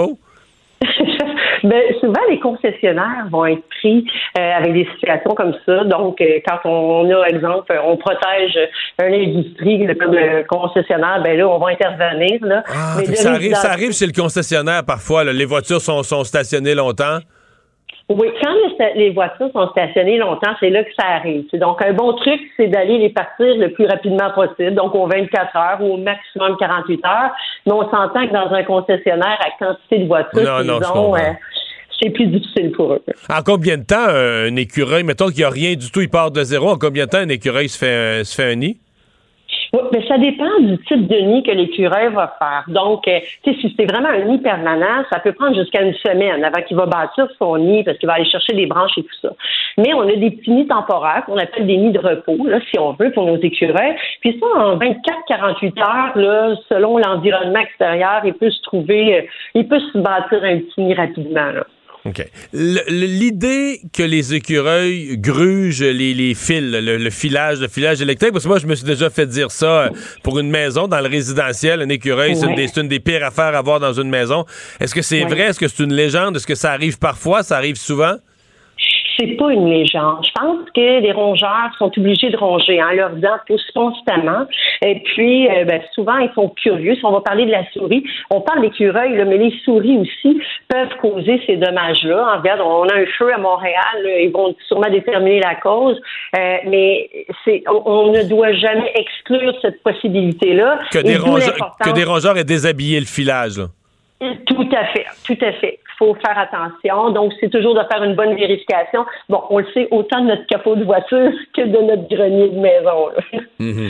Ben, souvent, les concessionnaires vont être pris euh, avec des situations comme ça. Donc, euh, quand on a, exemple, on protège une industrie comme le concessionnaire, ben là, on va intervenir. Là. Ah, Mais ça, arrive, ça arrive chez le concessionnaire parfois. Là, les voitures sont, sont stationnées longtemps. Oui, quand les voitures sont stationnées longtemps, c'est là que ça arrive. Donc, un bon truc, c'est d'aller les partir le plus rapidement possible, donc aux vingt-quatre heures ou au maximum quarante-huit heures. Mais on s'entend que dans un concessionnaire, à quantité de voitures non, qu'ils non, ont, euh, c'est plus difficile pour eux. En combien de temps euh, un écureuil, mettons qu'il n'y a rien du tout, il part de zéro, en combien de temps un écureuil se fait, euh, se fait un nid? Oui, mais ça dépend du type de nid que l'écureuil va faire. Donc, euh, si c'est vraiment un nid permanent, ça peut prendre jusqu'à une semaine avant qu'il va bâtir son nid parce qu'il va aller chercher des branches et tout ça. Mais on a des petits nids temporaires qu'on appelle des nids de repos, là, si on veut, pour nos écureuils. Puis ça, en vingt-quatre à quarante-huit heures, là, selon l'environnement extérieur, il peut se trouver, euh, il peut se bâtir un petit nid rapidement, là. OK. Le, l'idée que les écureuils grugent les, les fils, le, le filage, le filage électrique, parce que moi, je me suis déjà fait dire ça pour une maison dans le résidentiel. Un écureuil, ouais. c'est, une des, c'est une des pires affaires à avoir dans une maison. Est-ce que c'est ouais. vrai? Est-ce que c'est une légende? Est-ce que ça arrive parfois? Ça arrive souvent? C'est pas une légende. Je pense que les rongeurs sont obligés de ronger. Hein. Leurs dents poussent constamment. Et puis, euh, ben, souvent, ils sont curieux. Si on va parler de la souris, on parle d'écureuils, là, mais les souris aussi peuvent causer ces dommages-là. En regarde, on a un feu à Montréal. Là, ils vont sûrement déterminer la cause. Euh, mais c'est, on, on ne doit jamais exclure cette possibilité-là. Que des, rongeurs, que des rongeurs aient déshabillé le filage, là. Tout à fait, tout à fait. Il faut faire attention. Donc, c'est toujours de faire une bonne vérification. Bon, on le sait autant de notre capot de voiture que de notre grenier de maison. Mm-hmm.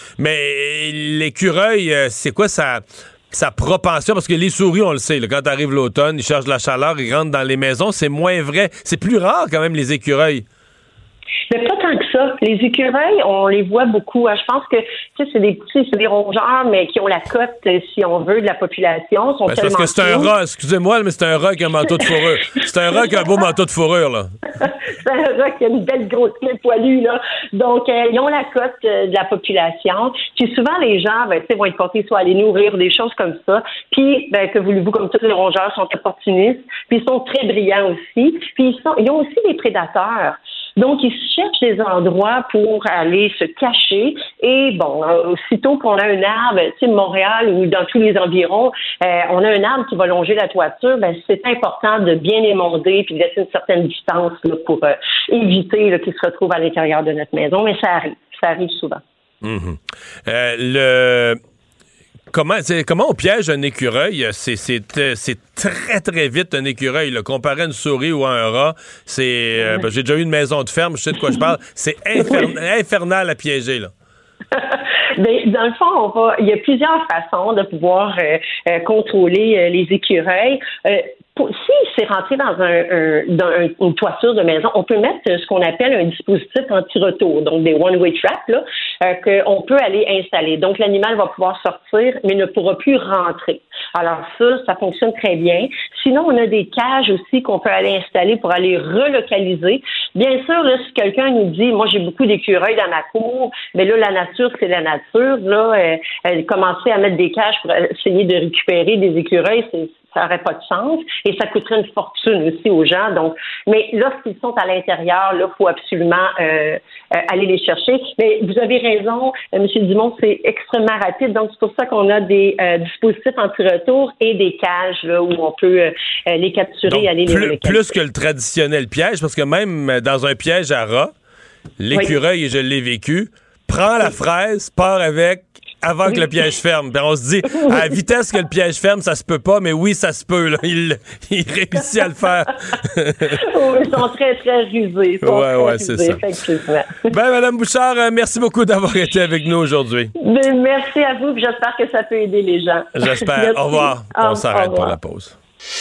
Mais l'écureuil, c'est quoi sa, sa propension? Parce que les souris, on le sait, là, quand arrive l'automne, ils cherchent de la chaleur, ils rentrent dans les maisons. C'est moins vrai. C'est plus rare quand même, les écureuils. Mais pas tant que ça. Les écureuils, on les voit beaucoup. Je pense que tu sais, c'est des petits, c'est des rongeurs, mais qui ont la cote, si on veut, de la population. Sont ben, c'est parce que c'est un rat, excusez-moi, mais c'est un rat qui a un manteau de fourrure. C'est un rat qui a un beau manteau de fourrure, là. C'est un rat qui a une belle grosse queue poilue, là. Donc, euh, ils ont la cote euh, de la population. Puis souvent, les gens, ben, tu sais, vont être portés soit à les nourrir, des choses comme ça. Puis, ben, que voulez-vous, comme tous les rongeurs, sont opportunistes. Puis, ils sont très brillants aussi. Puis, ils, sont, ils ont aussi des prédateurs. Donc, ils cherchent des endroits pour aller se cacher. Et bon, euh, aussitôt qu'on a un arbre, tu sais, Montréal ou dans tous les environs, euh, on a un arbre qui va longer la toiture, ben c'est important de bien émonder puis de laisser une certaine distance là, pour euh, éviter là, qu'ils se retrouvent à l'intérieur de notre maison. Mais ça arrive, ça arrive souvent. Mm-hmm. Euh, le... Comment, comment on piège un écureuil? C'est, c'est, c'est très, très vite un écureuil. Là. Comparé à une souris ou à un rat, c'est. Euh, ben, j'ai déjà eu une maison de ferme, je sais de quoi je parle. C'est infern- infernal à piéger, là. Bien, dans le fond, on va, il y a plusieurs façons de pouvoir euh, euh, contrôler euh, les écureuils. Euh, pour, si c'est rentré dans, un, un, dans un, une toiture de maison, on peut mettre ce qu'on appelle un dispositif anti-retour, donc des one-way traps, là, euh, qu'on peut aller installer. Donc, l'animal va pouvoir sortir, mais ne pourra plus rentrer. Alors ça, ça fonctionne très bien. Sinon, on a des cages aussi qu'on peut aller installer pour aller relocaliser. Bien sûr, là, si quelqu'un nous dit, moi, j'ai beaucoup d'écureuils dans ma cour, mais là, la nature, c'est la nature. Là, euh, euh, commencer à mettre des cages pour essayer de récupérer des écureuils, c'est ça n'aurait pas de sens et ça coûterait une fortune aussi aux gens. Donc, mais lorsqu'ils sont à l'intérieur, là, faut absolument euh, euh, aller les chercher. Mais vous avez raison, euh, M. Dumont, c'est extrêmement rapide. Donc, c'est pour ça qu'on a des euh, dispositifs anti-retour et des cages là où on peut euh, les capturer Donc, et aller plus, les relecter. Plus que le traditionnel piège, parce que même dans un piège à rats, l'écureuil, oui. et je l'ai vécu, prend la fraise, part avec avant que le piège ferme. Ben, on se dit, à la vitesse que le piège ferme, ça se peut pas, mais oui, ça se peut. Là. Il, il réussit à le faire. Oui, ils sont très, très rusés. Ils sont ouais, très ouais, rusés, c'est ça. effectivement. Ben, Mme Bouchard, merci beaucoup d'avoir été avec nous aujourd'hui. Ben, merci à vous, puis j'espère que ça peut aider les gens. J'espère. Merci. Au revoir. Au, on s'arrête pour la pause.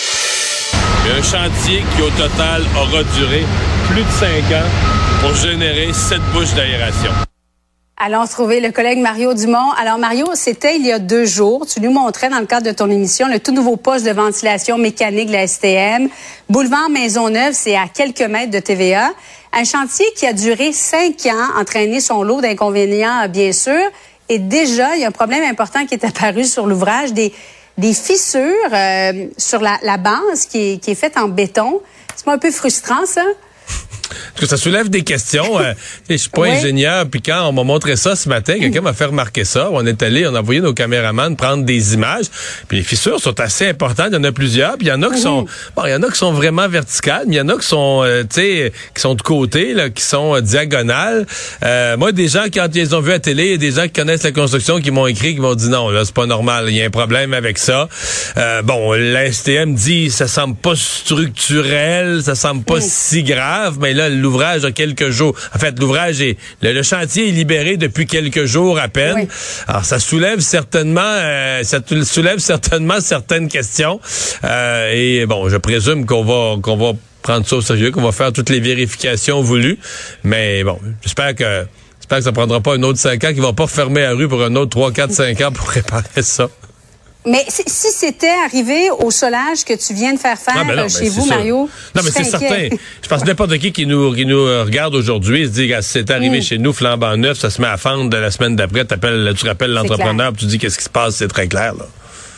Il y a un chantier qui, au total, aura duré plus de cinq ans pour générer sept bouches d'aération. Allons trouver le collègue Mario Dumont. Alors, Mario, c'était il y a deux jours. Tu nous montrais dans le cadre de ton émission le tout nouveau poste de ventilation mécanique de la S T M. Boulevard Maisonneuve, c'est à quelques mètres de T V A. Un chantier qui a duré cinq ans, entraîné son lot d'inconvénients, bien sûr. Et déjà, il y a un problème important qui est apparu sur l'ouvrage, des, des fissures euh, sur la, la base qui est, qui est faite en béton. C'est pas un peu frustrant, ça? Parce que ça soulève des questions. Euh, je suis pas oui. ingénieur, puis quand on m'a montré ça ce matin, quelqu'un m'a fait remarquer ça. On est allé, on a envoyé nos caméramans prendre des images. Puis les fissures sont assez importantes. Il y en a plusieurs. Puis il y en a qui sont, bon, il y en a qui sont vraiment verticales, mais il y en a qui sont, euh, tu sais, qui sont de côté, là, qui sont euh, diagonales. Euh, moi, des gens quand ils les ont vus à télé, il y a des gens qui connaissent la construction qui m'ont écrit, qui m'ont dit non, là, c'est pas normal. Il y a un problème avec ça. Euh, bon, la S T M dit, ça semble pas structurel, ça semble pas oui. si grave, mais là, l'ouvrage a quelques jours. En fait, l'ouvrage est... Le, le chantier est libéré depuis quelques jours à peine. Oui. Alors, ça soulève certainement... Euh, ça soulève certainement certaines questions. Euh, et bon, je présume qu'on va qu'on va prendre ça au sérieux, qu'on va faire toutes les vérifications voulues. Mais bon, j'espère que... J'espère que ça prendra pas un autre cinq ans, qu'ils vont pas fermer la rue pour un autre trois, quatre, cinq ans pour réparer ça. Mais si, si c'était arrivé au solage que tu viens de faire faire ah ben non, chez vous, Mario, non, mais c'est certain. Je pense que n'importe qui qui nous, qui nous regarde aujourd'hui se dit, si c'est arrivé mm. chez nous, flambant neuf, ça se met à fendre de la semaine d'après, tu rappelles l'entrepreneur, puis tu dis qu'est-ce qui se passe, c'est très clair, là.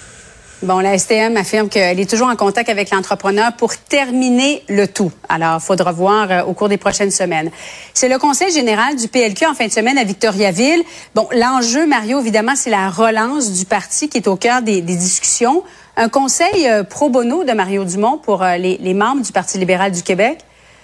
Bon, la S T M affirme qu'elle est toujours en contact avec l'entrepreneur pour terminer le tout. Alors, il faudra voir euh, au cours des prochaines semaines. C'est le conseil général du P L Q en fin de semaine à Victoriaville. Bon, l'enjeu, Mario, évidemment, c'est la relance du parti qui est au cœur des, des discussions. Un conseil euh, pro bono de Mario Dumont pour euh, les, les membres du Parti libéral du Québec.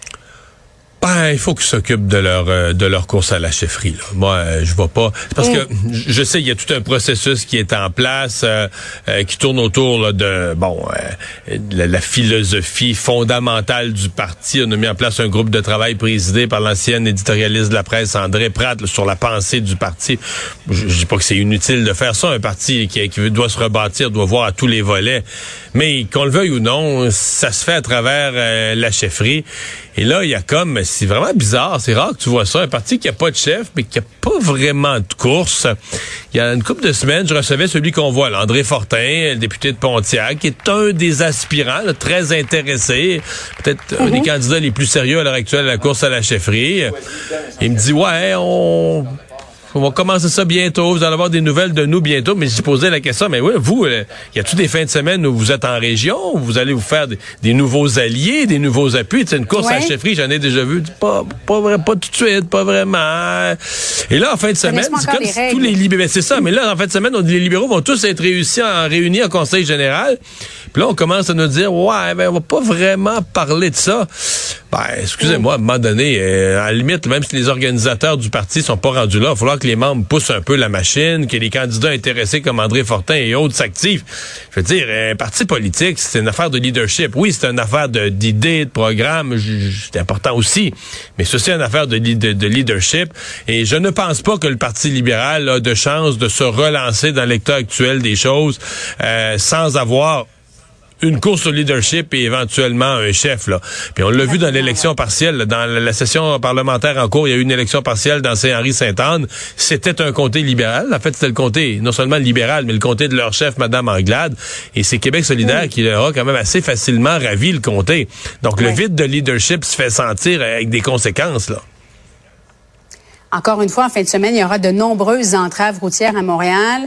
Ben, il faut qu'ils s'occupent de leur euh, de leur course à la chefferie. Là. Moi, euh, je vois pas. C'est parce mm. que je sais il y a tout un processus qui est en place, euh, euh, qui tourne autour là, de bon euh, la, la philosophie fondamentale du parti. On a mis en place un groupe de travail présidé par l'ancienne éditorialiste de la presse André Pratt là, sur la pensée du parti. Je, je dis pas que c'est inutile de faire ça. Un parti qui, qui doit se rebâtir doit voir à tous les volets. Mais qu'on le veuille ou non, ça se fait à travers euh, la chefferie. Et là, il y a comme, c'est vraiment bizarre, c'est rare que tu vois ça, un parti qui a pas de chef, mais qui a pas vraiment de course. Il y a une couple de semaines, je recevais celui qu'on voit, là, André Fortin, le député de Pontiac, qui est un des aspirants, là, très intéressé, peut-être mm-hmm. un des candidats les plus sérieux à l'heure actuelle à la course à la chefferie. Il me dit, ouais, on... On va commencer ça bientôt. Vous allez avoir des nouvelles de nous bientôt. Mais j'ai posé la question, mais oui, vous, euh, y a-t-il des fins de semaine où vous êtes en région, où vous allez vous faire des, des nouveaux alliés, des nouveaux appuis? C'est une course ouais. à la chefferie, j'en ai déjà vu. Pas, pas vrai, pas tout de suite, pas vraiment. Et là, en fin de semaine, c'est comme si tous les libéraux, c'est ça, mais là, en fin de semaine, on dit les libéraux vont tous être réussis en, réunis en conseil général. Puis là, on commence à nous dire, ouais, ben, on va pas vraiment parler de ça. Ben, excusez-moi, à un moment donné, euh, à la limite, même si les organisateurs du parti sont pas rendus là, il va falloir que les membres poussent un peu la machine, que les candidats intéressés comme André Fortin et autres s'activent. Je veux dire, un parti politique, c'est une affaire de leadership. Oui, c'est une affaire de, d'idées, de programmes, c'est important aussi, mais c'est aussi une affaire de, de, de leadership. Et je ne pense pas que le Parti libéral a de chance de se relancer dans l'état actuel des choses euh, sans avoir une course au leadership et éventuellement un chef, là. Puis on l'a vu dans l'élection partielle, là, dans la session parlementaire en cours, il y a eu une élection partielle dans Saint-Henri-Sainte-Anne. C'était un comté libéral. En fait, c'était le comté, non seulement libéral, mais le comté de leur chef, Mme Anglade. Et c'est Québec solidaire oui. qui leur a quand même assez facilement ravi le comté. Donc, oui. le vide de leadership se fait sentir avec des conséquences, là. Encore une fois, en fin de semaine, il y aura de nombreuses entraves routières à Montréal.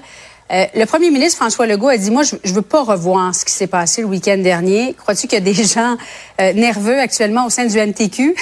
Euh, le premier ministre François Legault a dit, moi, je, je veux pas revoir ce qui s'est passé le week-end dernier. Crois-tu qu'il y a des gens euh, nerveux actuellement au sein du M T Q?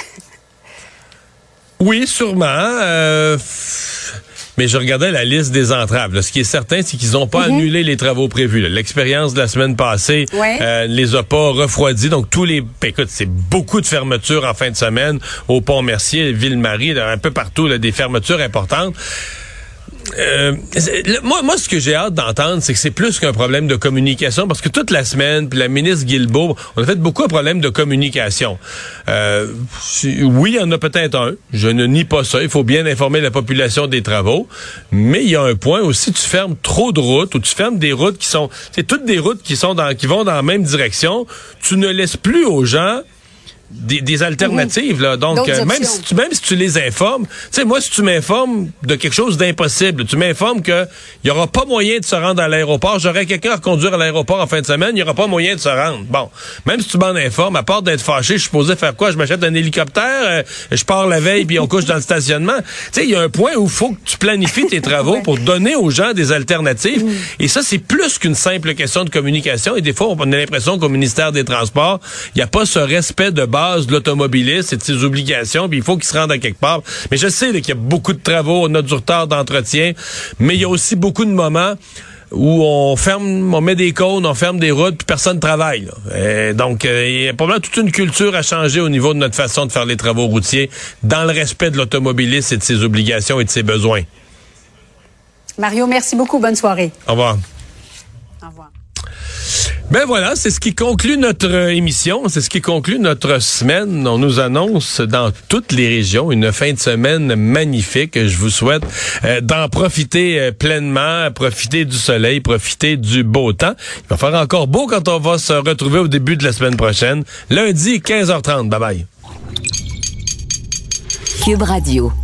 Oui, sûrement. Euh, mais je regardais la liste des entraves. Là. Ce qui est certain, c'est qu'ils n'ont pas mm-hmm. annulé les travaux prévus. Là. L'expérience de la semaine passée ouais. euh, les a pas refroidis. Donc, tous les... Ben, écoute, c'est beaucoup de fermetures en fin de semaine au Pont-Mercier, Ville-Marie, là, un peu partout, là, des fermetures importantes. Euh, moi, moi, ce que j'ai hâte d'entendre, c'est que c'est plus qu'un problème de communication, parce que toute la semaine, puis la ministre Guilbeault, on a fait beaucoup de problèmes de communication. Euh, oui, il y en a peut-être un. Je ne nie pas ça. Il faut bien informer la population des travaux. Mais il y a un point aussi, tu fermes trop de routes, ou tu fermes des routes qui sont, c'est toutes des routes qui sont dans, qui vont dans la même direction. Tu ne laisses plus aux gens Des, des alternatives, là. Donc, euh, même, si tu, même si tu les informes, tu sais, moi, si tu m'informes de quelque chose d'impossible, tu m'informes qu'il n'y aura pas moyen de se rendre à l'aéroport, j'aurai quelqu'un à reconduire à l'aéroport en fin de semaine, il n'y aura pas moyen de se rendre. Bon, même si tu m'en informes, à part d'être fâché, je suis supposé faire quoi? Je m'achète un hélicoptère, euh, je pars la veille, puis on couche dans le stationnement. Tu sais, il y a un point où il faut que tu planifies tes travaux pour donner aux gens des alternatives. Mm. Et ça, c'est plus qu'une simple question de communication. Et des fois, on a l'impression qu'au ministère des Transports, il n'y a pas ce respect de base de l'automobiliste et de ses obligations, puis il faut qu'il se rende à quelque part. Mais je sais là, qu'il y a beaucoup de travaux, on a du retard d'entretien, mais il y a aussi beaucoup de moments où on ferme, on met des cônes, on ferme des routes, puis personne ne travaille. Là. Et donc, euh, il y a probablement toute une culture à changer au niveau de notre façon de faire les travaux routiers, dans le respect de l'automobiliste et de ses obligations et de ses besoins. Mario, merci beaucoup. Bonne soirée. Au revoir. Au revoir. Ben voilà, c'est ce qui conclut notre émission, c'est ce qui conclut notre semaine. On nous annonce dans toutes les régions une fin de semaine magnifique. Je vous souhaite euh, d'en profiter euh, pleinement, profiter du soleil, profiter du beau temps. Il va faire encore beau quand on va se retrouver au début de la semaine prochaine. Lundi, quinze heures trente. Bye bye. Cube Radio.